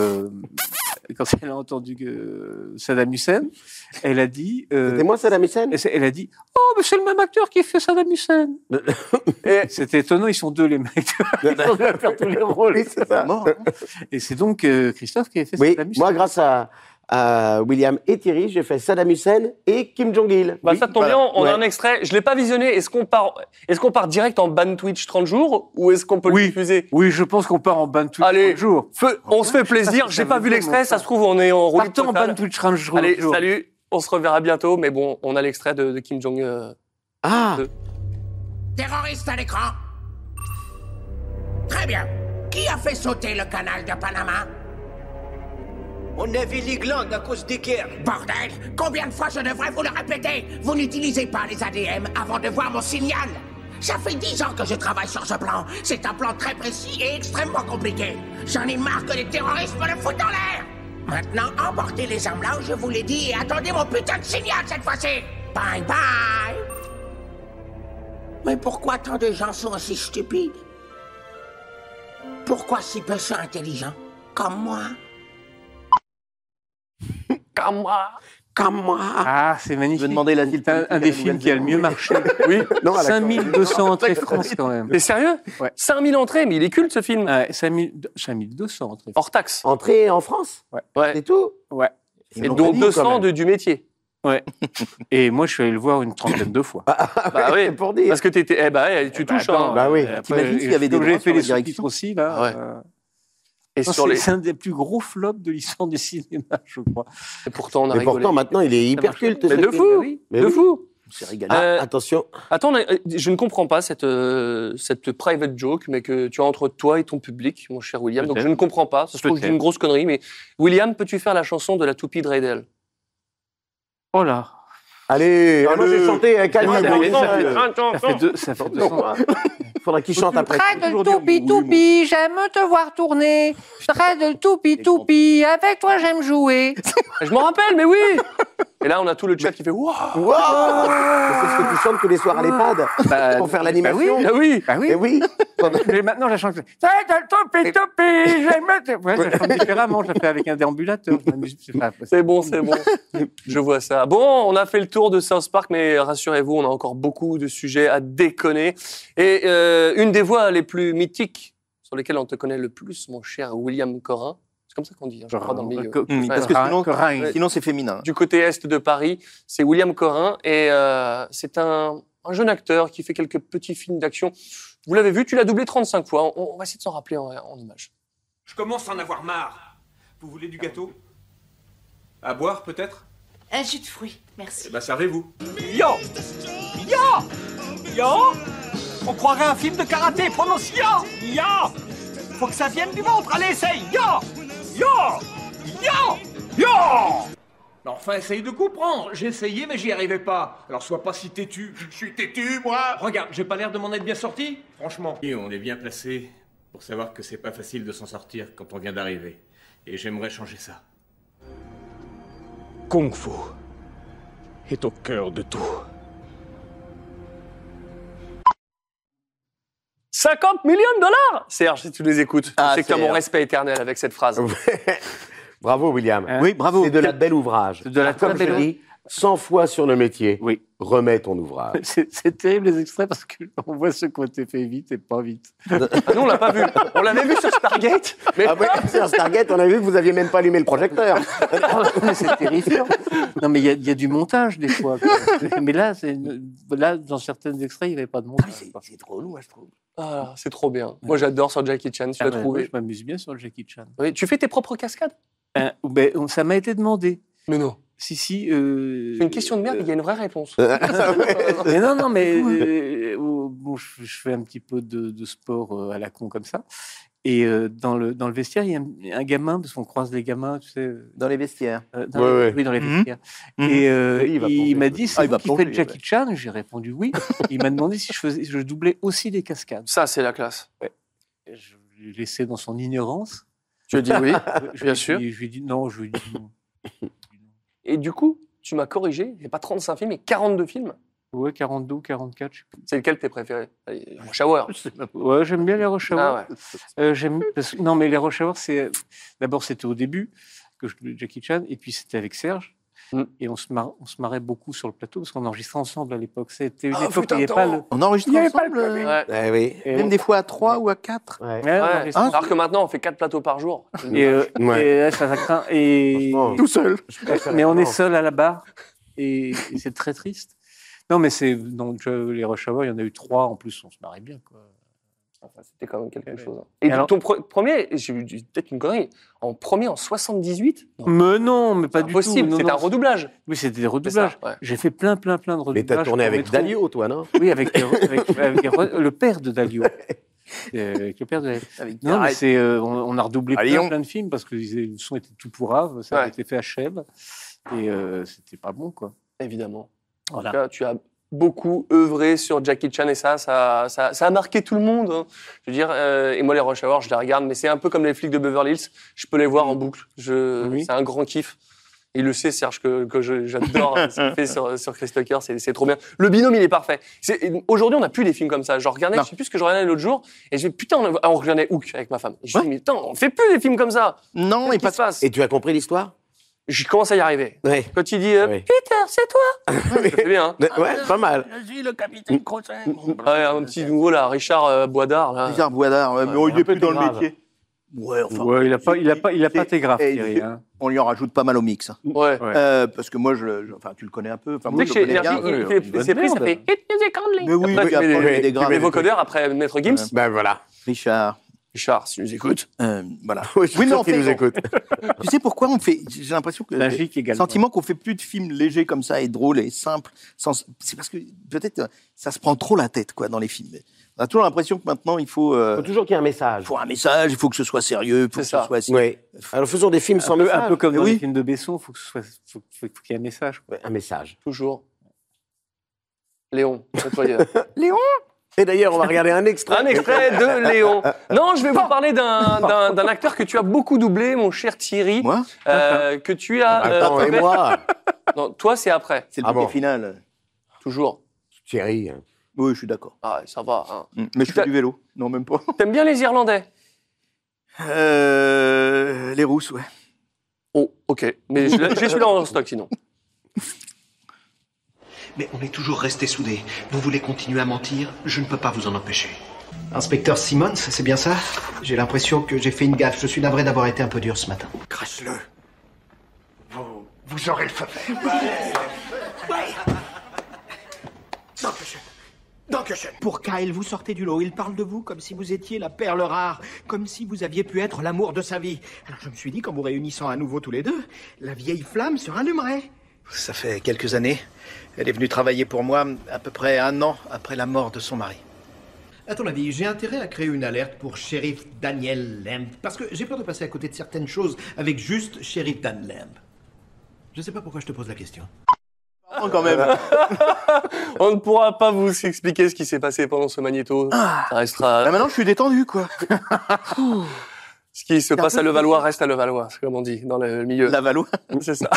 Saddam Hussein, elle a dit... C'était moi, Saddam Hussein? Elle a dit « Oh, mais c'est le même acteur qui fait Saddam Hussein. » Et c'était étonnant, ils sont deux les mecs. Ils sont deux à faire tous les rôles. Oui, c'est ça. Et c'est donc Christophe qui a fait Oui, Saddam Hussein. moi, grâce à William et Thierry, j'ai fait Saddam Hussein et Kim Jong-il. Bah, Oui. ça tombe bien, on Ouais. a un extrait. Je l'ai pas visionné. Est-ce qu'on part direct en ban Twitch 30 jours ou est-ce qu'on peut le diffuser? Oui, je pense qu'on part en ban Twitch Allez, 30 jours. On se fait plaisir. J'ai pas vu l'extrait. Ça se trouve, on est en roue libre Partons en totale. ban Twitch 30 jours. Allez, salut. On se reverra bientôt. Mais bon, on a l'extrait de Kim Jong. Ah. Terroriste à l'écran. Très bien. Qui a fait sauter le canal de Panama? On avait les glandes à cause des guerres. Bordel! Combien de fois je devrais vous le répéter? Vous n'utilisez pas les ADM avant de voir mon signal. Ça fait 10 ans que je travaille sur ce plan. C'est un plan très précis et extrêmement compliqué. J'en ai marre que les terroristes me le foutent en l'air. Maintenant, emportez les armes là où je vous l'ai dit et attendez mon putain de signal cette fois-ci. Bye bye. Mais pourquoi tant de gens sont aussi stupides? Pourquoi si peu sont intelligents? Comme moi. Comme moi. Comme moi. Ah, c'est magnifique. Je vais demander l'asile C'est un politique à des la films qui a le mieux marché. Oui. Non, à la 5200 entrées France, quand même. T'es sérieux? Ouais. 5000 entrées, mais il est culte ce film. Ouais, 5200 entrées. Hors taxe. Entrée en France? Ouais. C'est tout? Ouais. Et donc 200 du métier. Ouais. Et moi, je suis allé le voir une trentaine de fois. Bah oui. C'est pour dire. Parce que t'étais, tu touches. attends, hein. Bah oui. Après, T'imagines s'il y avait des comme j'ai droits fait sur les la direction sous-titres aussi, là. Ouais. Et non, sur les. c'est un des plus gros flops de l'histoire du cinéma, je crois. Et pourtant, on a Mais rigolé. pourtant, maintenant, il est hyper marche culte. Mais ce de film. fou. Mais De oui. fou. C'est régalé. Attention. Attends, je ne comprends pas cette private joke, mais que tu as entre toi et ton public, mon cher William. Donc je ne comprends pas. Ça se trouve que je dis une grosse connerie, mais William, peux-tu faire la chanson de la toupie de Raidel? Oh là. Allez, moi j'ai chanté Calme. Ça fait deux, Faudra qu'il chante après. Dread toupi toupi, j'aime te voir tourner. Dread toupi toupi, avec toi j'aime jouer. Je m'en rappelle, mais oui. Et là, on a tout le chat qui fait waouh. Wow. C'est ce que tu chantes tous les soirs à l'EHPAD pour faire l'animation. Ah oui. Ah oui. Et oui. Mais maintenant, je la chante. Dread toupi toupi, j'aime te. Ouais, je la chante différemment. Je la fais avec un déambulateur. Je m'amuse. C'est bon, c'est bon. Je vois ça. Bon, on a fait le tour de South Park, mais rassurez-vous, on a encore beaucoup de sujets à déconner. Et une des voix les plus mythiques sur lesquelles on te connaît le plus, mon cher William Corin. Parce comme ça qu'on dit, hein, je crois, dans le milieu. Parce que sinon c'est féminin. Du côté est de Paris, c'est William Corin, et c'est un jeune acteur qui fait quelques petits films d'action. Vous l'avez vu, tu l'as doublé 35 fois. On va essayer de s'en rappeler en images. Je commence à en avoir marre. Vous voulez du gâteau? À boire, peut-être? Un jus de fruits, merci. Eh ben, servez-vous. Yo! Yo! Yo! On croirait un film de karaté, prononce yo! Yo! Faut que ça vienne du ventre, allez, essaye! Yo! Yo! Yo! Yo! Mais enfin, essaye de comprendre. J'ai essayé, mais j'y arrivais pas. Alors, sois pas si têtu. Je suis têtu, moi! Regarde, j'ai pas l'air de m'en être bien sorti? Franchement. Et on est bien placé pour savoir que c'est pas facile de s'en sortir quand on vient d'arriver. Et j'aimerais changer ça. Kung Fu est au cœur de tout. 50 millions de dollars! Serge, si tu les écoutes, Ah, je sais que tu as mon Serge. respect éternel avec cette phrase. Bravo, William. Oui, bravo. C'est de la belle ouvrage. De la Comme très je belle dis, 100 fois sur le métier, Oui. remets ton ouvrage. C'est terrible les extraits parce qu'on voit ceux qui ont été faits vite et pas vite. Ah, nous, on l'a pas vu. On l'avait vu sur Stargate. Mais Ah ouais, sur Stargate, on a vu que vous aviez même pas allumé le projecteur. Mais c'est terrifiant. Non, mais il y a du montage des fois. quoi. Mais là, dans certains extraits, il n'y avait pas de montage. C'est trop lourd, moi, je trouve. Ah, c'est trop bien. Moi, j'adore sur Jackie Chan. Tu l'as trouvé. Je m'amuse bien sur le Jackie Chan. Oui, tu fais tes propres cascades? Ça m'a été demandé. Mais non. Si. C'est une question de merde, il y a une vraie réponse. Mais non, mais bon, je fais un petit peu de sport à la con comme ça. Et dans le vestiaire, il y a un gamin, parce qu'on croise les gamins, tu sais. Dans les vestiaires. Oui, dans les vestiaires. Et il m'a dit, c'est il va vous qui faites plonger, Jackie Chan? J'ai répondu oui. Il m'a demandé si je doublais aussi des cascades. Ça, c'est la classe. Ouais. Je l'ai laissé dans son ignorance. Tu as dit oui, bien sûr. Je lui ai dit non, je lui ai dit non. Et du coup, tu m'as corrigé, il n'y a pas 35 films, mais 42 films. Ouais, 42 ou 44, je sais plus. C'est lequel tes préférés? Rush Hour. Ouais, j'aime bien les Rush Hour. Ah ouais. Non, mais les Rush Hour, d'abord, c'était au début, Jackie Chan, et puis c'était avec Serge. Et on se marrait beaucoup sur le plateau parce qu'on enregistrait ensemble à l'époque. C'était une époque où il n'y avait pas le. On enregistrait ensemble Ouais. Oui. Même des fois à 3 ou à 4. Ouais, Ouais. enregistrait Alors que maintenant, on fait 4 plateaux par jour. et ça craint. Et tout seul. Mais on est seul à la barre et c'est très triste. Non, mais donc les Rush Hour, il y en a eu 3 en plus. On se marrait bien, quoi. Enfin, c'était quand même quelque chose. Et alors, ton premier, j'ai eu peut-être une connerie, en 78? Mais non, mais pas du tout. Impossible, c'était un redoublage. Oui, c'était des redoublages. Ouais. J'ai fait plein de redoublages. Mais t'as tourné avec Dalio, toi, non? Oui, avec le père de Dalio. Avec le père de Dalio. Non, mais on a redoublé plein de films parce que le son était tout pourrave, ça a été fait à Cheb, et c'était pas bon, quoi. Évidemment. Voilà. En tout cas, tu as beaucoup œuvré sur Jackie Chan et ça a marqué tout le monde. Hein. Je veux dire, et moi les Rush Hour, je les regarde, mais c'est un peu comme les flics de Beverly Hills. Je peux les voir en boucle. C'est un grand kiff. Et il le sait, Serge, que j'adore ce qu'il fait sur Chris Tucker. C'est trop bien. Le binôme, il est parfait. Aujourd'hui, on n'a plus des films comme ça. Je regardais, je sais plus ce que je regardais l'autre jour, et je me dis, putain, on regardait Hook avec ma femme. Et je me dis, mais putain, on fait plus des films comme ça. Non, qu'est-ce qui se passe? Et tu as compris l'histoire? Je commence à y arriver. Ouais. Quand il dit Peter, c'est toi. C'est bien. Hein. Ouais, pas mal. Je suis le capitaine Crochet. Ouais, un petit nouveau là, Richard Boidard là. Richard Boidard, mais il n'est plus dans le métier. Ouais, enfin. Ouais, il a pas été grave, Thierry. Hein. On lui en rajoute pas mal au mix. Ouais. Parce que moi, enfin, tu le connais un peu. Enfin, moi, tu sais que chez Energy, il s'est pris, ça fait Hit Music Only. Mais oui, après, il y a des graves. Les vocodeurs après Maître Gims. Ben voilà. Richard, si tu nous écoutes. Voilà. Oui, mais en fait, nous écoute. Tu sais pourquoi on fait? J'ai l'impression que le sentiment qu'on fait plus de films légers comme ça et drôles et simples. C'est parce que peut-être ça se prend trop la tête, quoi, dans les films. On a toujours l'impression que maintenant il faut. Faut toujours qu'il y ait un message. Il faut un message. Il faut que ce soit sérieux. Il faut que ce soit. Oui. Alors faisons des films sans message. Un peu comme dans les films de Besson, il faut qu'il y ait un message. Ouais, un message. Toujours. Léon, nettoyeur. Léon. Et d'ailleurs, on va regarder un extrait. Un extrait de Léon. Non, je vais vous parler d'un acteur que tu as beaucoup doublé, mon cher Thierry. Moi que tu as. Attends, et moi Non, toi, c'est après. C'est le final. Toujours. Thierry. Oui, je suis d'accord. Ah, ça va. Hein. Mais je fais du vélo. Non, même pas. T'aimes bien les Irlandais? Les Rousses, ouais. Oh, ok. Mais j'ai celui-là en stock, sinon. Mais on est toujours restés soudés. Vous voulez continuer à mentir? Je ne peux pas vous en empêcher. Inspecteur Simmons, c'est bien ça? J'ai l'impression que j'ai fait une gaffe. Je suis navré d'avoir été un peu dur ce matin. Crache-le. Vous aurez le feu vert. Dankeschön. Pour Kyle, vous sortez du lot. Il parle de vous comme si vous étiez la perle rare, comme si vous aviez pu être l'amour de sa vie. Alors je me suis dit qu'en vous réunissant à nouveau tous les deux, la vieille flamme se rallumerait. Ça fait quelques années. Elle est venue travailler pour moi à peu près 1 an après la mort de son mari. À ton avis, j'ai intérêt à créer une alerte pour Sheriff Daniel Lamb, parce que j'ai peur de passer à côté de certaines choses avec juste Sheriff Dan Lamb. Je sais pas pourquoi je te pose la question. Quand même. On ne pourra pas vous expliquer ce qui s'est passé pendant ce magnéto. Ça restera... Maintenant, je suis détendu, quoi. Ce qui se passe à Levallois reste à Levallois, c'est comme on dit dans le milieu. Lavallois. C'est ça.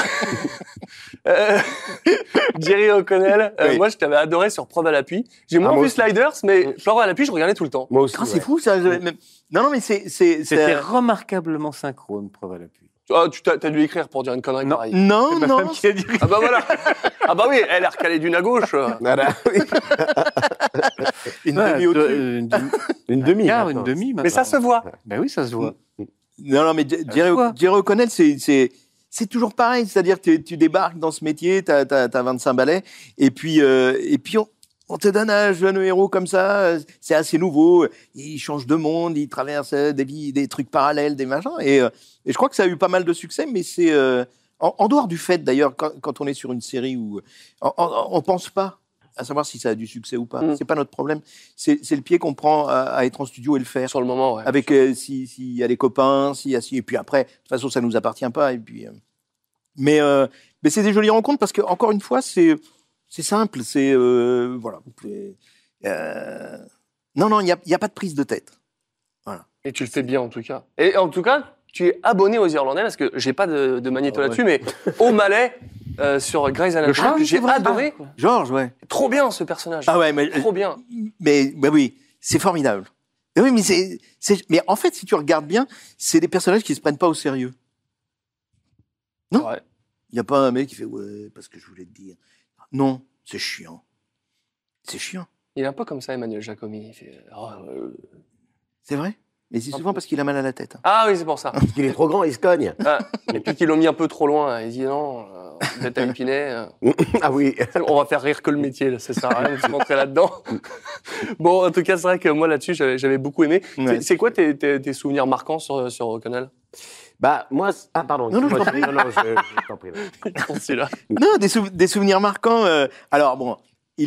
Jerry O'Connell, Oui. moi je t'avais adoré sur Preuve à l'appui. J'ai moins vu Sliders, mais Preuve à l'appui, je regardais tout le temps. Moi aussi. C'est fou, ça. Non, mais C'était remarquablement synchrone, Preuve à l'appui. Ah, t'as dû écrire pour dire une connerie pareille. Non, C'est ma non. femme qui a dit. Ah bah voilà. Ah bah oui, elle est recalée d'une à gauche. Voilà, oui. Une demi au-dessus. Une demi. Quart, maintenant. une demi. Mais ça se voit. Ben oui, ça se voit. Non, mais Jerry O'Connell, c'est toujours pareil. C'est-à-dire que tu débarques dans ce métier, t'as 25 balais, et puis on te donne un jeune héros comme ça, c'est assez nouveau, il change de monde, il traverse des trucs parallèles, des machins, et je crois que ça a eu pas mal de succès, mais c'est en dehors du fait d'ailleurs, quand on est sur une série où on pense pas à savoir si ça a du succès ou pas, c'est pas notre problème, c'est le pied qu'on prend à être en studio et le faire. Sur le moment, ouais. Avec s'il y a des copains, et puis après, de toute façon ça nous appartient pas, et puis mais c'est des jolies rencontres parce que encore une fois c'est simple, c'est voilà. Non, il y a pas de prise de tête. Voilà. Et tu le fais bien en tout cas. Et en tout cas, tu es abonné aux Irlandais parce que j'ai pas de magnéto là-dessus, mais O'Malley sur Grey's Anatomy, j'ai adoré. George, ouais. Trop bien ce personnage. Ah ouais, mais trop bien. Mais bah oui, c'est formidable. Mais oui, mais mais en fait, si tu regardes bien, c'est des personnages qui se prennent pas au sérieux. Non. Il y a pas un mec qui fait ouais parce que je voulais te dire. Non, c'est chiant. C'est chiant. Il est un peu comme ça, Emmanuel Jacomi. Il fait, C'est vrai? Mais c'est souvent parce qu'il a mal à la tête. Ah oui, c'est pour ça. Parce qu'il est trop grand, il se cogne. Ah, et puis qu'ils l'ont mis un peu trop loin. Il dit non, vous êtes à Épinay. Ah oui. On va faire rire que le métier, là, ça sert à rien de se montrer là-dedans. Bon, en tout cas, c'est vrai que moi, là-dessus, j'avais beaucoup aimé. Ouais. C'est quoi tes souvenirs marquants sur O'Connell? Bah, moi... Ah, pardon. Non, je t'en prie. Non, je t'en prie. Celui-là. Non, des souvenirs marquants. Alors bon, il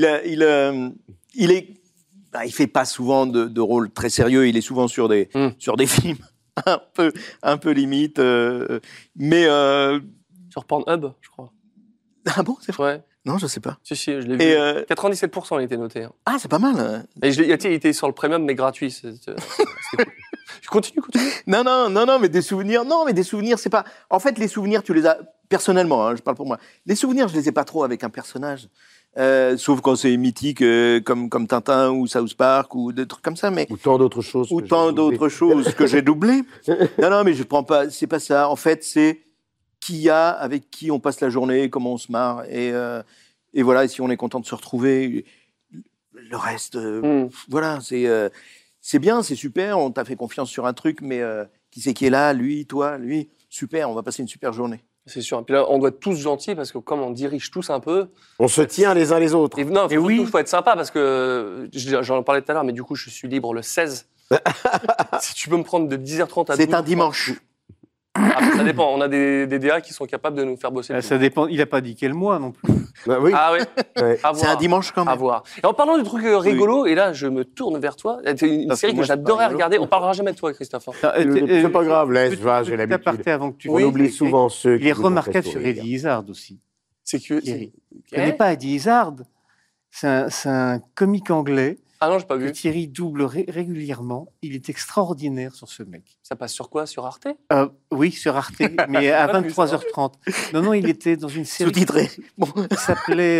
fait pas souvent de rôles très sérieux. Il est souvent sur des films un peu limite. Mais sur Pornhub, je crois. Ah bon, c'est vrai? Ouais. Non, je sais pas. Si, je l'ai vu. Et 97% il était noté. Hein. Ah, c'est pas mal. Hein. Et il était sur le premium, mais gratuit. C'était cool. Je continue. Non, mais des souvenirs. Non, mais des souvenirs, c'est pas. En fait, les souvenirs, tu les as personnellement. Hein, je parle pour moi. Les souvenirs, je les ai pas trop avec un personnage. Sauf quand c'est mythique, comme Tintin ou South Park ou des trucs comme ça. Mais ou tant d'autres choses. Que j'ai doublées. Non, mais je prends pas. C'est pas ça. En fait, c'est qui y a, avec qui on passe la journée, comment on se marre, et voilà. Et si on est content de se retrouver, le reste, voilà, c'est bien, c'est super. On t'a fait confiance sur un truc, mais qui c'est qui est là, lui, toi, lui, super. On va passer une super journée. C'est sûr. Et puis là, on doit être tous gentils parce que comme on dirige tous un peu, on se tient les uns les autres. Et non, faut être sympa parce que j'en parlais tout à l'heure, mais du coup, je suis libre le 16. Si tu peux me prendre de 10h30 à 12h30. C'est un dimanche. Ça dépend. On a des DA qui sont capables de nous faire bosser. Ça dépend. Il n'a pas dit quel mois non plus. Bah oui. Ah oui. C'est un dimanche quand même. À voir. Et en parlant du truc rigolo, et là, je me tourne vers toi. C'est une série que j'adorais regarder. On parlera jamais de toi, Christophe. C'est pas grave, laisse. J'ai l'habitude. Avant que tu on oublie souvent ceux. Il est remarquable sur Eddie Izzard aussi. C'est que. Tu connais pas Eddie Izzard? C'est un comique anglais. Ah non, j'ai pas vu. Thierry double régulièrement. Il est extraordinaire sur ce mec. Ça passe sur quoi? Sur Arte? Oui, sur Arte, mais à 23h30. Non, il était dans une série sous-titrée. Qui s'appelait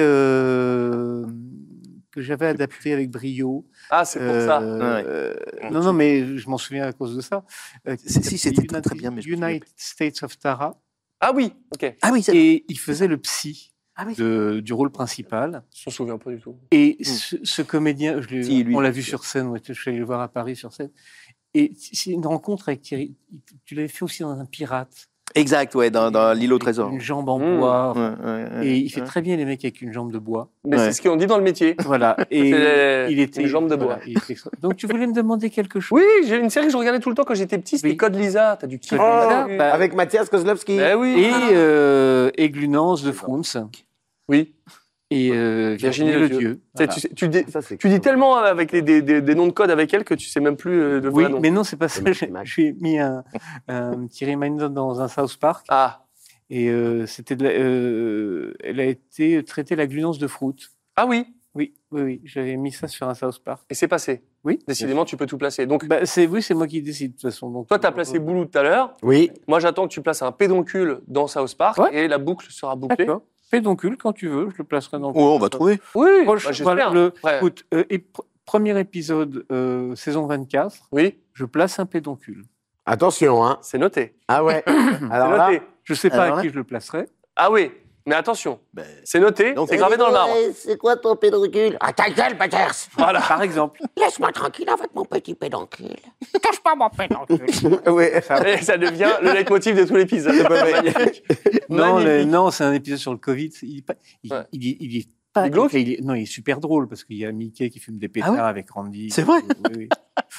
que j'avais adapté avec brio. Ah, c'est pour ça. Non, mais je m'en souviens à cause de ça. Si, c'était très bien. Mais United States of Tara. Ah oui, ok. Ah oui. Et il faisait le psy. du rôle principal. Je m'en souviens pas du tout. Et ce comédien, on l'a vu si. sur scène, je suis allé le voir à Paris sur scène. Et c'est une rencontre avec Thierry. Tu l'avais fait aussi dans Un pirate. Exact, ouais, dans l'île au trésor. Une jambe en bois. Ouais, et il fait très bien les mecs avec une jambe de bois. Mais c'est ce qu'on dit dans le métier. Voilà. Et il était une jambe de bois. Donc tu voulais me demander quelque chose? Oui, j'ai une série que je regardais tout le temps quand j'étais petit, c'était Code Lisa. T'as dû kiffer. Avec Mathias Kozlowski. Oui. Et Glunance de Frunz. Oui. Et Virginie Ledieu. Voilà. Tu dis tellement avec des noms de code avec elle que tu sais même plus de vrai nom. Mais non, c'est pas ça. J'ai mis un petit reminder dans un South Park. Et elle a été traitée la Glunance de Fruit. Ah oui. Oui. J'avais mis ça sur un South Park. Et c'est passé. Oui. Décidément, tu peux tout placer. Donc, c'est moi qui décide de toute façon. Donc, toi, tu as placé Boulou tout à l'heure. Oui. Moi, j'attends que tu places un pédoncule dans South Park et la boucle sera bouclée. D'accord. Pédoncule, quand tu veux, je le placerai dans le... on va trouver. Oui, j'espère. Écoute, premier épisode, saison 24, je place un pédoncule. Attention, hein. C'est noté. Ah ouais. Alors c'est noté. là, je sais pas à qui je le placerai. Ah oui, mais attention, c'est noté, c'est gravé dans le marbre. C'est quoi ton pédoncule? Ah, ta gueule, Peters! Voilà. Par exemple. Laisse-moi tranquille avec mon petit pédoncule. Touche pas mon pédoncule. Et ça devient le leitmotiv de tout l'épisode. Magnifique. Non, c'est un épisode sur le Covid. Il est pas glauque. Non, il est super drôle parce qu'il y a Mickey qui fume des pétards avec Randy. C'est vrai. Oui.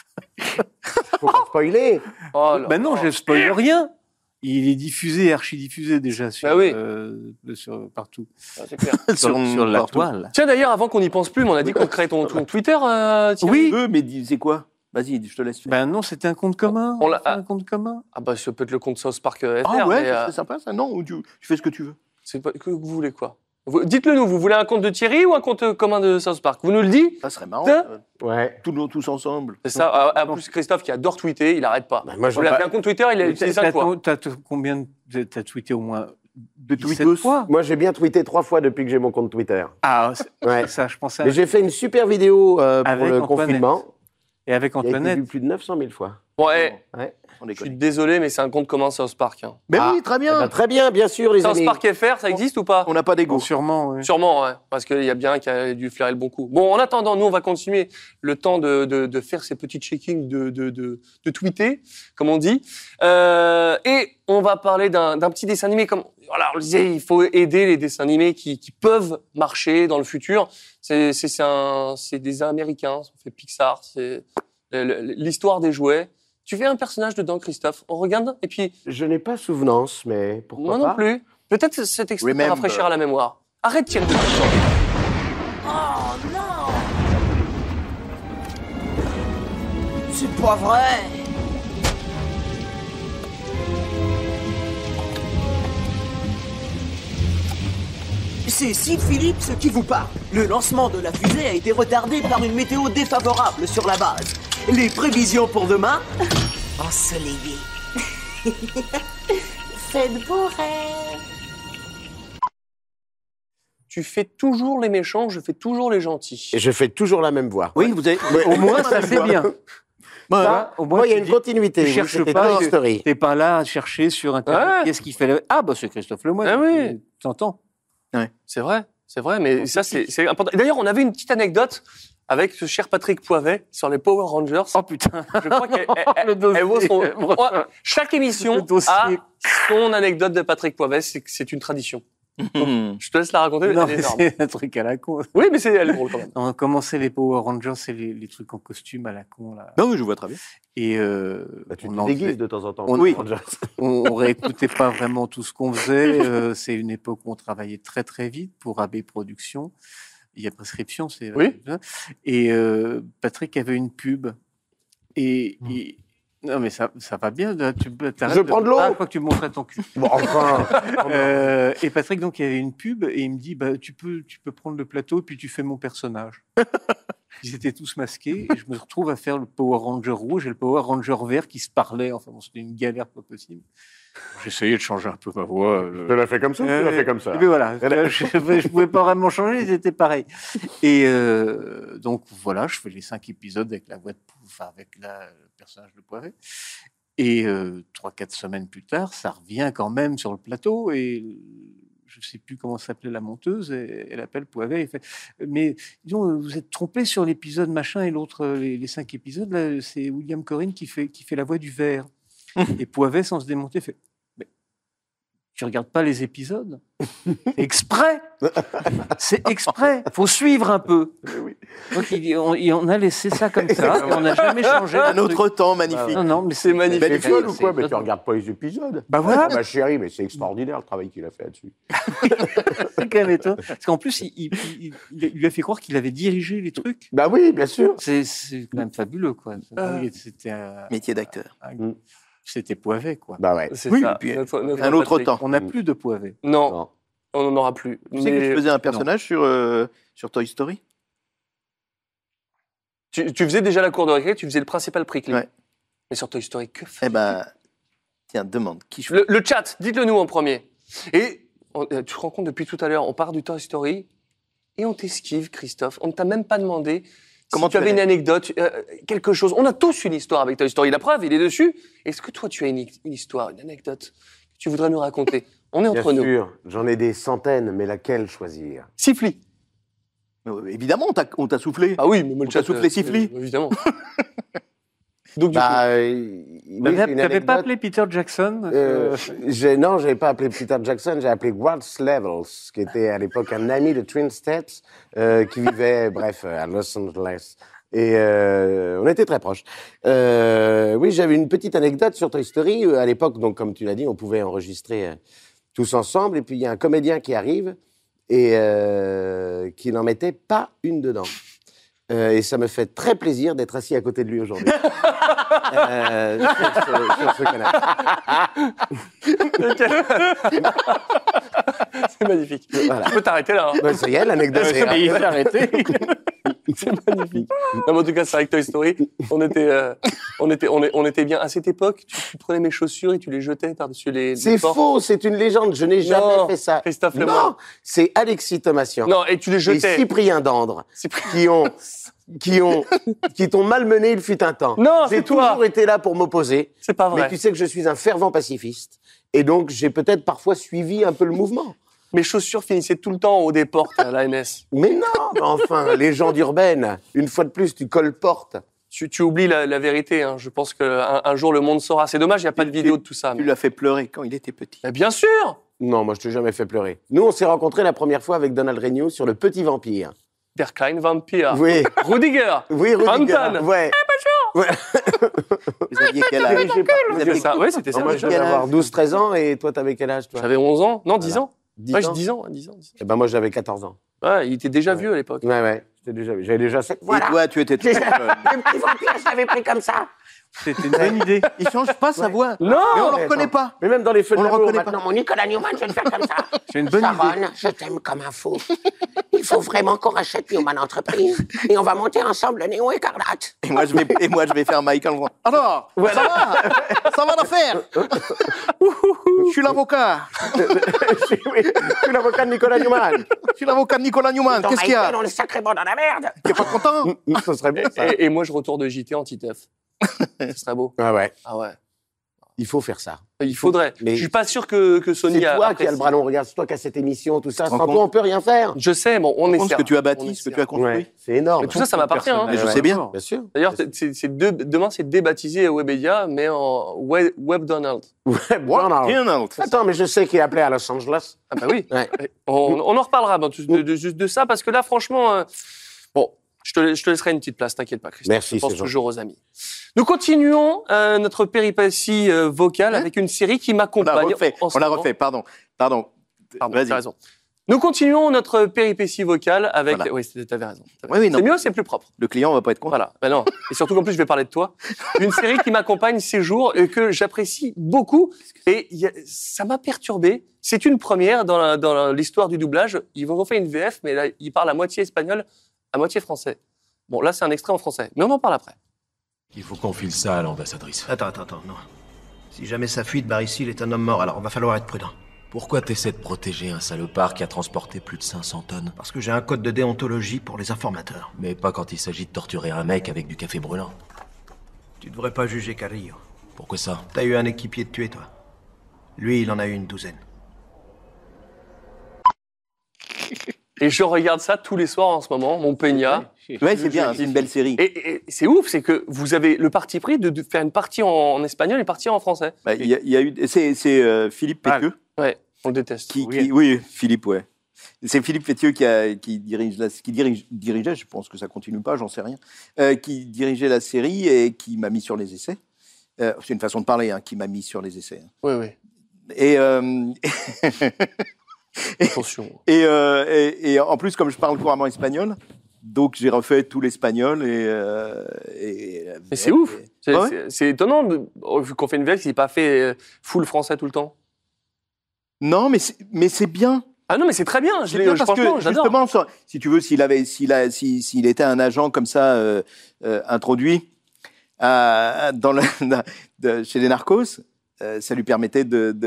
Faut pas spoiler. Non, je spoil rien. Il est diffusé, archi-diffusé déjà sur, partout. C'est clair. sur la toile. Tiens, d'ailleurs, avant qu'on n'y pense plus, mais on a dit qu'on créait ton Twitter. Oui, mais c'est quoi? Vas-y, je te laisse faire. Non, c'était un compte commun. Un compte commun. Ah bah, ça peut être le compte South Park FR. Ah ouais, c'est sympa ça. Non, tu fais ce que tu veux. C'est pas que vous voulez quoi? Dites-le nous, vous voulez un compte de Thierry ou un compte commun de South Park? Vous nous le dites? Ça serait marrant. Ouais. Tous ensemble. C'est ça. En plus, Christophe qui adore tweeter, il n'arrête pas. Moi, on lui a fait un compte Twitter, il a utilisé 5 fois. T'as tweeté au moins de tweetos fois? Moi, j'ai bien tweeté 3 fois depuis que j'ai mon compte Twitter. Ah, c'est ça, je pensais. Mais j'ai fait une super vidéo pour le Antoinette. confinement. Et avec Antoinette. Il a été vu plus de 900 000 fois. Ouais. Je suis désolé, mais c'est un compte commun South Park. Mais oui, très bien. Très bien, bien sûr, les amis. South Park FR, ça existe ou pas? On n'a pas d'égo. Sûrement, oui. Sûrement, ouais. Parce qu'il y a bien qui a dû flairer le bon coup. Bon, en attendant, nous, on va continuer le temps de faire ces petits checkings, de tweeter, comme on dit. Et on va parler d'un petit dessin animé. Voilà, on le disait, il faut aider les dessins animés qui peuvent marcher dans le futur. C'est des Américains, ça fait Pixar, c'est l'histoire des jouets. Tu fais un personnage dedans, Christophe. On regarde et puis... Je n'ai pas souvenance, mais pourquoi pas? Moi non plus. Peut-être cet extrait peut rafraîchir à la mémoire. Arrête, Thierry. Oh non! C'est pas vrai! C'est Sid Phillips qui vous parle. Le lancement de la fusée a été retardé par une météo défavorable sur la base. Les prévisions pour demain? Ensoleillé. Faites beaux rêves. Tu fais toujours les méchants, je fais toujours les gentils. Et je fais toujours la même voix. Oui, vous avez... Au moins, ça c'est bien. Au moins, il y a une continuité. Tu cherches pas, t'es pas là à chercher sur Internet qu'est-ce qu'il fait. Ah, bah c'est Christophe Lemoyne. Ah oui. T'entends. Ouais. C'est vrai, mais ça c'est important. D'ailleurs, on avait une petite anecdote avec ce cher Patrick Poivet sur les Power Rangers. Oh putain. Je crois qu'elle vaut son... Chaque émission a son anecdote de Patrick Poivet, c'est une tradition. Donc, je te laisse la raconter. Non, c'est un truc à la con. Oui, mais elle est drôle quand même. On a commencé les Power Rangers, c'est les trucs en costume à la con là. Non, oui, je vois très bien. Et tu te déguises de temps en temps. Oui. On réécoutait pas vraiment tout ce qu'on faisait. C'est une époque où on travaillait très très vite pour AB Productions. Il y a prescription, c'est. Oui. Et Patrick avait une pub et non mais ça va bien. Je prends de l'eau. Ah, fois que tu me montrais ton cul. Bon, enfin. Et Patrick donc il y avait une pub et il me dit tu peux prendre le plateau et puis tu fais mon personnage. Ils étaient tous masqués et je me retrouve à faire le Power Ranger rouge et le Power Ranger vert qui se parlaient. Enfin bon, c'était une galère pas possible. J'essayais de changer un peu ma voix. Tu l'as fait comme ça, tu l'as fait comme ça. Mais voilà, je pouvais pas vraiment changer, c'était pareil. Et donc voilà, je fais les 5 épisodes avec la voix de avec le personnage de Poivet. Et 3-4 semaines plus tard, ça revient quand même sur le plateau et je ne sais plus comment s'appelait la monteuse, et elle appelle Poivet et fait mais disons, vous êtes trompé sur l'épisode machin et l'autre, les 5 épisodes, là, c'est William Corrin qui fait la voix du ver. Et Poivet, sans se démonter, fait mais tu regardes pas les épisodes? Exprès. C'est exprès. Faut suivre un peu. Donc on a laissé ça comme ça. Et on n'a jamais changé. Un autre temps, magnifique. Non, mais c'est magnifique. Mais tu ou quoi? Mais tu regardes pas les épisodes. Bah voilà. Ma chérie, mais c'est extraordinaire le travail qu'il a fait là-dessus. C'est quand même étonnant. Parce qu'en plus, il lui a fait croire qu'il avait dirigé les trucs. Bah oui, bien sûr. C'est quand même fabuleux, quoi. C'était métier d'acteur. C'était Poivet, quoi. Bah ouais. Oui, ça. et puis, Un autre temps. On n'a plus de Poivet. Non, on n'en aura plus. Tu sais que je faisais un personnage sur Toy Story. Tu faisais déjà la cour de récré, tu faisais le principal prickly. Ouais. Mais sur Toy Story, que fais-tu? Eh ben, tiens, demande. Qui je... Le chat, dites-le nous en premier. Et tu te rends compte, depuis tout à l'heure, on part du Toy Story et on t'esquive, Christophe. On ne t'a même pas demandé comment si tu avais une anecdote, quelque chose. On a tous une histoire avec Toy Story. La preuve, il est dessus. Est-ce que toi, tu as une histoire, une anecdote que tu voudrais nous raconter? On est entre nous. Bien sûr, j'en ai des centaines, mais laquelle choisir? Sifli. Évidemment, on t'a soufflé. Ah oui, mais moi, on t'a soufflé Sifli. Évidemment. Donc, du T'avais pas appelé Peter Jackson Non, j'avais pas appelé Peter Jackson, j'ai appelé Waltz Levels, qui était à l'époque un ami de Twin Steps, qui vivait, bref, à Los Angeles. Et on était très proches. Oui, j'avais une petite anecdote sur Toy Story. À l'époque, donc, comme tu l'as dit, on pouvait enregistrer tous ensemble. Et puis, il y a un comédien qui arrive et qui n'en mettait pas une dedans. Et ça me fait très plaisir d'être assis à côté de lui aujourd'hui. Sur ce canapé. C'est magnifique. Voilà. Tu peux t'arrêter là. Hein. Ben, ça y est, l'anecdote est arrêtée. C'est magnifique. Non, mais en tout cas, c'est avec Toy Story. On était bien. À cette époque, tu prenais mes chaussures et tu les jetais par-dessus les C'est faux, c'est une légende. Je n'ai jamais fait ça. Christophe non, Lemoine. C'est Alexis Thomasian. Non, et tu les jetais. Et Cyprien Dandre. qui t'ont malmené il fut un temps. Non, j'ai toujours été là pour m'opposer. C'est pas vrai. Mais tu sais que je suis un fervent pacifiste. Et donc, j'ai peut-être parfois suivi un peu le mouvement. Mes chaussures finissaient tout le temps au haut des portes à l'ANS. Mais non, enfin, légende urbaine. Une fois de plus, tu colportes. Tu oublies la vérité. Hein. Je pense qu'un jour, le monde saura. C'est dommage, il n'y a pas de vidéo de tout ça. Tu l'as fait pleurer quand il était petit. Mais bien sûr. Non, moi, je t'ai jamais fait pleurer. Nous, on s'est rencontrés la première fois avec Donald Renew sur Le Petit Vampire. Der Klein Vampire. Oui. Rudiger. Oui, Rudiger. Anton. Ouais. bonjour. Ouais. Vous aviez quel âge? C'était ça. Oui, c'était ça. Moi, je devais avoir 12-13 ans et toi, t'avais quel âge, toi? J'avais 11 ans. Non, 10 Voilà. ans. 10 ans. 10 ans. Et ben, moi, j'avais 14 ans. Ouais, il était déjà vieux à l'époque. Ouais. J'avais déjà 7. Voilà. Et toi, tu étais trop jeune. Le petit vampire, je l'avais pris comme ça. C'était une bonne idée. Il change pas sa voix. Non, mais on le reconnaît pas. Mais même dans les feux de l'amour, maintenant, mon Nicolas Newman, je vais le faire comme ça. J'ai une bonne Sharon, idée. je t'aime comme un fou. Il faut vraiment qu'on rachète Newman Entreprise et on va monter ensemble le Néo Écarlate. Et moi, je vais faire Michael. Alors, ça va l'affaire. Je suis l'avocat. Je suis l'avocat de Nicolas Newman. Je suis l'avocat de Nicolas Newman. Qu'est-ce qu'il y a? Michael, on est sacrément dans la merde. T'es pas content? Ce serait bien, ça. Et moi, je retourne de JT anti-teuf. Ce serait beau. Ah ouais. Ah ouais. Il faut faire ça. Il faudrait. Mais je suis pas sûr que Sony c'est toi apprécie. qui as le bras long. Regarde, c'est toi qui as cette émission, tout ça. Rends Sans compte. toi, on peut rien faire. Je sais, bon, on Ce est que tu as bâti, ce que tu as construit. Ouais, c'est énorme. Mais tout ça, ça m'appartient. Hein. Mais je sais bien. Bien sûr. D'ailleurs, demain, c'est débaptisé Webedia, mais en Web Donald. Donald. Attends, mais je sais qu'il est appelé à Los Angeles. Ah bah oui. Ouais. On en reparlera de ça, parce que là, franchement, bon, je te laisserai une petite place, t'inquiète pas, Christophe. Merci, je pense c'est toujours aux amis. Nous continuons notre péripétie vocale avec une série qui m'accompagne. On l'a refait, pardon. Vas-y. T'as raison. Nous continuons notre péripétie vocale avec... Voilà. Oui, t'avais raison. Oui, non. C'est mieux, c'est plus propre. Le client va pas être content. Voilà. Ben non. Et surtout qu'en plus, je vais parler de toi. Une série qui m'accompagne ces jours et que j'apprécie beaucoup. Et ça m'a perturbé. C'est une première dans l'histoire du doublage. Ils vont refaire une VF, mais là, ils parlent à moitié espagnol, à moitié français. Bon, là, c'est un extrait en français. Mais on en parle après. Il faut qu'on file ça à l'ambassadrice. Attends, non. Si jamais ça fuit de par ici, il est un homme mort, alors va falloir être prudent. Pourquoi t'essaies de protéger un salopard qui a transporté plus de 500 tonnes? Parce que j'ai un code de déontologie pour les informateurs. Mais pas quand il s'agit de torturer un mec avec du café brûlant. Tu devrais pas juger Carrillo. Pourquoi ça? T'as eu un équipier de tuer, toi. Lui, il en a eu une douzaine. Et je regarde ça tous les soirs en ce moment, mon Peña. Ouais, c'est bien, c'est une belle série. Et c'est ouf, c'est que vous avez le parti pris de faire une partie en espagnol et une partie en français. Bah, il y a eu, c'est Philippe Pétieux. Ouais, on le déteste. Oui, Philippe, ouais. C'est Philippe Pétieux qui dirigeait, je pense que ça continue pas, j'en sais rien, qui dirigeait la série et qui m'a mis sur les essais. C'est une façon de parler, hein, qui m'a mis sur les essais. Oui, oui. Et attention. Et en plus, comme je parle couramment espagnol, donc j'ai refait tout l'espagnol Mais c'est ouf. C'est étonnant, vu qu'on fait une VF, il n'est pas fait full français tout le temps. Non, mais c'est bien. Ah non, mais c'est très bien. C'est bien parce que justement, si tu veux, s'il était un agent comme ça introduit chez les narcos, ça lui permettait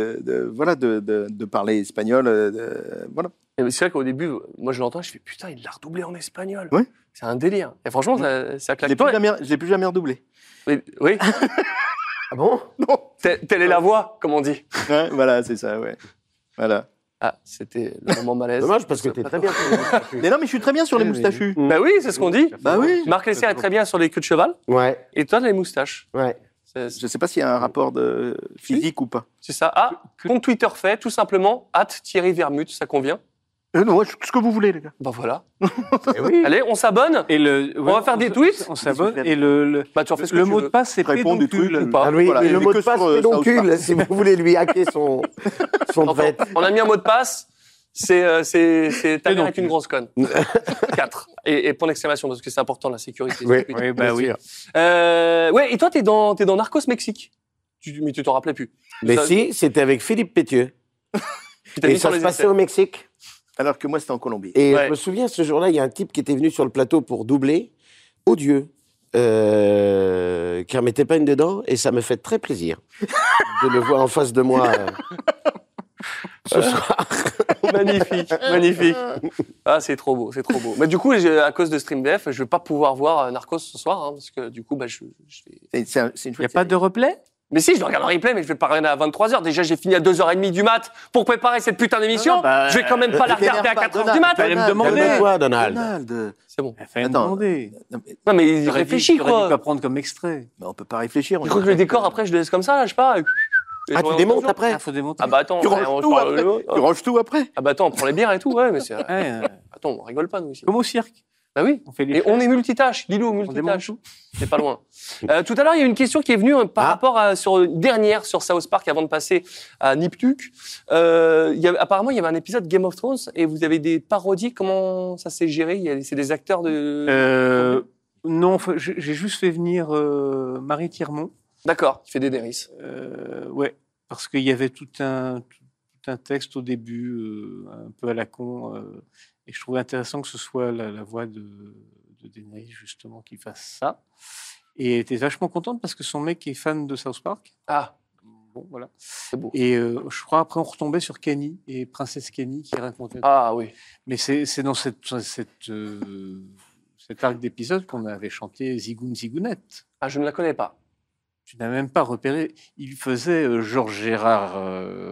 de parler espagnol. Voilà. C'est vrai qu'au début, moi je l'entends, je fais putain, il l'a redoublé en espagnol. Ouais. C'est un délire. Et franchement, ça claque. Je l'ai plus jamais redoublé. Oui. Ah bon? Non. Telle est la voix, comme on dit. Ouais, voilà, c'est ça, ouais. Voilà. Ah, c'était le moment malaise. Dommage parce que t'es très bien sur les moustachus. Mais non, mais je suis très bien sur les moustachus. Bah oui, c'est ce qu'on dit. Bah oui. Marc Lesser est très bien sur les queues de cheval. Ouais. Et toi, les moustaches. Ouais. Je sais pas s'il y a un rapport de physique ou pas. C'est ça. Ah, compte Twitter fait, tout simplement, @ThierryVermut, ça convient. Non, ce que vous voulez, les gars. Bah voilà. Oui. Allez, on s'abonne. On va faire des tweets. On s'abonne. Et le mot de passe, c'est pédoncule. Ou pas. Ah oui, Voilà, et le mot de que passe sur, pédoncule, si vous voulez lui hacker son fait. On a mis un mot de passe. C'est ta mère est une grosse conne. 4. Et point d'exclamation, parce que c'est important, la sécurité. Oui, bah oui. Ouais, et toi, t'es dans Narcos Mexique. Mais tu t'en rappelais plus. Mais si, c'était avec Philippe Pétieux. Et ça se passait au Mexique. Alors que moi, c'était en Colombie. Et je me souviens, ce jour-là, il y a un type qui était venu sur le plateau pour doubler Odieux, qui ne remettait pas une dedans, et ça me fait très plaisir de le voir en face de moi ce soir. Magnifique, magnifique. Ah, c'est trop beau, c'est trop beau. Mais du coup, à cause de StreamVF, je vais pas pouvoir voir Narcos ce soir, hein, parce que du coup, je vais... Il n'y a pas de replay? Mais si, je regarde en replay, mais je vais pas regarder à 23h. Déjà, j'ai fini à 2h30 du mat pour préparer cette putain d'émission. Je vais quand même pas la regarder à 4h du mat. Fallait me demander. Calme-toi, Donald. C'est bon. Fallait me demander. Non, mais il réfléchit, quoi. J'aurais dû pas prendre comme extrait. Mais on peut pas réfléchir. Tu crois que le décor, après, je le laisse comme ça, là, je sais pas. Ah, tu démontes après? Faut démonter. Ah bah attends, Tu ranges tout après. Ah bah attends, on prend les bières et tout, ouais, mais c'est... Attends, on rigole pas, nous, ici. Comme au cirque. Bah oui, et on est multitâche, Lilo, multitâche. C'est pas loin. Tout à l'heure, il y a une question qui est venue par rapport à sur South Park avant de passer à Niptuk. Apparemment, il y avait un épisode Game of Thrones et vous avez des parodies. Comment ça s'est géré? C'est des acteurs de... Non, j'ai juste fait venir Marie Thiermont. D'accord, qui fait des Daenerys. Ouais, parce qu'il y avait tout un texte au début, un peu à la con, et je trouvais intéressant que ce soit la voix de Daenerys, justement, qui fasse ça. Et elle était vachement contente parce que son mec est fan de South Park. Ah. Bon, voilà. C'est beau. Et je crois après on retombait sur Kenny et Princesse Kenny qui racontait. Ah oui. Mais c'est dans cet arc d'épisode qu'on avait chanté Zigoun Zigounette. Ah, je ne la connais pas. Tu n'as même pas repéré. Il faisait Georges Gérard,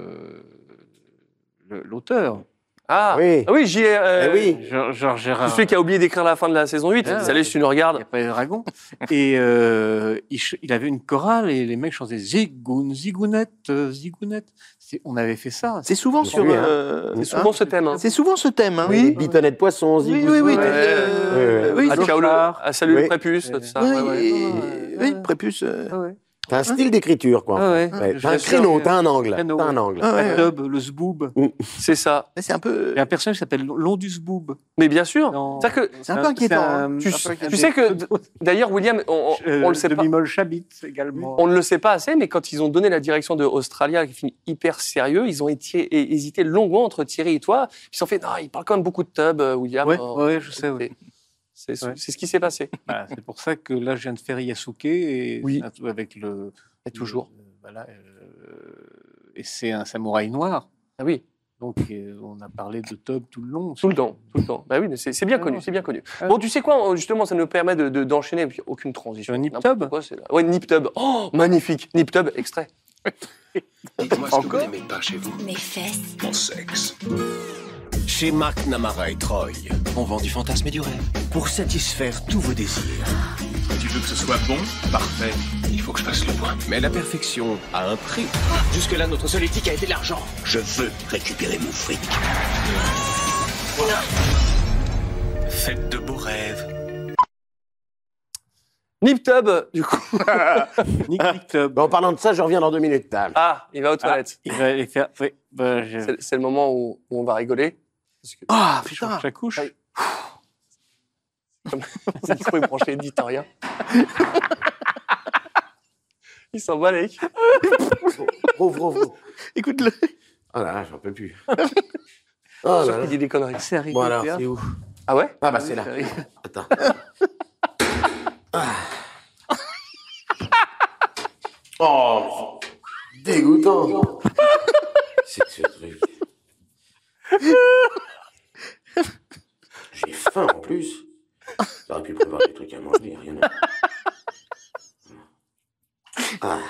l'auteur. Ah oui, oui, j'y ai. Oui. Georges Gérard. C'est celui qui a oublié d'écrire la fin de la saison 8. Salut, si tu nous regardes. Il n'y a pas de dragon. Et il avait une chorale et les mecs chantaient Zigoun, Zigounette, Zigounette. On avait fait ça. C'est souvent sur. C'est souvent ce thème. C'est souvent ce thème. Oui. Les bitonnets de poisson, Zigoun. Oui. Salut le prépuce, tout ça. Oui, prépuce. T'as un style d'écriture, quoi. T'as un créneau, t'as un angle. Tub, le zboob. C'est ça. C'est un peu. Il y a un personnage qui s'appelle Londu Zboob. Mais bien sûr. C'est un peu inquiétant. Tu sais que, d'ailleurs, William, on le sait pas. Demi-molle Chabit également. On ne le sait pas assez, mais quand ils ont donné la direction de Australia, qui finit hyper sérieux, ils ont hésité longuement entre Thierry et toi. Ils se sont fait, non, il parle quand même beaucoup de tub, William. Ouais, je sais, oui. C'est ce qui s'est passé. C'est pour ça que là, je viens de faire Yasuke et avec le. Et toujours. Et c'est un samouraï noir. Ah oui. Donc, on a parlé de Tub tout le long. Tout le temps. Bah oui, c'est bien connu, c'est bien connu. Bon, tu sais quoi, justement, ça nous permet d'enchaîner, puis aucune transition. Un Nip Tub. Ouais, Nip Tub. Oh, magnifique. Nip Tub, extrait. Dites-moi ce que vous n'aimez pas chez vous. Mes fesses. Mon sexe. Chez McNamara et Troy, on vend du fantasme et du rêve pour satisfaire tous vos désirs. Tu veux que ce soit bon? Parfait. Il faut que je fasse le point. Mais la perfection a un prix. Jusque-là, notre seule éthique a été l'argent. Je veux récupérer mon fric. Faites de beaux rêves. Nip Tubb, du coup. Nick Tubb. Bon, en parlant de ça, je reviens dans 2 minutes. Ah, il va aux toilettes. Il va aller faire. Oui, C'est le moment où on va rigoler. Ah, putain. Ça couche. Comme le micro est branché, dites rien. Il s'en bat les. Ouvre. Écoute-le. Oh là là, j'en peux plus. Je suis Oh sûr là là. qu'il dit des conneries. C'est arrivé. Bon alors, c'est où? Ah ouais? Ah bah c'est là. Attends. Oh, dégoûtant. C'est ce truc. J'ai faim en plus. J'aurais pu préparer des trucs à manger, rien à... Ah.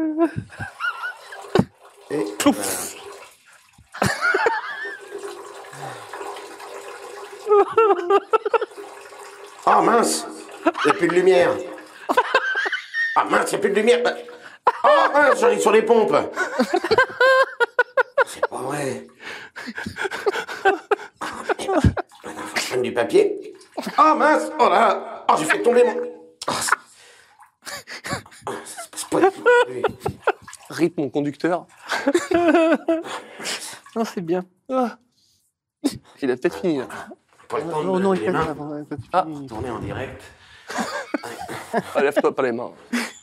Et oh mince, il n'y a plus de lumière. Ah mince, il n'y a plus de lumière. Oh mince, j'arrive sur les pompes. C'est pas vrai. Maintenant, faut que je prenne du papier. Oh mince, oh là, oh j'ai fait tomber mon... Oh, ça se passe pas du tout. Rip mon conducteur. Non, c'est bien. Ah. Il a peut-être fini là. Non, il les fait mains. ça. Ah, tourner en direct. Ah, lève-toi pas les mains.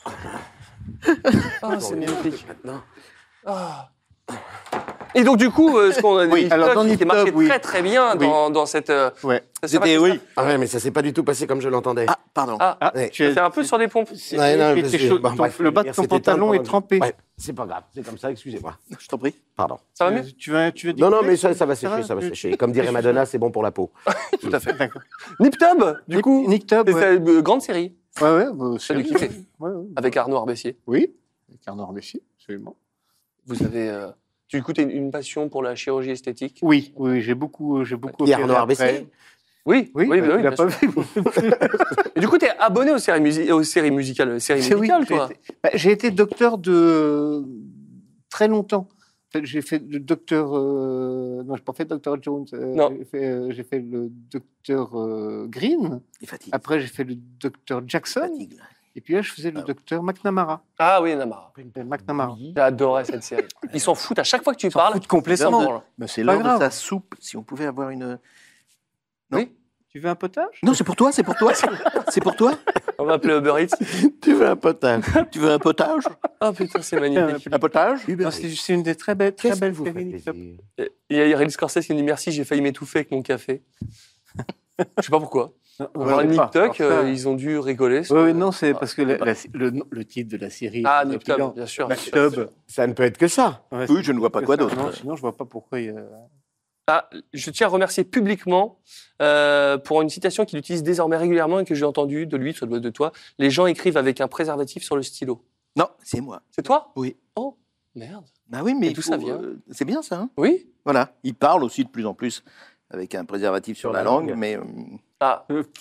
Ah, c'est magnifique. Maintenant. Ah. Et donc du coup, ce qu'on a dit, alors, dans qui Nip marchait Tubb, très très bien dans cette. Ouais. C'était oui. Ah ouais, mais ça s'est pas du tout passé comme je l'entendais. Ah, pardon. Ah, ouais. c'est un peu sur des pompes. Ouais, non, parce que- bon, bref, le bas de ton pantalon est trempé. Ouais, c'est pas grave, c'est comme ça, excusez-moi. Je t'en prie. Pardon. Ça va mieux? Tu veux Non, non, mais ça va sécher, ça va sécher. Comme dirait Madonna, c'est bon pour la peau. Tout à fait. D'accord. Nip Tubb, du coup. Nick Tubb. C'est une grande série. Ouais, J'ai dû kiffer. Avec Arnaud Arbessier. Oui, avec Arnaud Arbessier, absolument. Vous avez. Du coup, tu as une passion pour la chirurgie esthétique? Oui, j'ai beaucoup. Et opéré Arnaud après. Arbessier? Oui, Oui, oui, tu bien l'as pas sûr. vu. Et du coup, tu es abonné aux séries, musicales, toi? J'ai été docteur de très longtemps. En fait, j'ai fait le docteur. Non, je n'ai pas fait Dr Jones. Non. J'ai fait le docteur Green. Après, j'ai fait le docteur Jackson. Et puis là, je faisais le docteur McNamara. Ah oui, Namara. McNamara. J'adorais cette série. Ils s'en foutent à chaque fois que tu parles. complètement. Mais c'est Pas l'heure de grave. ta soupe. Si on pouvait avoir une. Non. Oui. Tu veux un potage? Non, c'est pour toi, c'est pour toi. C'est pour toi. On va appeler Uber Eats. Tu veux un potage? Tu veux un potage? Oh putain, c'est magnifique. Un potage? Non, c'est une des très belles séries. Nick Tubb. Il y a Irene Scorsese qui nous dit merci, j'ai failli m'étouffer avec mon café. Je sais pas pourquoi. Dans Nip Tubb, ils ont dû rigoler. Oui, non, c'est parce que le titre de la série. Ah, est Nip Tubb, brillant. bien sûr. Nip Tubb. Ça ne peut être que ça. Ouais, Oui, je ne vois pas quoi d'autre. Non, sinon, je vois pas pourquoi. Ah, je tiens à remercier publiquement pour une citation qu'il utilise désormais régulièrement et que j'ai entendue de lui, ça doit être de toi. Les gens écrivent avec un préservatif sur le stylo. Non, c'est moi. C'est toi? Oui. Oh, merde. Bah oui, mais Et d'où ça vient c'est bien ça. Hein, Oui. voilà. Il parle aussi de plus en plus avec un préservatif sur la langue, mais Ah,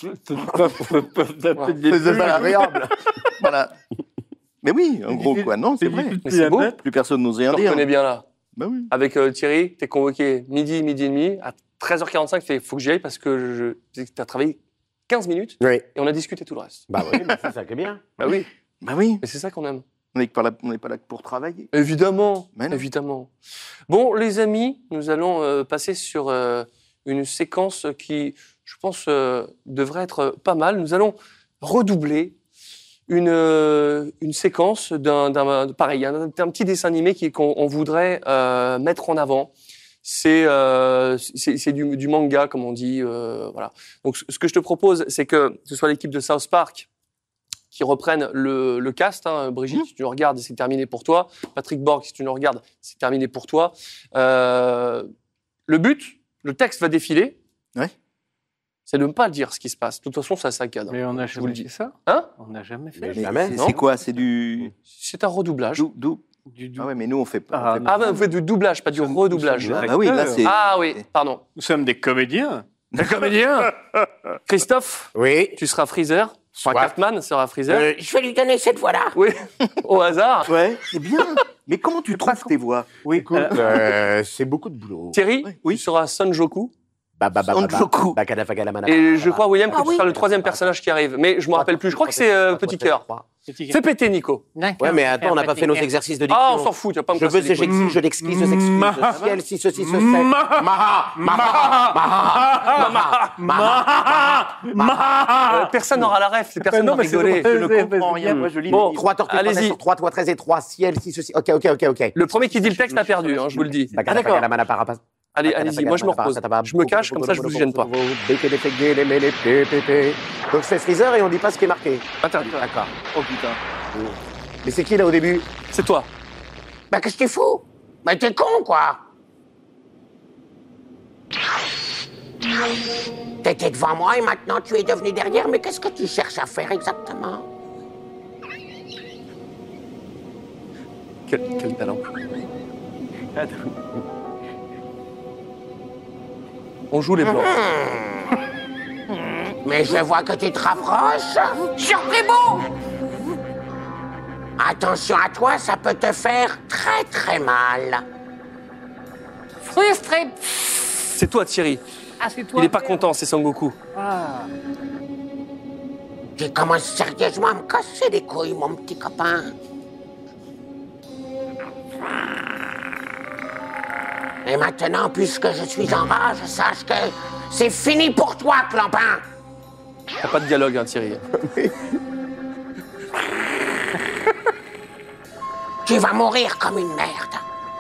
C'est agréable. voilà. Mais oui, en gros quoi. Non, c'est vrai. mais c'est beau. Plus personne n'ose rien Je te dire. reconnais bien là. Bah oui. Avec Thierry, t'es convoqué midi et demi. À 13h45, il faut que j'y aille parce que tu as travaillé 15 minutes Oui. et on a discuté tout le reste. Bah oui, mais c'est ça qui est bien. Bah oui, Bah oui. mais c'est ça qu'on aime. On n'est pas là pour travailler. Évidemment, Mais non. évidemment. Bon, les amis, nous allons passer sur une séquence qui, je pense, devrait être pas mal. Nous allons redoubler une séquence pareil, un petit dessin animé qu'on voudrait mettre en avant. C'est du manga, comme on dit. Voilà. Donc, ce que je te propose, c'est que ce soit l'équipe de South Park qui reprennent le cast. Hein. Brigitte, si tu nous regardes, c'est terminé pour toi. Patrick Borg, si tu nous regardes, c'est terminé pour toi. Le but, le texte va défiler. Ouais. C'est de ne pas dire ce qui se passe. De toute façon, ça saccade. Mais on n'a Je vous jamais le dis. fait ça. Hein? On n'a jamais fait. Mais jamais. C'est quoi? C'est du. C'est un redoublage. D'où Ah ouais, mais nous, on fait pas. Ah, vous faites du doublage, pas du redoublage. Ah oui, là, c'est. Ah oui, pardon. Nous sommes des comédiens. Des comédiens. Christophe, Oui. tu seras Freezer. Enfin, Cartman sera Freezer. Je vais lui donner cette voix-là. Oui, au hasard. Ouais, c'est bien. Mais comment tu trouves tes voix? Oui, Écoute, c'est beaucoup de boulot. Thierry, tu seras Son Goku. Sonjoku. Et je crois, William, que tu oui. seras le troisième personnage qui arrive. Mais je me rappelle plus. Je crois que c'est Petit Cœur. Fais péter, Nico. Ouais, mais attends, on n'a pas fait nos exercices de diction. Ah, on s'en fout, tu vas pas me Je veux casser les couilles. je l'exquise, ciel, si ceci, ceci, Maha, Personne n'aura la ref, personne Non, n'a mais c'est rigolé. drôle, je ne comprends rien, moi je lis. Bon, 3 tortues, allez-y. sur 3, 13 et 3, ciel, si ceci. Ok. Le premier qui dit le texte a perdu, hein, je vous le dis. Ah, d'accord. Allez, allez-y, moi je me repose. Je me cache, comme ça je vous gêne pas. Donc je fais Freezer et on dit pas ce qui est marqué. Interdit. D'accord. Oh putain. Mais c'est qui là au début? C'est toi. Bah, qu'est-ce que tu fous? Bah, t'es con, quoi. T'étais devant moi et maintenant tu es devenu derrière, mais qu'est-ce que tu cherches à faire exactement? Quel talent. On joue les blancs. Mais je vois que tu te rapproches. Surpris-vous! Attention à toi, ça peut te faire très très mal. Frustré. C'est toi, Thierry. Ah, c'est toi. Il est pas content, c'est Son Goku. Ah. Tu commences sérieusement à me casser les couilles, mon petit copain. Et maintenant, puisque je suis en rage, sache que c'est fini pour toi, Clampin. T'as pas de dialogue, hein, Thierry. Tu vas mourir comme une merde.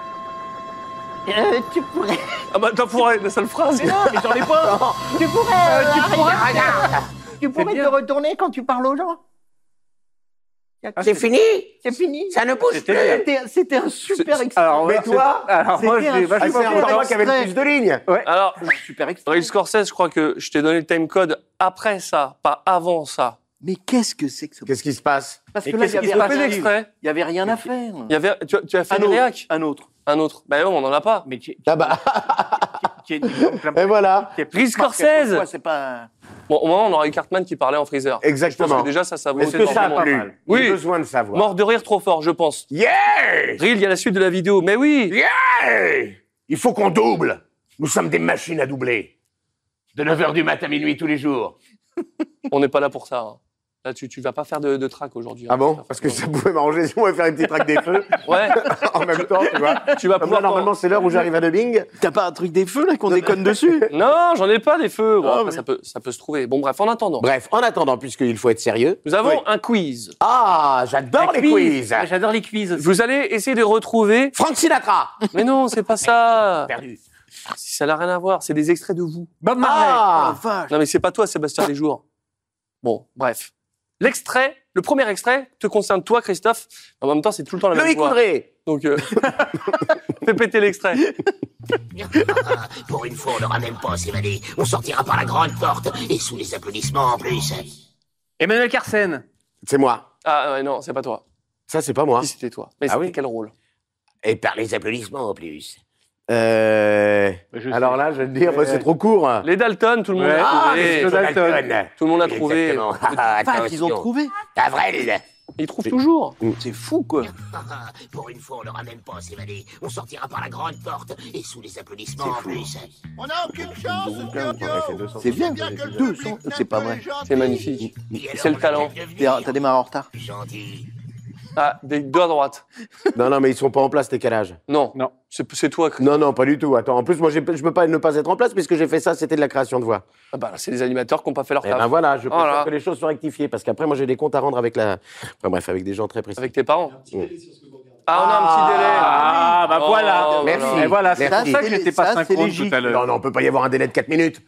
Tu pourrais. Ah bah t'en pourrais, la seule phrase. Mais non, mais j'en ai pas. Tu pourrais. Regarde. Tu pourrais te retourner quand tu parles aux gens. C'est fini? C'est fini. Ça ne bouge plus. C'était un super extrait. Alors, Mais toi, moi, j'ai c'est encore moi qui avait le plus de lignes. Ouais. Alors, super extrait. Real Scorsese, je crois que je t'ai donné le timecode après ça, pas avant ça. Mais qu'est-ce que c'est que ce... Qu'est-ce qui se passe? Parce que Et là, qu'est-ce qui se passe l'extrait? il y avait rien à faire. Il y avait, tu as fait une réac? Un autre. Un autre. Ben non, on n'en a pas. Mais Ah bah. Et voilà. Real Scorsese. C'est pas. Bon, au moment, on aura eu Cartman qui parlait en Freezer. Exactement. Je pense que déjà, ça vaut Est-ce que ça a énormément. plu? Oui. J'ai besoin de savoir. Mort de rire trop fort, je pense. Yeah! Real, il y a la suite de la vidéo. Mais oui. Yeah! Il faut qu'on double. Nous sommes des machines à doubler. De 9h du matin à minuit tous les jours. On n'est pas là pour ça. Hein. Là, tu vas pas faire de track aujourd'hui. Ah bon? Parce que ça pouvait m'arranger si on pouvait faire une petite traque des feux. Ouais. En même temps, tu vois. Tu vas Comme là, normalement, c'est l'heure où j'arrive à dubbing. T'as pas un truc des feux, là, qu'on déconne dessus? Non, j'en ai pas des feux. Bon, Ah, après, ça peut se trouver. Bon, bref, en attendant. Bref, en attendant, puisqu'il faut être sérieux. Nous avons un quiz. Ah, j'adore les quiz. J'adore les quiz. Vous allez essayer de retrouver... Frank Sinatra. Mais non, c'est pas ça. Perdu. Ça n'a rien à voir. C'est des extraits de vous. Bob Marley. Ah. Oh, vache. Non, mais c'est pas toi, Sébastien Desjours. Bon, bref. L'extrait, le premier extrait, te concerne toi, Christophe. En même temps, c'est tout le temps la même Loïc voix. Coudray. Donc, fais péter l'extrait. Pour une fois, on n'aura même pas à s'évader. On sortira par la grande porte et sous les applaudissements en plus. Emmanuel Carsen. C'est moi. Ah ouais, non, c'est pas toi. Ça, c'est pas moi. Si, c'était toi. Mais Ah c'était oui. quel rôle? Et par les applaudissements en plus. Alors là, je vais te dire, c'est trop court. Les Dalton, tout le monde Ouais. a trouvé. les Dalton. Tout le monde a trouvé. Exactement. Vache, ils ont trouvé. Avril. Ils trouvent toujours. C'est fou, quoi. Pour une fois, on n'aura même pas à s'évader. On sortira par la grande porte et sous les applaudissements en plus. On n'a aucune chance, C'est bien. 200, c'est pas vrai. C'est magnifique. C'est le talent. T'as démarré en retard. Gentil. Ah, des deux à droite. Non, mais ils sont pas en place, tes calages. Non. Non. C'est toi, Chris. Non, pas du tout. Attends, en plus, moi, je peux pas ne pas être en place puisque j'ai fait ça, c'était de la création de voix. Ah bah, c'est les animateurs qui n'ont pas fait leur Et taf. ben voilà, je préfère Voilà. que les choses soient rectifiées parce qu'après, moi, j'ai des comptes à rendre avec la. Enfin, bref, avec des gens très précis. Avec tes parents. Ah, on a un petit délai. Ah, bah Oh, voilà. merci. Et voilà, c'est Merci. pour ça que j'étais pas Ça, c'est synchrone légitime. tout à l'heure. Non, on peut pas y avoir un délai de 4 minutes.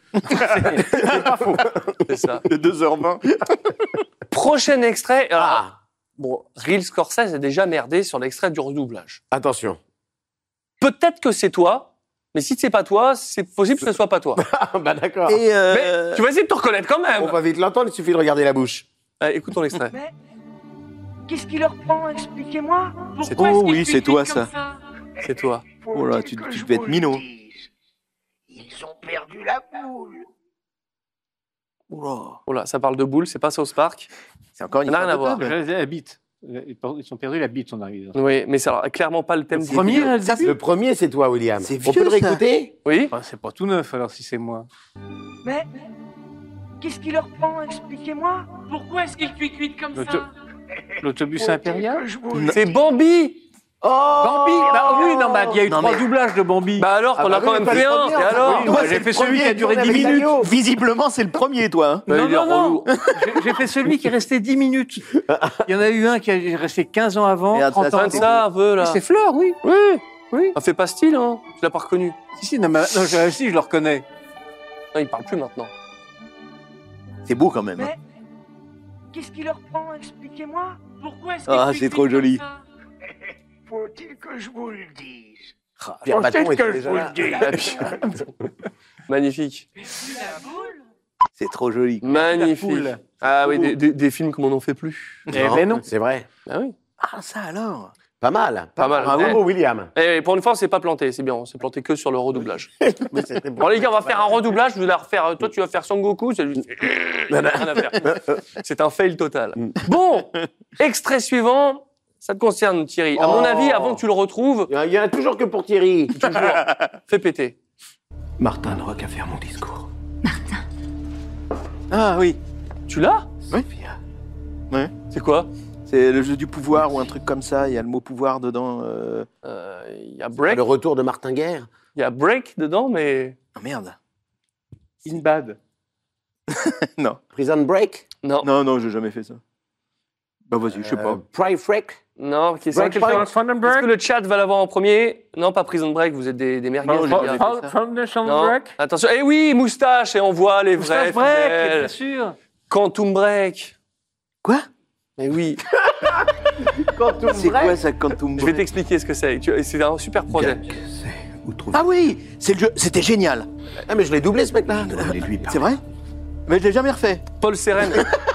C'est ça. De 2h20. Prochain extrait. Alors, bon, Real Scorsese a déjà merdé sur l'extrait du redoublage. Attention. Peut-être que c'est toi, mais si c'est pas toi, c'est possible que ce soit pas toi. Bah d'accord. Et Mais tu vas essayer de te reconnaître quand même. On va vite l'entendre, il suffit de regarder la bouche. Allez, écoute ton extrait. Qu'est-ce qui leur prend? Expliquez-moi. Oh oui, c'est toi ça. C'est toi. Oh là, tu devais être minot. Ils ont perdu la boule. Oh là, ça parle de boules, c'est pas South Park. C'est encore une Ça n'a rien à voir. La bite. Ils ont perdu la bite, on arrive. Oui, mais c'est clairement pas le thème du premier, film. Le premier, c'est toi, William. C'est On peut le vieux, ça. réécouter? Oui. Ah, c'est pas tout neuf alors si c'est moi. Mais qu'est-ce qui leur prend? Expliquez-moi. Pourquoi est-ce qu'ils cuitent comme ça? L'autobus impérial? C'est Bambi. Bambi. Bah oui, non, bah il y a eu 3 doublages de Bambi. Bah alors, t'en as quand même fait un. Et alors? Moi, j'ai fait celui qui a duré 10 minutes. Visiblement, c'est le premier, toi. Hein. Bah, Non. J'ai fait celui qui est resté 10 minutes. Il y en a eu un qui est resté 15 ans avant. Et 30 ans ça un peu là. C'est Fleur, oui. Oui. Ça fait pas style, hein. Tu l'as pas reconnu. Si, non, je le reconnais. Non, il parle plus maintenant. C'est beau quand même. Mais qu'est-ce qui leur prend? Expliquez-moi. Pourquoi est-ce Ah, c'est trop joli. Faut-il que je vous le dise? Pierre Bâton Faut-il était que je déjà vous là. le dise? Magnifique. C'est trop joli. Magnifique. Ah oui, des films comme on n'en fait plus. Non. C'est vrai. Ah oui. Ah, ça alors. Pas mal. Pas mal. Bravo, William. Et pour une fois, on s'est pas planté, c'est bien. On s'est planté que sur le redoublage. Bon, les gars, on va faire un redoublage. Je vais la refaire. Toi, tu vas faire Son Goku. C'est juste. Rien à faire. C'est un fail total. Bon, extrait suivant. Ça te concerne, Thierry. À mon avis, avant que tu le retrouves. Il y en a toujours que pour Thierry. Toujours. Fais péter. Martin n'aura qu'à faire mon discours. Ah oui. Tu l'as? Oui. Ouais. C'est quoi? C'est le jeu du pouvoir ou un truc comme ça. Il y a le mot pouvoir dedans. Il y a Break. Le retour de Martin Guerre. Il y a Break dedans, mais. Ah merde. In Bad. Non. Prison Break. Non. Non, j'ai jamais fait ça. Bah vas-y, je sais pas. Pride Freak. Non, est-ce que le chat va l'avoir en premier? Non, pas Prison Break, vous êtes des merguez. Non. Break. Attention, eh oui, moustache, et on voit les vrais Break, fidèles. bien sûr. Quantum Break. Quoi? Mais oui. C'est quoi ça, Quantum Break? Je vais t'expliquer ce que c'est. C'est un super projet. Ah oui, c'est le jeu. C'était génial. Ah mais je l'ai doublé ce mec-là. C'est vrai? Mais je l'ai jamais refait. Paul Seren.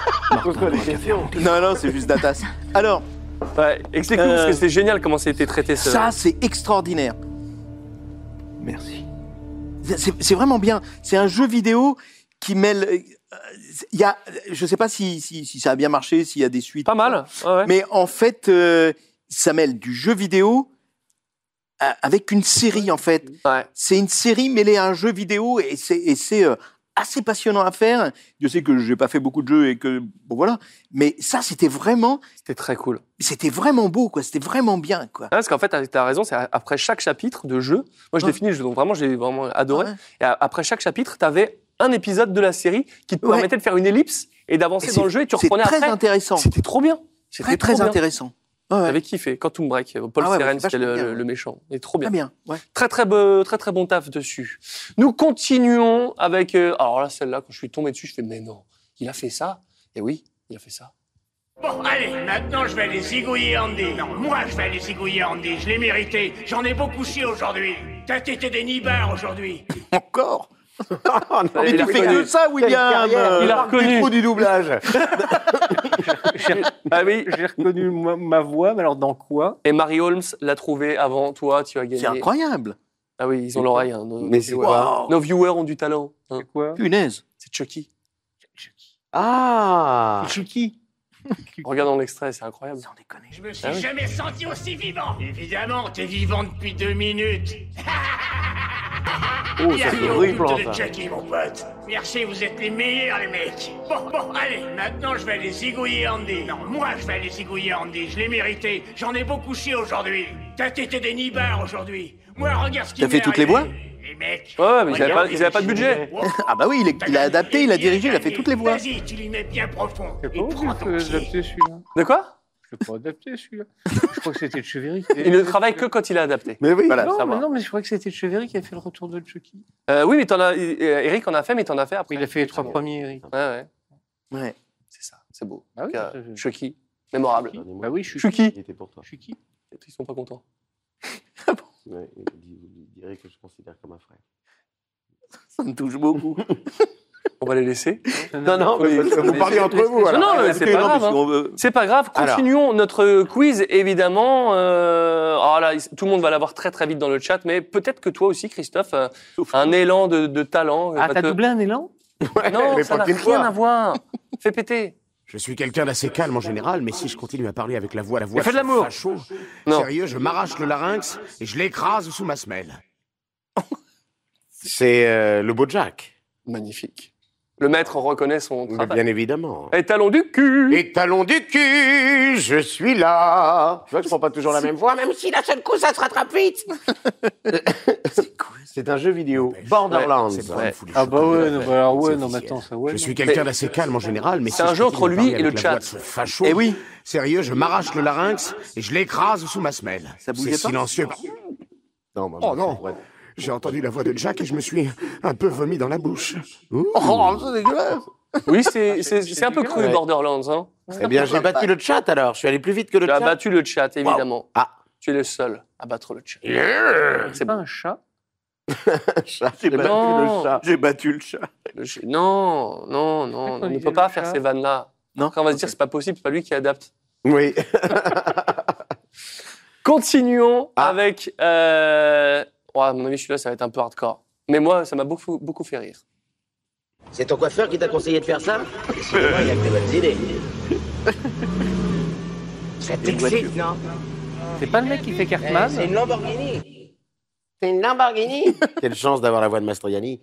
Non, c'est juste Datas. Alors. Ouais, explique-nous parce que c'est génial comment ça a été traité. Ça, c'est extraordinaire. Merci. C'est vraiment bien. C'est un jeu vidéo qui mêle. Il y a, je sais pas si ça a bien marché, s'il y a des suites. Pas mal. Ouais. Mais en fait, ça mêle du jeu vidéo avec une série en fait. Ouais. C'est une série mêlée à un jeu vidéo et c'est assez passionnant à faire. Je sais que j'ai pas fait beaucoup de jeux et que bon voilà, mais ça c'était très cool. C'était vraiment beau quoi, c'était vraiment bien quoi. Parce qu'en fait t'as raison, c'est après chaque chapitre de jeu. Moi je l'ai fini, donc vraiment j'ai vraiment adoré. Et après chaque chapitre, t'avais un épisode de la série qui te permettait de faire une ellipse et d'avancer dans le jeu et tu reprenais après. C'est très intéressant. C'était trop bien. C'était très intéressant. J'avais kiffé. Quantum Break. Paul Seren, c'était le méchant. Il est trop bien. Très bien. Ouais. Très bon taf dessus. Nous continuons avec. Alors là, celle-là, quand je suis tombé dessus, je fais mais non, il a fait ça. Et oui, il a fait ça. Bon, allez, maintenant je vais aller zigouiller Andy. Non, moi je vais aller zigouiller Andy, je l'ai mérité. J'en ai beaucoup chié aujourd'hui. T'as été des nibards aujourd'hui. Encore? Mais tu fais que ça, William. Il a reconnu. Du doublage. Ah oui. J'ai reconnu ma voix, mais alors dans quoi? Et Marie Holmes l'a trouvé avant toi, tu as gagné. C'est incroyable. Ah oui, ils ont l'oreille. Hein, mais c'est quoi? Nos viewers ont du talent. Hein. C'est quoi? Punaise. C'est Chucky. Ah. Chucky. Regarde dans l'extrait, c'est incroyable. Sans déconner. Je me suis jamais senti aussi vivant. Évidemment, t'es vivant depuis 2 minutes. Oh, ça fait horrible, de ça. Chucky, mon pote. Merci, vous êtes les meilleurs, les mecs. Bon, allez, maintenant je vais aller zigouiller Andy. Non, moi je vais aller zigouiller Andy, je l'ai mérité. J'en ai beaucoup chié aujourd'hui. T'as été des nibards aujourd'hui. Moi, regarde ce qui m'est T'as fait toutes les voix? Les mecs. Ouais, mais ils avaient pas de budget. Ah bah oui, il a adapté, il a dirigé, il a fait toutes les voix. Vas-y, tu l'y mets bien profond. Je sais Et pas où prends ton j'ai adapté celui-là. De quoi? Je peux pas adapter celui-là. Je crois que c'était de Cheverick. Il ne travaille que quand il est adapté. Mais oui. Voilà, Non, mais je crois que c'était de Cheverick qui a fait le retour de Chucky. Oui, mais Eric en a fait, mais t'en as fait après. Il a fait les 3 premiers, Eric. Ouais. C'est ça, c'est beau. Ah oui, Chucky, mémorable. Bah oui, Chucky. Il était pour toi. Chucky. Ils sont pas contents. Ouais, il dirait que je considère comme un frère. Ça me touche beaucoup. On va les laisser. Non, mais vous parliez entre vous. Non, alors. mais c'est pas grave. Hein. C'est pas grave. Continuons notre quiz, évidemment. Oh là, tout le monde va l'avoir très très vite dans le chat, mais peut-être que toi aussi, Christophe, un élan de talent. Ah, t'as doublé un élan? Non, mais ça pas n'a qu'une rien fois. à voir. Fais péter. Je suis quelqu'un d'assez calme en général, mais si je continue à parler avec la voix Mais fais de l'amour. facho, Non. sérieux, je m'arrache le larynx et je l'écrase sous ma semelle. C'est le beau Jack. Magnifique. Le maître reconnaît son Mais travail. bien évidemment. Étalon du cul. Étalon du cul, je suis là. Tu vois que je prends pas toujours la même voix. Même si d'un seul coup, ça se rattrape vite. C'est un jeu vidéo. Borderlands. C'est pas un fou du Ah bah ouais, non, bah alors ouais, C'est non, officiel. maintenant ça ouais. Je non. suis quelqu'un d'assez calme en général, mais C'est si un je jeu continue entre à lui parler et le avec la voix chat. de ce facho, Eh oui. Sérieux, je m'arrache le larynx et je l'écrase sous ma semelle. Ça bougeait C'est pas silencieux. Non, Oh non. J'ai entendu la voix de Jack et je me suis un peu vomi dans la bouche. Oh, c'est dégueulasse. Oui, c'est un peu cru, Ouais. Borderlands. Hein. Eh bien, j'ai battu le chat alors. Je suis allé plus vite que le Tu as chat. battu le chat, évidemment. Ah. Tu es le seul à battre le chat. C'est pas un chat? Chat, J'ai j'ai battu battu le chat. J'ai battu le chat. Non, non, non, on ne peut pas faire ces vannes-là. Non. Après, on va se dire, c'est pas possible, c'est pas lui qui adapte. Oui. Continuons avec... Oh, à mon avis, celui-là, ça va être un peu hardcore. Mais moi, ça m'a beaucoup fait rire. C'est ton coiffeur qui t'a conseillé de faire ça? Décidément, il a que des bonnes idées. Ça t'excite, non? C'est pas le mec qui fait Cartman? C'est une Lamborghini. C'est une Lamborghini? Quelle chance d'avoir la voix de Mastroianni.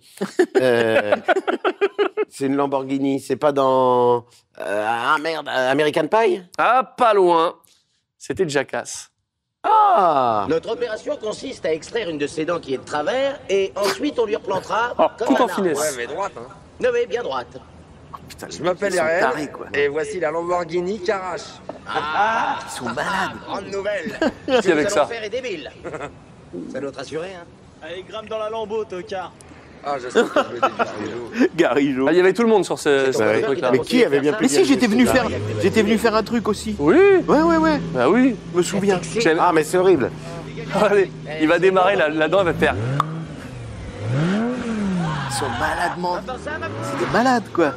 C'est une Lamborghini. C'est pas dans... ah merde, American Pie? Ah, pas loin. C'était Jackass. Ah! Notre opération consiste à extraire une de ses dents qui est de travers et ensuite on lui replantera comme tout un en arbre. finesse. Ouais, mais droite, hein. Non, mais bien droite. Je m'appelle Irène et voici la Lamborghini Carache. Ah, Ils sont malades. grande nouvelle. Qui avec ça? Faire est débile. Ça doit te rassurer, hein. Allez, grimpe dans la lambeau, tocard. Ah, je sais que je vais dire. Garigeau. Ah, il y avait tout le monde sur ce vrai. truc-là. Mais qui avait bien Mais plus si, j'étais venu faire un truc aussi. Oui, Ouais. bah oui. Je me souviens. J'aime- Ah, mais c'est horrible. Allez, il va démarrer, la dent, elle va faire... Ils sont malades, man. C'est des malades, quoi.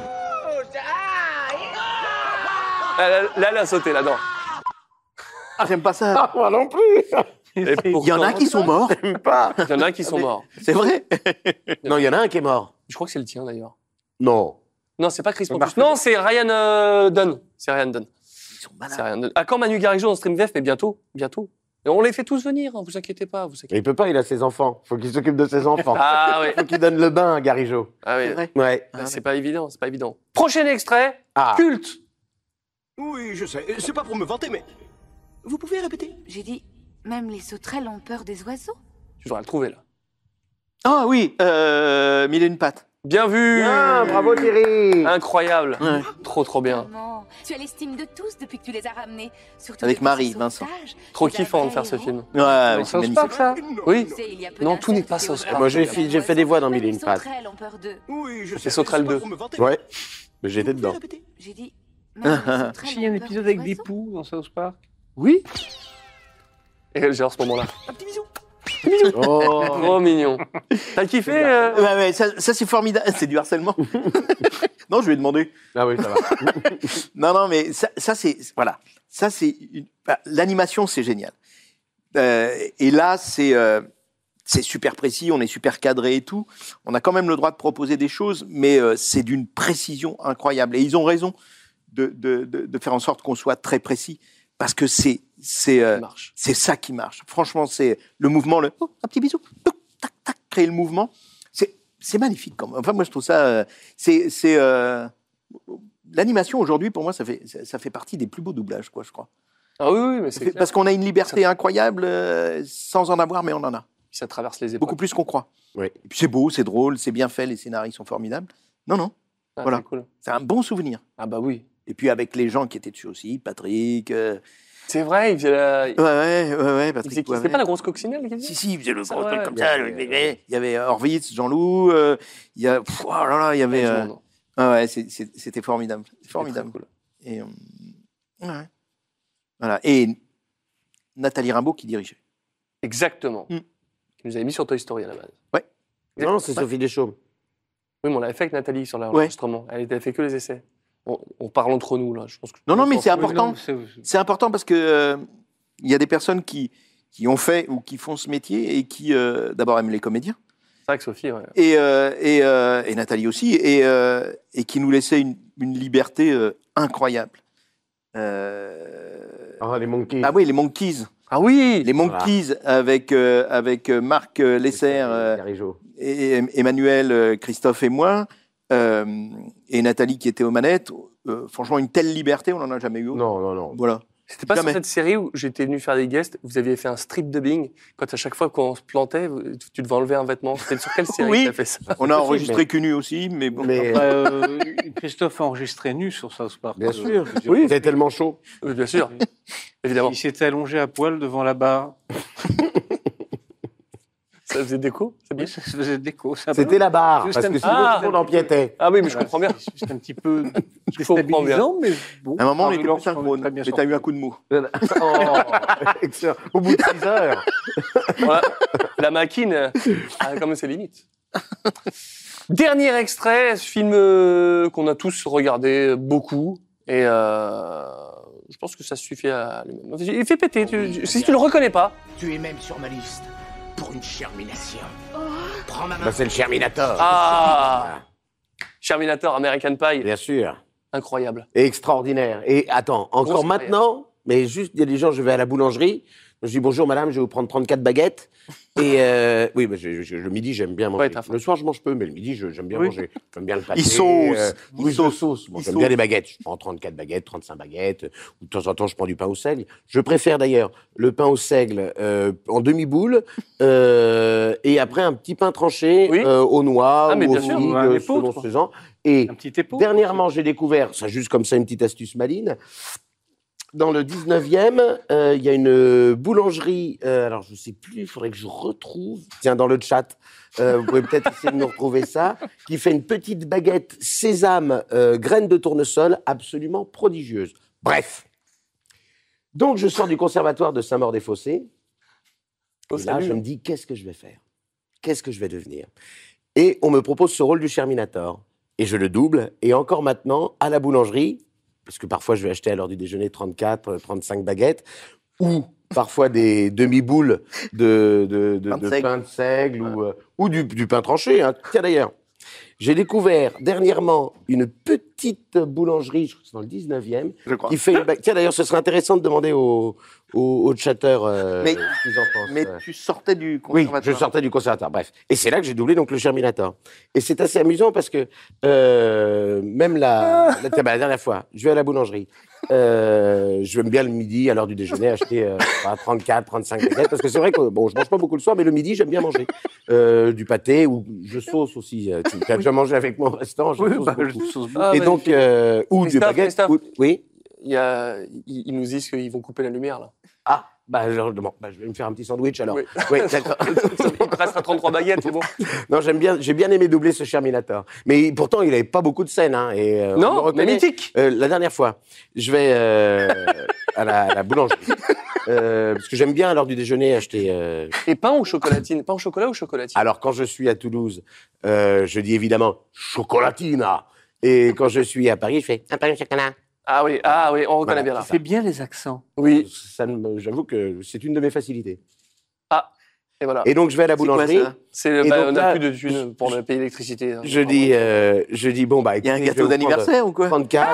Là, elle a sauté, la dent. Ah, j'aime pas ça. Moi non plus. Il y en a qui sont morts. J'aime pas. Il y en a qui sont morts. C'est vrai. Non, il y en a un qui est mort. Je crois que c'est le tien, d'ailleurs. Non. Non, c'est pas Chris Pontus. Non, c'est Ryan Dunn. C'est Ryan Dunn. Ils sont C'est malades. Ryan Dunn. À quand Manu Garigeau en stream VF? Mais bientôt, bientôt. Et on les fait tous venir, hein, vous inquiétez pas. Il peut pas, il a ses enfants. Faut qu'il s'occupe de ses enfants. Ah oui. Faut qu'il donne le bain à Garigeau. Ah oui. vrai. Ouais. Ah, c'est pas évident, c'est pas évident. Prochain extrait, Ah. culte. Oui, je sais. C'est pas pour me vanter, mais. Vous pouvez répéter? J'ai dit, même les sauterelles ont peur des oiseaux. Tu devrais le trouver là. Ah oui, mille et une pattes. Bien vu. Bien, bravo Thierry. Incroyable. Ouais. Trop bien. Maman, tu as l'estime de tous depuis que tu les as ramenés. Surtout Avec depuis Marie, ce Vincent. sauvetage. Trop C'est un kiffant de vrai faire ce héros. film. Ouais, Dans c'est South magnifique. Park, ça? Oui. Tu sais, il y a peu Non, tout n'est pas d'insectes South et Park. Moi, j'ai d'oiseaux. fait des voix dans Mille et une Les pattes. sauterelles ont peur d'eux. Oui, je sais. C'est Sauterelle pas 2. pour me vanter. Ouais. Mais j'étais dedans. Répétez. J'ai dit, même les sauterelles Il y a un ont peur épisode des avec des oiseaux. poux dans South Park. Oui. Et j'ai à ce moment-là. Un petit bisou. Oh. Trop mignon. T'as kiffé Ouais, ça c'est formidable. C'est du harcèlement. Non, je lui ai demandé. Ah oui, ça va. Non, mais ça c'est voilà. Ça c'est l'animation, c'est génial. Et là, c'est super précis, on est super cadré et tout. On a quand même le droit de proposer des choses, mais c'est d'une précision incroyable. Et ils ont raison de faire en sorte qu'on soit très précis, parce que c'est ça qui marche. Franchement, c'est le mouvement, un petit bisou, tac, tac, créer le mouvement. C'est magnifique. Enfin, moi, je trouve ça... l'animation, aujourd'hui, pour moi, ça fait partie des plus beaux doublages, quoi, je crois. Ah oui, mais c'est clair. Parce qu'on a une liberté incroyable, sans en avoir, mais on en a. Ça traverse les époques. Beaucoup plus qu'on croit. Oui. Et puis c'est beau, c'est drôle, c'est bien fait, les scénarios sont formidables. Non. Ah, Voilà. c'est cool. C'est un bon souvenir. Ah bah oui. Et puis avec les gens qui étaient dessus aussi, Patrick... C'est vrai, il faisait la... Ouais, Patrick C'était Poivet. pas la grosse coccinelle qu'il faisait? Si, il faisait le gros vrai. truc comme ça. Il y avait Horvitz, Jean-Loup, il y a... oh là là, il y avait... ouais, c'était formidable. C'est formidable. Cool. Et, ouais. Voilà. Et Nathalie Rimbaud qui dirigeait. Exactement. Qui nous avait mis sur Toy Story à la base. Ouais. Non, c'est Sophie Deschaumes. Oui, mais on l'avait fait avec Nathalie sur l'enregistrement. Elle avait fait que les essais. On parle entre nous, là. Je pense que Non, mais c'est important. C'est important parce que il y a des personnes qui ont fait ou qui font ce métier et qui, d'abord, aiment les comédiens. C'est vrai que Sophie, ouais. Et Nathalie aussi, et qui nous laissaient une liberté incroyable. Les Monkeys. Ah oui, les Monkeys. Ah oui. Les Monkeys avec Marc Lesser, et Emmanuel, Christophe et moi, et Nathalie qui était aux manettes. Franchement, une telle liberté, on n'en a jamais eu. Non. Voilà. C'était pas sur cette série où j'étais venu faire des guests, vous aviez fait un strip dubbing, quand à chaque fois qu'on se plantait, tu devais enlever un vêtement. C'était sur quelle série que tu as fait ça? On a enregistré que nu aussi, mais bon. Christophe a enregistré nu sur South Park. Bien sûr. Oui, c'était tellement chaud. Oui, bien sûr. Évidemment. Il s'était allongé à poil devant la barre. Ça faisait déco, c'est bien. Ça faisait déco. C'était la barre, parce que sinon tout le monde empiétait. Ah oui, mais je comprends bien. C'est un petit peu Je comprends bien. déstabilisant, mais bon. À un moment, on était Marie-Laure plus synchrone, très bien mais t'as eu un coup de mou. Excellent. Au bout de 6 heures. Voilà. La maquine a quand même ses limites. Dernier extrait, ce film qu'on a tous regardé beaucoup, et je pense que ça suffit à lui-même. Il fait péter, si tu le reconnais pas. Tu es même sur ma liste pour une Shermination. Prends ma main. C'est le Sherminator. Ah, Sherminator, American Pie. Bien sûr. Incroyable. Et extraordinaire. Et attends, encore maintenant, mais juste, il y a des gens, je vais à la boulangerie, je dis bonjour madame, je vais vous prendre 34 baguettes. Et oui, bah, le midi, j'aime bien manger. Le soir, je mange peu, mais le midi, j'aime bien manger. J'aime bien le pâté. Sauce. Bon, j'aime bien les baguettes. Je prends 34 baguettes, 35 baguettes. Ou de temps en temps, je prends du pain au seigle. Je préfère d'ailleurs le pain au seigle en demi-boule et après un petit pain tranché aux noix ou aux figues, selon saison. Et dernièrement, j'ai découvert, ça juste comme ça, une petite astuce maline. Dans le 19e, il y a une boulangerie, alors je ne sais plus, il faudrait que je retrouve, tiens, dans le chat, vous pouvez peut-être essayer de nous retrouver ça, qui fait une petite baguette sésame, graines de tournesol, absolument prodigieuse. Bref. Donc, je sors du conservatoire de Saint-Maur-des-Fossés, et là, je me dis, qu'est-ce que je vais faire? Qu'est-ce que je vais devenir? Et on me propose ce rôle du Sherminator. Et je le double, et encore maintenant, à la boulangerie, parce que parfois je vais acheter à l'heure du déjeuner 34, 35 baguettes, ou parfois des demi-boules de pain de seigle ou du pain tranché. Hein. Tiens d'ailleurs, j'ai découvert dernièrement une petite boulangerie, je crois que c'est dans le 19e, qui fait une baguette. Tiens d'ailleurs, ce serait intéressant de demander aux chatteurs ce qu'ils en pensent. Mais tu sortais du conservatoire. Oui, je sortais du conservatoire, bref. Et c'est là que j'ai doublé donc le Sherminator. Et c'est assez amusant parce que même la dernière fois, je vais à la boulangerie. Je aime bien le midi, à l'heure du déjeuner, acheter 34, 35 baguettes. Parce que c'est vrai que bon, je mange pas beaucoup le soir, mais le midi, j'aime bien manger du pâté ou je sauce aussi. Tu as déjà mangé avec moi au restaurant, je sauce beaucoup. Et donc, ou des baguettes. Oui. Ils nous disent qu'ils vont couper la lumière, là. Ah, je vais me faire un petit sandwich, alors. Oui, d'accord. Il te restera 33 baguettes, c'est bon. Non, j'ai bien aimé doubler ce Sherminator. Mais pourtant, il n'avait pas beaucoup de scènes. Hein, et, non, mais mythique. La dernière fois, je vais à la boulangerie. Parce que j'aime bien, à l'heure du déjeuner, acheter... Et pain ou chocolatine? Pain au chocolat ou chocolatine? Alors, quand je suis à Toulouse, je dis évidemment « chocolatina ». Et quand je suis à Paris, je fais « un pain au chocolat ». Ah oui, on reconnaît bien là. Tu fais bien les accents. Oui. J'avoue que c'est une de mes facilités. Ah, et voilà. Et donc, je vais à la boulangerie. On n'a plus de thunes pour payer l'électricité. Hein. Je dis, bon, bah, il y a un gâteau d'anniversaire ou quoi? 34,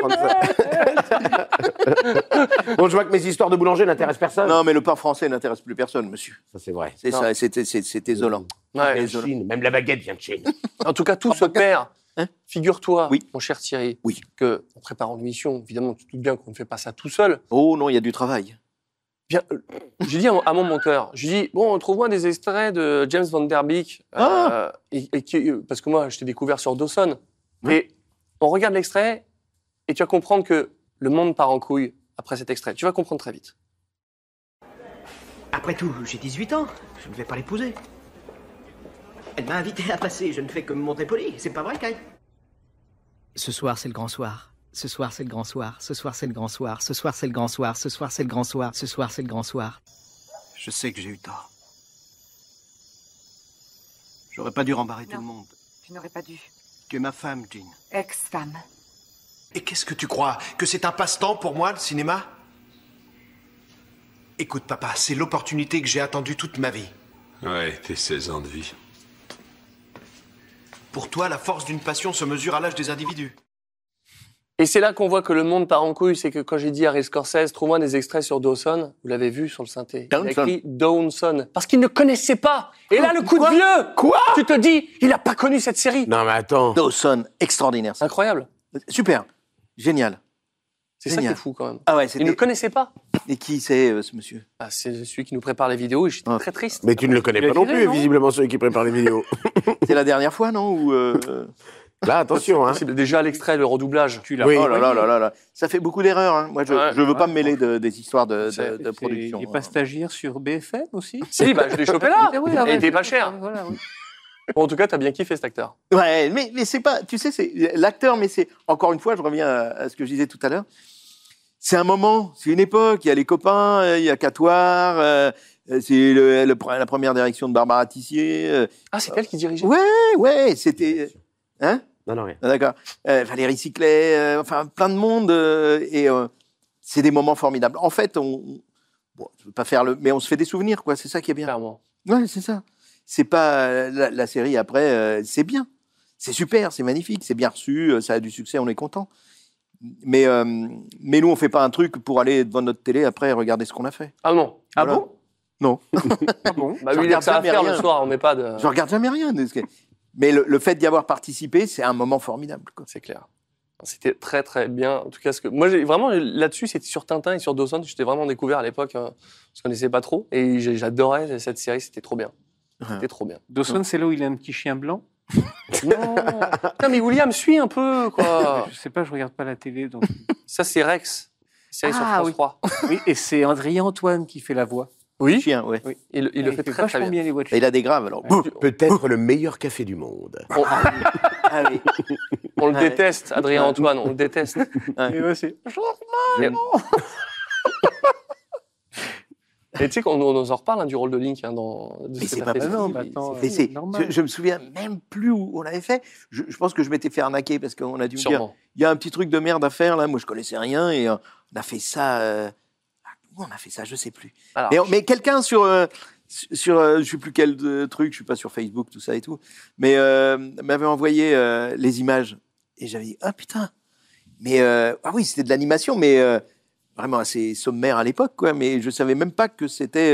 35. Bon, je vois que mes histoires de boulanger n'intéressent personne. Non, mais le pain français n'intéresse plus personne, monsieur. Ça, c'est vrai. C'est ça, c'est désolant. Ouais, Chine, même la baguette vient de Chine. En tout cas, tout se perd. Figure-toi, mon cher Thierry, que en préparant l'émission, évidemment, tu te doutes bien qu'on ne fait pas ça tout seul. Oh non, il y a du travail. Bien, j'ai dit à mon monteur, je dis bon, trouve-moi des extraits de James Van Der Beek, parce que moi, je t'ai découvert sur Dawson. Et on regarde l'extrait et tu vas comprendre que le monde part en couille après cet extrait. Tu vas comprendre très vite. Après tout, j'ai 18 ans, je ne vais pas l'épouser. Elle m'a invité à passer, je ne fais que me montrer poli, c'est pas vrai, Kai? Ce soir, c'est le grand soir. Ce soir, c'est le grand soir. Ce soir, c'est le grand soir. Ce soir, c'est le grand soir. Ce soir, c'est le grand soir. Ce soir, c'est le grand soir. Je sais que j'ai eu tort. J'aurais pas dû rembarrer tout le monde. Tu n'aurais pas dû. Tu es ma femme, Jean. Ex-femme. Et qu'est-ce que tu crois? Que c'est un passe-temps pour moi, le cinéma? Écoute, papa, c'est l'opportunité que j'ai attendue toute ma vie. Ouais, tes 16 ans de vie. Pour toi, la force d'une passion se mesure à l'âge des individus. Et c'est là qu'on voit que le monde part en couille, c'est que quand j'ai dit à Harry Scorsese, trouve-moi des extraits sur Dawson, vous l'avez vu sur le synthé. Il a écrit Dawson. Parce qu'il ne connaissait pas. Et là, le coup de vieux. Quoi? Tu te dis, il n'a pas connu cette série. Non, mais attends. Dawson, extraordinaire. Ça. Incroyable. Super. Génial. C'est ça qui est fou, quand même. Ah ouais, il ne connaissait pas. Et qui c'est, ce monsieur? Ah, c'est celui qui nous prépare les vidéos et j'étais très triste. Mais tu ne le connais pas non plus, visiblement, celui qui prépare les vidéos. C'est la dernière fois, non? Ou Là, attention. Hein. Déjà, l'extrait, le redoublage. Oui. Oh là là là là là. Ça fait beaucoup d'erreurs. Hein. Moi, je ne veux pas me mêler des histoires de production. Il n'est pas stagiaire sur BFM aussi? Si, bah, je l'ai chopé là. Oui, et il n'était pas cher. Voilà, oui. Bon, en tout cas, t'as bien kiffé cet acteur. Ouais, mais c'est pas... Tu sais, c'est l'acteur, mais c'est... Encore une fois, je reviens à ce que je disais tout à l'heure. C'est un moment, c'est une époque. Il y a les copains, il y a Catoire... c'est la première direction de Barbara Tissier. Ah, c'est elle qui dirigeait? Ouais, c'était... Hein? Non, rien. Ah, d'accord. Valérie Ciclet, enfin, plein de monde. C'est des moments formidables. En fait, bon, je veux pas faire mais on se fait des souvenirs, quoi. C'est ça qui est bien. Clairement. Ouais, c'est ça. C'est pas... La série, après, c'est bien. C'est super, c'est magnifique, c'est bien reçu, ça a du succès, on est content. Mais nous, on fait pas un truc pour aller devant notre télé après et regarder ce qu'on a fait. Ah non. Voilà. Ah bon? Non. Ah bon? Bah oui, il y a ça à faire le soir, on met pas de... Je regarde jamais rien. Mais le fait d'y avoir participé, c'est un moment formidable. C'est clair. C'était très très bien. En tout cas, moi, vraiment là-dessus, c'était sur Tintin et sur Dawson. J'étais vraiment découvert à l'époque. Je ne connaissais pas trop. Et j'adorais cette série. C'était trop bien. C'était trop bien. Dawson, c'est là où il a un petit chien blanc? Non, mais William suit un peu, quoi. Je sais pas, je regarde pas la télé. Donc... Ça, c'est Rex. Série sur France 3. Oui, et c'est Adrien Antoine qui fait la voix. Oui. Chien, ouais. Oui. Il le fait très très bien. Les voix de il a des graves, alors. Peut-être le meilleur café du monde. Ah oui. On le déteste, Adrien Antoine, on le déteste. Et ouais, c'est... Et tu sais qu'on en reparle du rôle de Link de mais cette c'est pas affaire. Je me souviens même plus où on l'avait fait. Je pense que je m'étais fait arnaquer parce qu'on a dû me dire il y a un petit truc de merde à faire là. Moi je connaissais rien et on a fait ça. Où on a fait ça, je sais plus. Alors, mais quelqu'un sur je sais plus quel truc, je suis pas sur Facebook tout ça et tout, mais m'avait envoyé les images et j'avais dit ah putain. Mais ah oui c'était de l'animation mais vraiment assez sommaire à l'époque, quoi. Mais je savais même pas que c'était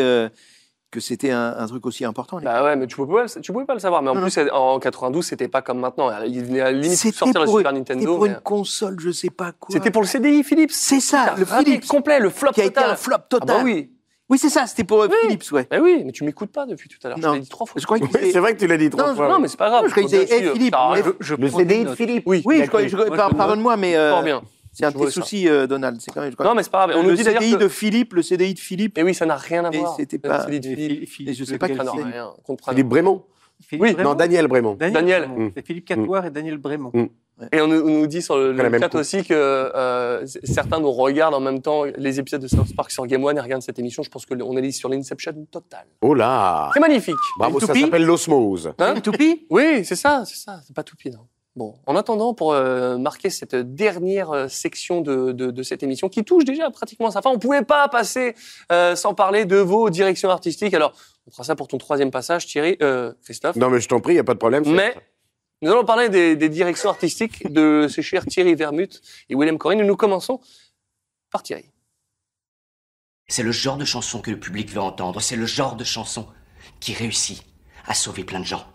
un truc aussi important. Bah ouais, mais tu pouvais pas le savoir. Mais en plus, en 92, c'était pas comme maintenant. Il venait à la limite sortir le Super Nintendo. C'était pour une console, je sais pas quoi. C'était pour le CDI Philips. C'est ça, le Philips complet, le flop qui a total. été un flop total. Ah bah oui. Oui, c'est ça, c'était pour Philips, ouais. Bah oui, mais tu m'écoutes pas depuis tout à l'heure. Je l'ai dit 3 fois. Je croyais que c'est vrai que tu l'as dit 3 fois. Non, mais c'est pas grave. Je croyais que c'était Philippe. Le CDI de Philippe. Oui, pardonne-moi, mais. bien. C'est un de tes soucis, Donald. C'est quand même, non, mais c'est pas grave. On nous dit le CDI de Philippe, le CDI de Philippe. Et oui, ça n'a rien à voir. C'était pas. Le CDI de Philippe. Et je sais pas quel c'est. Philippe Brémont. Oui, non, Daniel Brémont. Daniel. C'est Philippe Catoire et Daniel Brémont. Et on nous dit sur le chat aussi que certains nous regardent en même temps les épisodes de South Park sur Game One et regardent cette émission. Je pense qu'on est sur l'Inception totale. Oh là! C'est magnifique. Bravo, ça s'appelle l'osmose. Toupie? Oui, c'est ça. C'est pas Toupie, non. Bon, en attendant, pour marquer cette dernière section de cette émission qui touche déjà pratiquement à sa fin, on pouvait pas passer sans parler de vos directions artistiques. Alors, on fera ça pour ton 3e passage, Thierry, Christophe. Non, mais je t'en prie, il n'y a pas de problème. Mais nous allons parler des directions artistiques de ces chers Thierry Vermut et William Corinne. Et nous commençons par Thierry. C'est le genre de chanson que le public veut entendre. C'est le genre de chanson qui réussit à sauver plein de gens.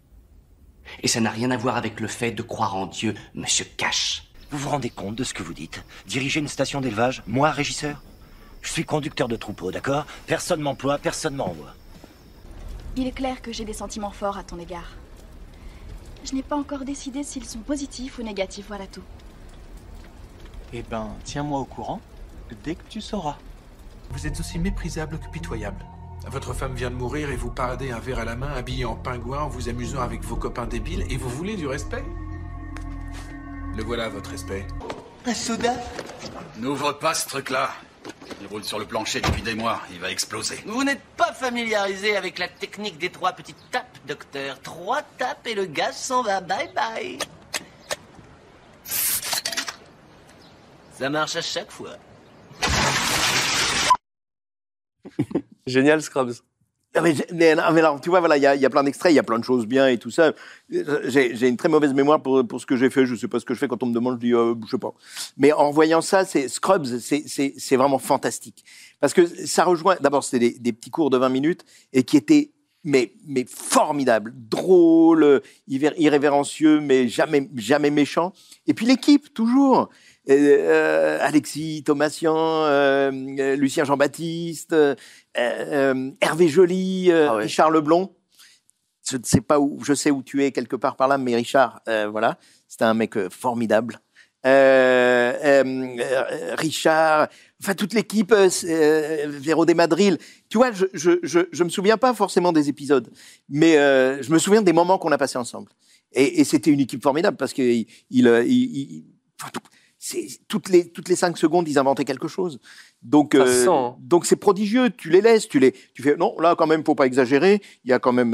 Et ça n'a rien à voir avec le fait de croire en Dieu, Monsieur Cash. Vous vous rendez compte de ce que vous dites? Diriger une station d'élevage? Moi, régisseur? Je suis conducteur de troupeau, d'accord? Personne m'emploie, personne m'envoie. Il est clair que j'ai des sentiments forts à ton égard. Je n'ai pas encore décidé s'ils sont positifs ou négatifs, voilà tout. Eh ben, tiens-moi au courant dès que tu sauras. Vous êtes aussi méprisable que pitoyable. Votre femme vient de mourir et vous paradez un verre à la main, habillé en pingouin, en vous amusant avec vos copains débiles, et vous voulez du respect? Le voilà, votre respect. Un soda? N'ouvre pas ce truc-là. Il roule sur le plancher depuis des mois, il va exploser. Vous n'êtes pas familiarisé avec la technique des 3 petites tapes? docteur. 3 tapes et le gaz s'en va. Bye bye. Ça marche à chaque fois. Génial, Scrubs. Mais alors, tu vois, voilà, il y a plein d'extraits, il y a plein de choses bien et tout ça. J'ai une très mauvaise mémoire pour ce que j'ai fait. Je sais pas ce que je fais quand on me demande, je dis, je sais pas. Mais en voyant ça, Scrubs, c'est vraiment fantastique. Parce que ça rejoint, d'abord, c'était des petits cours de 20 minutes et qui étaient, mais formidables, drôles, irrévérencieux, mais jamais méchants. Et puis l'équipe, toujours. Alexis Thomasian, Lucien Jean-Baptiste, Hervé Joly, Richard Leblond. Je ne sais pas où, je sais où tu es quelque part par là, mais Richard, voilà, c'était un mec formidable. Richard, enfin toute l'équipe, Véro Desmadrilles. Tu vois, je me souviens pas forcément des épisodes, mais je me souviens des moments qu'on a passés ensemble. Et c'était une équipe formidable parce que toutes les 5 secondes, ils inventaient quelque chose. Donc, donc c'est prodigieux. Tu les laisses, tu fais non, là quand même, faut pas exagérer. Il y a quand même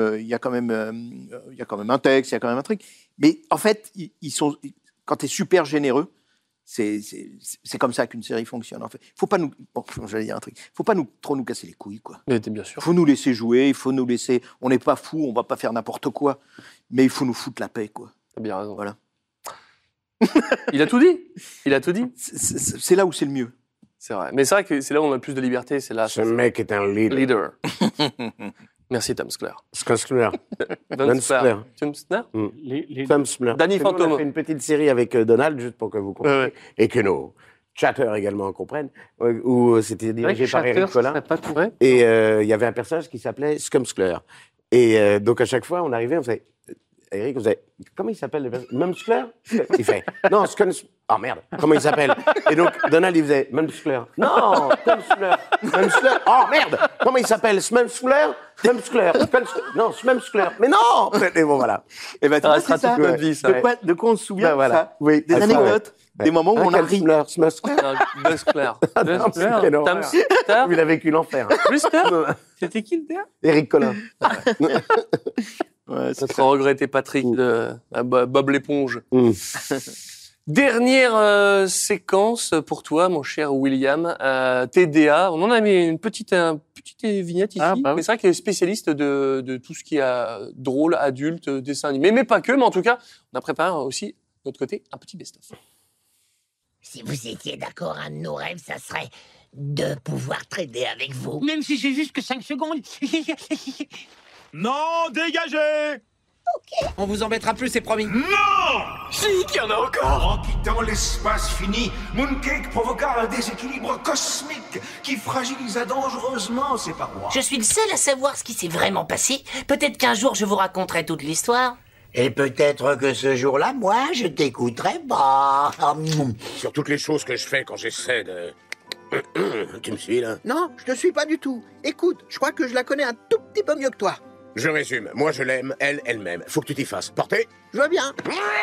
un texte, il y a quand même un truc. Mais en fait, ils sont, quand tu es super généreux, c'est comme ça qu'une série fonctionne. En fait, faut pas j'allais dire un truc. Faut pas trop nous casser les couilles, quoi. Mais bien sûr. Faut nous laisser jouer. Il faut nous laisser. On n'est pas fous, on va pas faire n'importe quoi. Mais il faut nous foutre la paix, quoi. T'as bien raison. Voilà. Il a tout dit. Il a tout dit. C'est là où c'est le mieux. C'est vrai. Mais c'est vrai que c'est là où on a le plus de liberté. C'est là. Ce mec est un leader. Merci, Tom Scler. Skler. Tom Scler. Tom Scler. Danny Phantom. On a fait une petite série avec Donald, juste pour que vous compreniez. Et que nos chatters également comprennent. Où c'était dirigé par Eric Collin. Et il y avait un personnage qui s'appelait Scumscler. Et donc à chaque fois, on arrivait, on faisait. Eric, vous avez... Comment il s'appelle? Mumscler? Il fait, non, Scumscler. Oh merde, comment il s'appelle? Et donc, Donald, il faisait, Mumscler. Non, Mumscler. Mumscler. Oh merde, comment il s'appelle? Smumscler? Mumscler. Non, Smumscler. Mais non! Et bon, voilà. Et ben, tu vois, c'est ça. De quoi on se souvient, voilà. Ça? Oui, des anecdotes, des moments où on a ri. Smumscler. Il a vécu l'enfer. C'était qui le gars? Eric Collin. Ouais, ça sera regretté, Patrick, Bob l'éponge. Dernière séquence pour toi, mon cher William. TDA. On en a mis une petite vignette ici. Mais c'est vrai qu'il est spécialiste de tout ce qui est drôle, adulte, dessin animé. Mais pas que, mais en tout cas, on a préparé aussi, de notre côté, un petit best-of. Si vous étiez d'accord, un de nos rêves, ça serait de pouvoir trader avec vous. Même si j'ai juste que 5 secondes. Non, dégagez! Ok. On vous embêtera plus, c'est promis. Non! Si, qu'il y en a encore! En quittant l'espace fini, Mooncake provoqua un déséquilibre cosmique qui fragilisa dangereusement ses parois. Je suis le seul à savoir ce qui s'est vraiment passé. Peut-être qu'un jour, je vous raconterai toute l'histoire. Et peut-être que ce jour-là, moi, je t'écouterai pas. Sur toutes les choses que je fais quand j'essaie de... Tu me suis, là? Non, je te suis pas du tout. Écoute, je crois que je la connais un tout petit peu mieux que toi. Je résume. Moi, je l'aime, elle m'aime. Faut que tu t'y fasses. Portez. Je veux bien.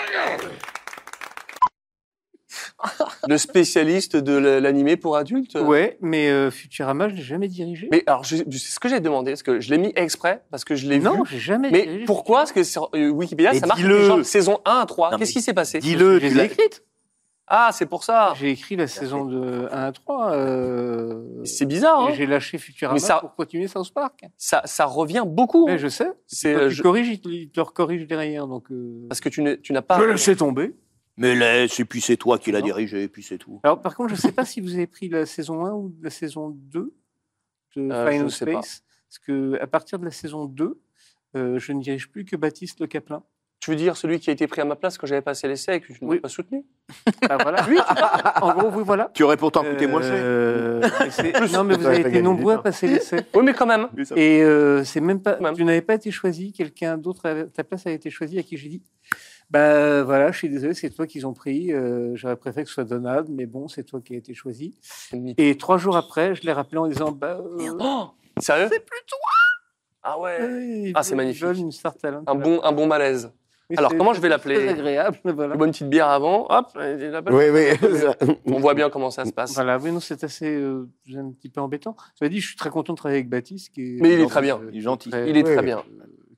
Le spécialiste de l'animé pour adultes. Ouais, mais Futurama, je l'ai jamais dirigé. Mais alors, c'est ce que j'ai demandé, parce que je l'ai mis exprès, parce que je l'ai vu. Non, j'ai jamais dirigé. Mais pourquoi? Parce que sur Wikipédia, ça marque genre saison 1 à 3. Qu'est-ce qui s'est passé? Dis-le, tu l'as écrite. Ah, c'est pour ça. J'ai écrit la saison de 1 à 3. C'est bizarre, hein. Et j'ai lâché Futurama pour continuer South Park. Ça revient beaucoup. Mais je sais. Tu corriges, il te recorrige derrière. Donc, parce que tu n'as pas... Je laissais tomber. Mais laisse, et puis c'est toi qui l'as dirigé, et puis c'est tout. Alors, par contre, je ne sais pas si vous avez pris la saison 1 ou la saison 2 de Final Space. Parce qu'à partir de la saison 2, je ne dirige plus que Baptiste Le Caplin. Tu veux dire celui qui a été pris à ma place quand j'avais passé l'essai et que je ne l'ai pas soutenu? Ah, voilà. Oui, en gros, oui, voilà. Tu aurais pourtant coûté moins cher. Non, mais vous avez été nombreux à passer l'essai. Oui, mais quand même. Et c'est même pas. Tu n'avais pas été choisi. Quelqu'un d'autre à ta place a été choisi, à qui j'ai dit. Bah voilà, je suis désolé, c'est toi qu'ils ont pris. J'aurais préféré que ce soit Donald, mais bon, c'est toi qui as été choisi. Et 3 jours après, je l'ai rappelé en disant sérieux? C'est plus toi. Ah ouais. Ah, c'est magnifique. Une star talent. Un bon malaise. Oui, alors, comment je vais l'appeler? C'est agréable, voilà. Une bonne petite bière avant, hop, oui. On voit bien comment ça se passe. Voilà, oui, non, c'est assez un petit peu embêtant. Ça veut dire, je suis très content de travailler avec Baptiste. Mais il est très bien. Il est gentil. Il est très bien.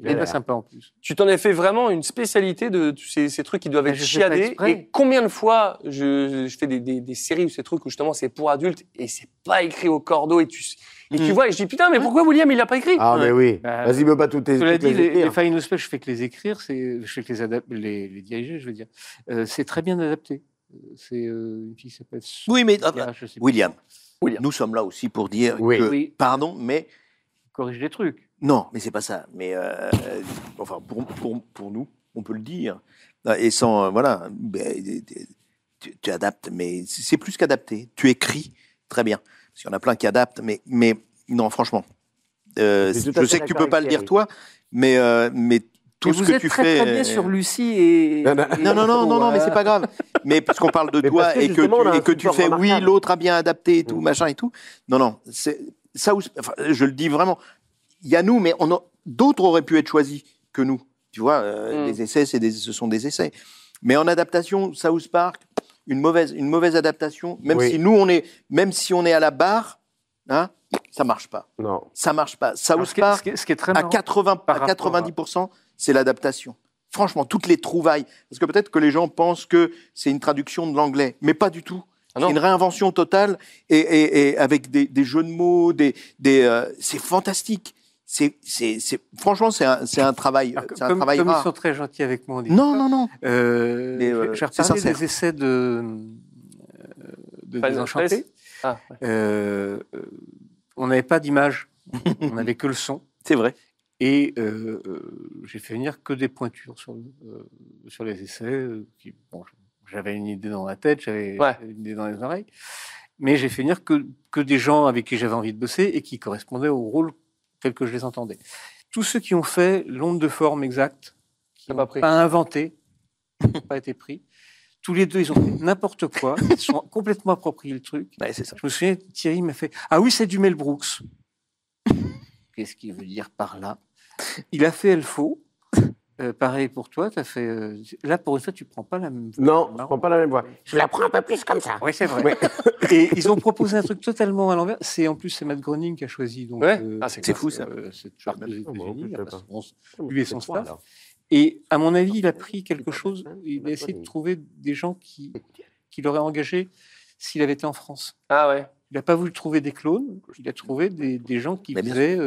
Il est pas sympa en plus. Tu t'en as fait vraiment une spécialité de ces trucs qui doivent être Je fais pas chiadés. exprès. Et combien de fois je fais des séries ou ces trucs où justement c'est pour adultes et c'est pas écrit au cordeau et tu vois et je dis putain mais pourquoi William il l'a pas écrit? Ah mais oui. Vas-y, me pas toutes tes. Cela dit, les écrire. Final Space, je fais que les écrire, je fais que les diriger, je veux dire. C'est très bien adapté. C'est une fille qui s'appelle. Oui, mais je sais plus. William, nous sommes là aussi pour dire que, Oui. pardon, mais corrige des trucs. non, mais c'est pas ça. Mais enfin, pour nous, on peut le dire. Et sans voilà, tu adaptes, mais c'est plus qu'adapter. Tu écris très bien. Parce qu'il y en a plein qui adaptent, mais non, franchement, je sais que tu peux pas le dire toi, mais tout ce que tu fais. Vous êtes très bien sur Lucie et. Non, mais c'est pas grave. Mais puisqu'on parle de toi et que tu fais oui, l'autre a bien adapté et tout, machin et tout. Non, c'est ça où, enfin, je le dis vraiment. Il y a nous, mais d'autres auraient pu être choisis que nous. Tu vois, les essais, ce sont des essais. Mais en adaptation, South Park, une mauvaise adaptation, même si on est à la barre, hein, ça marche pas. Non. Ça marche pas. South Park, ce qui est très à marrant, 90%, c'est l'adaptation. Franchement, toutes les trouvailles. Parce que peut-être que les gens pensent que c'est une traduction de l'anglais, mais pas du tout. C'est une réinvention totale et avec des jeux de mots, c'est fantastique. Franchement, c'est un travail, comme rare. ils sont très gentils avec moi. Non. J'ai reparlé des essais de Désenchanté. Ah, ouais. On n'avait pas d'image, on n'avait que le son. C'est vrai. Et j'ai fait venir que des pointures sur les essais. J'avais une idée dans la tête, j'avais une idée dans les oreilles, mais j'ai fait venir que des gens avec qui j'avais envie de bosser et qui correspondaient au rôle tel que je les entendais. Tous ceux qui ont fait l'onde de forme exacte, qui n'ont pas inventé, n'ont pas été pris, tous les deux, ils ont fait n'importe quoi, ils sont complètement appropriés le truc. C'est ça. Je me souviens, Thierry m'a fait « Ah oui, c'est du Mel Brooks ». Qu'est-ce qu'il veut dire par là? Il a fait Elfo. Pareil pour toi, tu as fait. Là, pour une fois, tu ne prends pas la même voix. Non, je ne prends pas la même voix. Je la prends un peu plus comme ça. Oui, c'est vrai. Ouais. Et ils ont proposé un truc totalement à l'envers. En plus, c'est Matt Groening qui a choisi. Donc, c'est fou, ça. Cette charte des États-Unis, lui et son staff. Et à mon avis, il a pris quelque chose. Il a essayé de trouver des gens qui l'auraient engagé s'il avait été en France. Ah ouais. Il n'a pas voulu trouver des clones. Il a trouvé des gens qui faisaient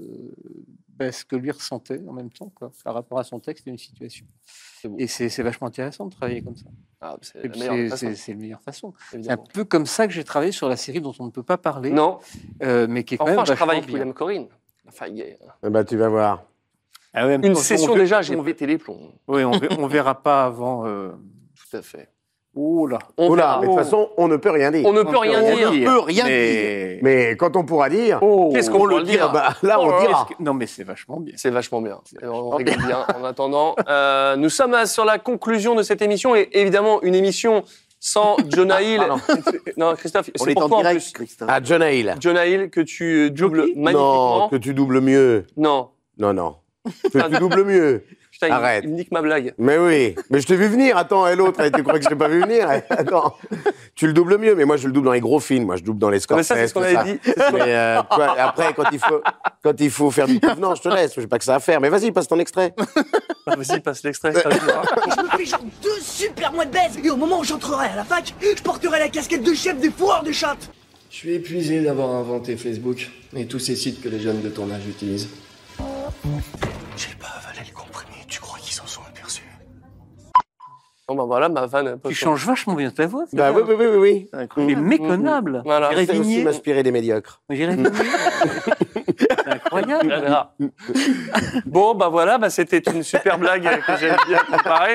ce que lui ressentait en même temps, quoi, par rapport à son texte et une situation. Et c'est vachement intéressant de travailler comme ça. Ah, c'est la meilleure façon. C'est un peu comme ça que j'ai travaillé sur la série dont on ne peut pas parler. Non. Mais qui est quand même je travaille avec bien. William Corinne. Enfin, tu vas voir. Ah ouais, une session déjà, j'ai pété les plombs. Oui, on verra pas avant. Tout à fait. Oh là. Mais de toute façon, on ne peut rien dire. On ne peut rien dire. Mais quand on pourra dire, qu'est-ce qu'on le dira là, on dira. Non, mais c'est vachement bien. C'est vachement bien. On rigole bien. En attendant, nous sommes sur la conclusion de cette émission et évidemment une émission sans Jonah Hill. Non, Christophe, c'est pour toi en plus. Ah, Jonah Hill. Jonah Hill que tu doubles magnifiquement. Non, que tu doubles mieux. Non. Que tu doubles mieux. Putain, arrête. Il me nique ma blague. Mais oui, mais je t'ai vu venir. Attends, et l'autre, tu crois que je t'ai pas vu venir? Attends, tu le doubles mieux, mais moi je le double dans les gros films. Moi je double dans les Scorsese. Mais ça, c'est ce qu'on avait dit. Mais après, quand il faut faire du tout, non, je te laisse. J'ai pas que ça à faire. Mais vas-y, passe ton extrait. Vas-y, passe l'extrait. Je me fais genre 2 super mois de baise et au moment où j'entrerai à la fac, je porterai la casquette de chef des fourreurs de chatte. Je suis épuisé d'avoir inventé Facebook et tous ces sites que les jeunes de ton âge utilisent. J'ai pas avalé le comprimé, tu crois qu'ils s'en sont aperçus? Bon ben voilà, ma vanne. Tu changes vachement bien ta voix. Bah oui. C'est méconnaissable. Voilà. Je sais aussi m'inspirer des médiocres. C'est incroyable. Bon, bah voilà, c'était une super blague que j'ai bien préparée.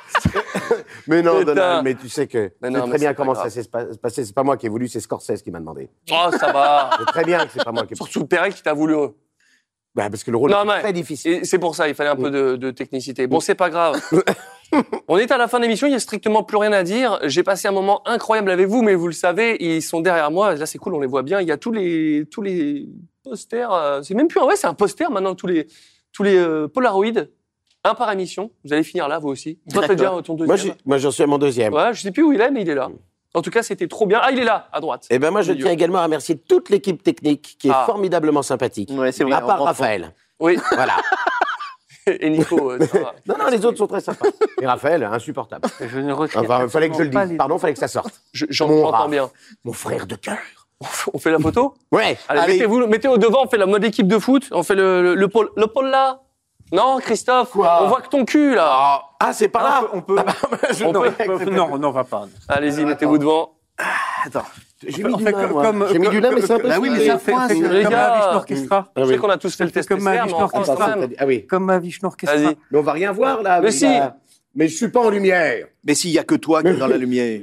Mais non, Donald, mais tu sais que mais c'est très bien comment ça s'est passé. C'est pas moi qui ai voulu, c'est Scorsese qui m'a demandé. Oh, ça va. C'est très bien que c'est pas moi qui ai voulu. Surtout Perret qui t'a voulu. Bah, parce que le rôle est très difficile. Et c'est pour ça, il fallait un peu de technicité. Bon, c'est pas grave. On est à la fin de l'émission, il y a strictement plus rien à dire. J'ai passé un moment incroyable avec vous, mais vous le savez, ils sont derrière moi. Là, c'est cool, on les voit bien. Il y a tous les posters. C'est même plus c'est un poster maintenant. Tous les Polaroid, un par émission. Vous allez finir là, vous aussi. Toi, t'as déjà ton deuxième. Moi, j'en suis à mon deuxième. Ouais, je sais plus où il est, mais il est là. En tout cas, c'était trop bien. Ah, il est là, à droite. Et ben moi, je tiens également à remercier toute l'équipe technique qui est formidablement sympathique. Ouais, c'est vrai. À part Raphaël. Oui. Voilà. Et Nico, ça va. Non, les autres sont très sympas. Et Raphaël, insupportable. Je ne retiens Enfin, fallait que je le absolument pas dise. les- Pardon, fallait que ça sorte. J'entends Raph, bien. Mon frère de cœur. On fait la photo? Ouais. Allez, mettez-vous devant, on fait la mode équipe de foot, on fait le pôle là. Non, Christophe, on voit que ton cul, là. Ah, c'est pas là. On peut. Non, on va pas. Allez-y, mettez-vous devant. Attends. J'ai On mis du fait lin, comme- moi. comme- J'ai mis du lin, mais c'est un peu... Bah oui, mais fini. ça Fait- pointe. fait- Les Comme gars, ma Vishnu Orchestra. Ah Je sais oui. qu'on a tous fait le test Comme ma PCR, mais Vishnu en France, Orchestra. quand même. Ah oui. Comme ma Vishnu Orchestra. Vas-y. Mais on va rien voir, là. Mais si. Mais je suis pas en lumière. Mais s'il y a que toi qui es dans la lumière,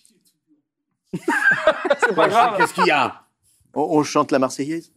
C'est pas grave. Qu'est-ce qu'il y a? on chante la Marseillaise.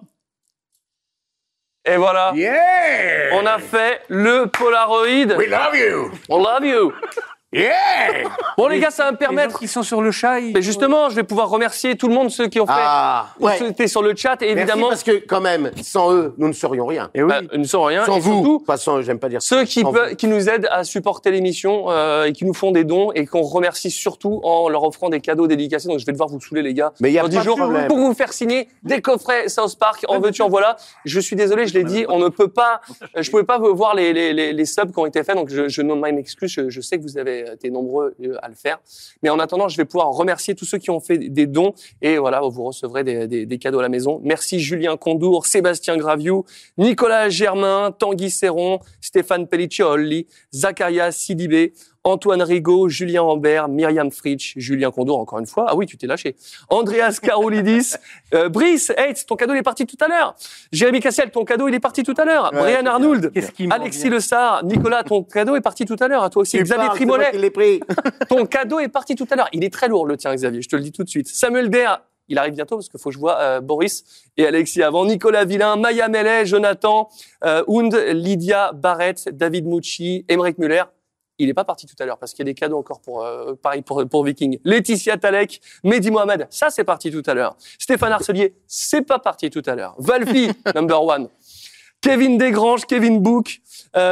Et voilà. Yeah! On a fait le Polaroid. We love you! On love you. Yeah! Bon, les gars, ça va me Les gens permettre. qui sont sur le chat, Mais justement, je vais pouvoir remercier tout le monde, ceux qui ont fait. Ah, Ceux qui étaient sur le chat, et évidemment. Merci, parce que, quand même, sans eux, nous ne serions rien. Et oui. Nous ne sommes rien. Sans et vous. surtout, Pas sans, j'aime pas dire ceux qui, sans vous. qui nous aident à supporter l'émission et qui nous font des dons et qu'on remercie surtout en leur offrant des cadeaux dédicacés. Donc je vais devoir vous saouler, les gars, Mais il y a dans pas 10 de jours problème. pour vous faire signer des coffrets South Park. En veux-tu, en voilà. Je suis désolé, je l'ai dit, on ne peut pas, je pouvais pas voir les subs qui ont été faits, donc je nomme ma excuse. Je sais que vous avez été nombreux à le faire, mais en attendant, je vais pouvoir remercier tous ceux qui ont fait des dons et voilà, vous recevrez des cadeaux à la maison. Merci Julien Condour, Sébastien Graviou, Nicolas Germain, Tanguy Serron, Stéphane Pelliccioli, Zacharias Sidibé, Antoine Rigaud, Julien Ambert, Myriam Fritsch, Julien Condour, encore une fois. Ah oui, tu t'es lâché. Andreas Karoulidis, Brice, hey, ton cadeau, il est parti tout à l'heure. Jérémy Cassel, ton cadeau, il est parti tout à l'heure. Ouais, Brian Arnould, Qu'est-ce qui me Alexis revient Le Sar, Nicolas, ton cadeau est parti tout à l'heure. À toi aussi. Tu Xavier parles, c'est moi Trimolet, qui l'ai pris. ton cadeau est parti tout à l'heure. Il est très lourd, le tien, Xavier. Je te le dis tout de suite. Samuel Der, il arrive bientôt parce qu'il faut que je vois Boris et Alexis avant. Nicolas Villain, Maya Mellet, Jonathan, Hund, Lydia Barrett, David Mucci, Emmerich Muller. Il n'est pas parti tout à l'heure parce qu'il y a des cadeaux encore pareil pour Viking. Laetitia Talek, Mehdi Mohamed, ça c'est parti tout à l'heure. Stéphane Arcelier, c'est pas parti tout à l'heure. Valfi, number one. Kevin Desgranges, Kevin Book,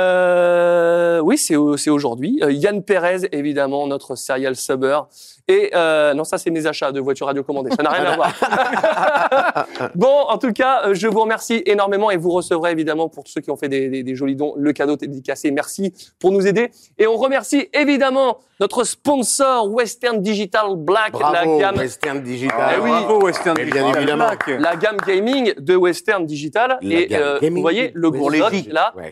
oui c'est aujourd'hui. Yann Perez, évidemment, notre serial subber. Et non, ça c'est mes achats de voitures radiocommandées, ça n'a rien à voir. Bon, en tout cas, je vous remercie énormément et vous recevrez évidemment pour tous ceux qui ont fait des jolis dons le cadeau dédicacé. Merci pour nous aider. Et on remercie évidemment notre sponsor Western Digital Black, Bravo, la gamme. Western Digital. Eh oui. Bravo, Western Mais Digital. bien évidemment. Black. La gamme gaming de Western Digital. La Et gamme gaming. vous voyez le Pour gros les doc filles. là. Ouais.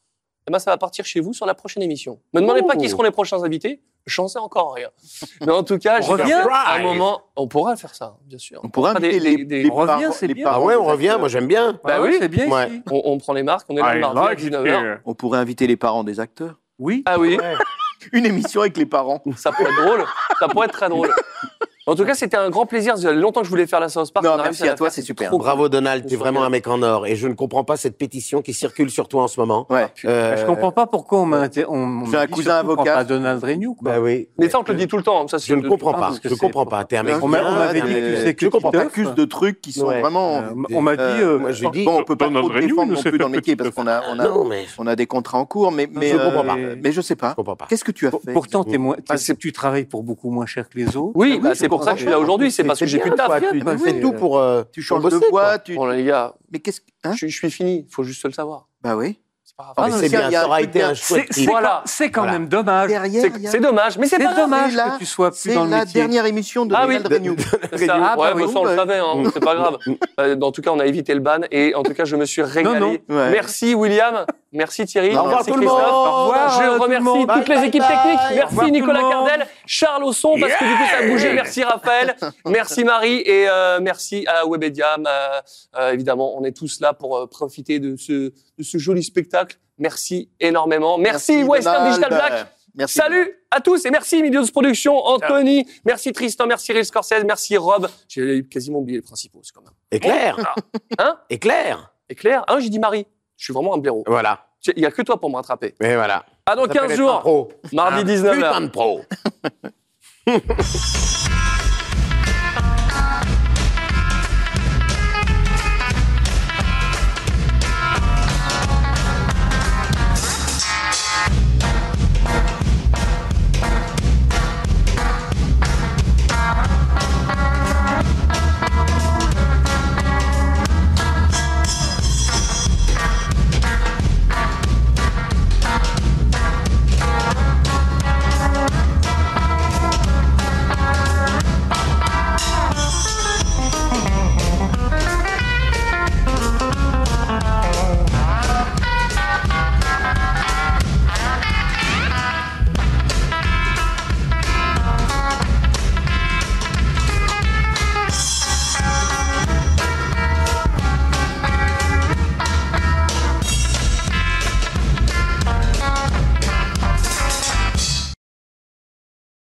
Eh ben, ça va partir chez vous sur la prochaine émission. Me demandez pas qui seront les prochains invités. J'en sais encore rien. Mais en tout cas, je revient à un moment. On pourra faire ça, bien sûr. On pourrait fera inviter les On revient, parents- c'est les bien. Ah parents ouais, on des revient, acteurs. moi j'aime bien. Bah Ah oui, c'est bien Ouais. ici. on prend les marques. On est là le mardi à 19h. On pourrait inviter les parents des acteurs. Oui. Ah oui, Une émission avec les parents. ça pourrait être drôle. Ça pourrait être très drôle. En tout cas, c'était un grand plaisir. Ça faisait longtemps que je voulais faire la South Park. Non, On a merci réussi la à toi, faire. c'est super. trop Bravo Donald, On t'es se vraiment regarde. un mec en or. Et je ne comprends pas cette pétition qui circule sur toi en ce moment. Ouais. Je comprends pas pourquoi on m'a J'ai un dit cousin surtout, prends avocat. pas Donald Renew, quoi. Bah oui. Mais ça, on te le dit tout le temps. Ça, c'est Je ne de- comprends pas. parce que Je c'est- comprends pas. T'es un mec On m'avait dit bien, que tu sais que je comprends tu pas. T'accuses de trucs qui sont Ouais. vraiment. On m'a dit. Moi, je dis. Bon, on peut pas Donald trop te Renew, défendre il non ne plus dans le sait métier pas parce qu'on a, Non, mais on a des contrats en cours, mais je comprends pas. mais je sais pas. Je comprends pas. Qu'est-ce que tu as fait Pourtant, Ah, c'est- tu travailles pour beaucoup moins cher que les autres. Oui, Ah bah, c'est pour ça que je suis là aujourd'hui. C'est parce que j'ai plus de taf. Tu bah, fais oui, tout pour. Tu changes pour de bosser, voix, quoi. tu. Bon, là, les gars, Mais qu'est-ce que. Hein je suis fini. Il faut juste le savoir. Bah oui. C'est pas grave. Ah, mais c'est tiens, bien, il y a ça un aura truc été bien. un chouette C'est clip. Voilà. quand Voilà. même dommage. Derrière, il y a- C'est dommage, mais c'est C'est pas grave. dommage Et là, que tu sois plus c'est dans le la métier. dernière émission de Ah oui. Donald Renew. C'est ça. Ah, bah ouais, oui. bah, ça, on le savait, hein. C'est pas grave. En tout cas, on a évité le ban et en tout cas, je me suis régalé. Non. Ouais. Merci William, merci Thierry, Au revoir merci tout le Christophe. monde. Au revoir, Je tout le remercie monde. toutes les Bye, équipes bye, techniques. bye. Au Merci revoir tout Nicolas le monde. Cardel, Charles au son parce que du coup ça a bougé. Merci Raphaël, merci Marie et merci à Webedia. Évidemment, on est tous là pour profiter de ce joli spectacle. Merci énormément. Merci Western Donald. Digital Black. Merci. Salut à tous et merci Milieux de Production, Anthony, merci Tristan, merci Real Scorsese, merci Rob. J'ai quasiment oublié les principaux, c'est quand même. Éclair. Hein? Éclair. Et Claire, hein, j'ai dit Marie. Je suis vraiment un blaireau. Voilà. Il y a que toi pour me rattraper. Et voilà. À dans Ça s'appelle 15 être jours. un pro. Mardi Un 19h. putain de pro.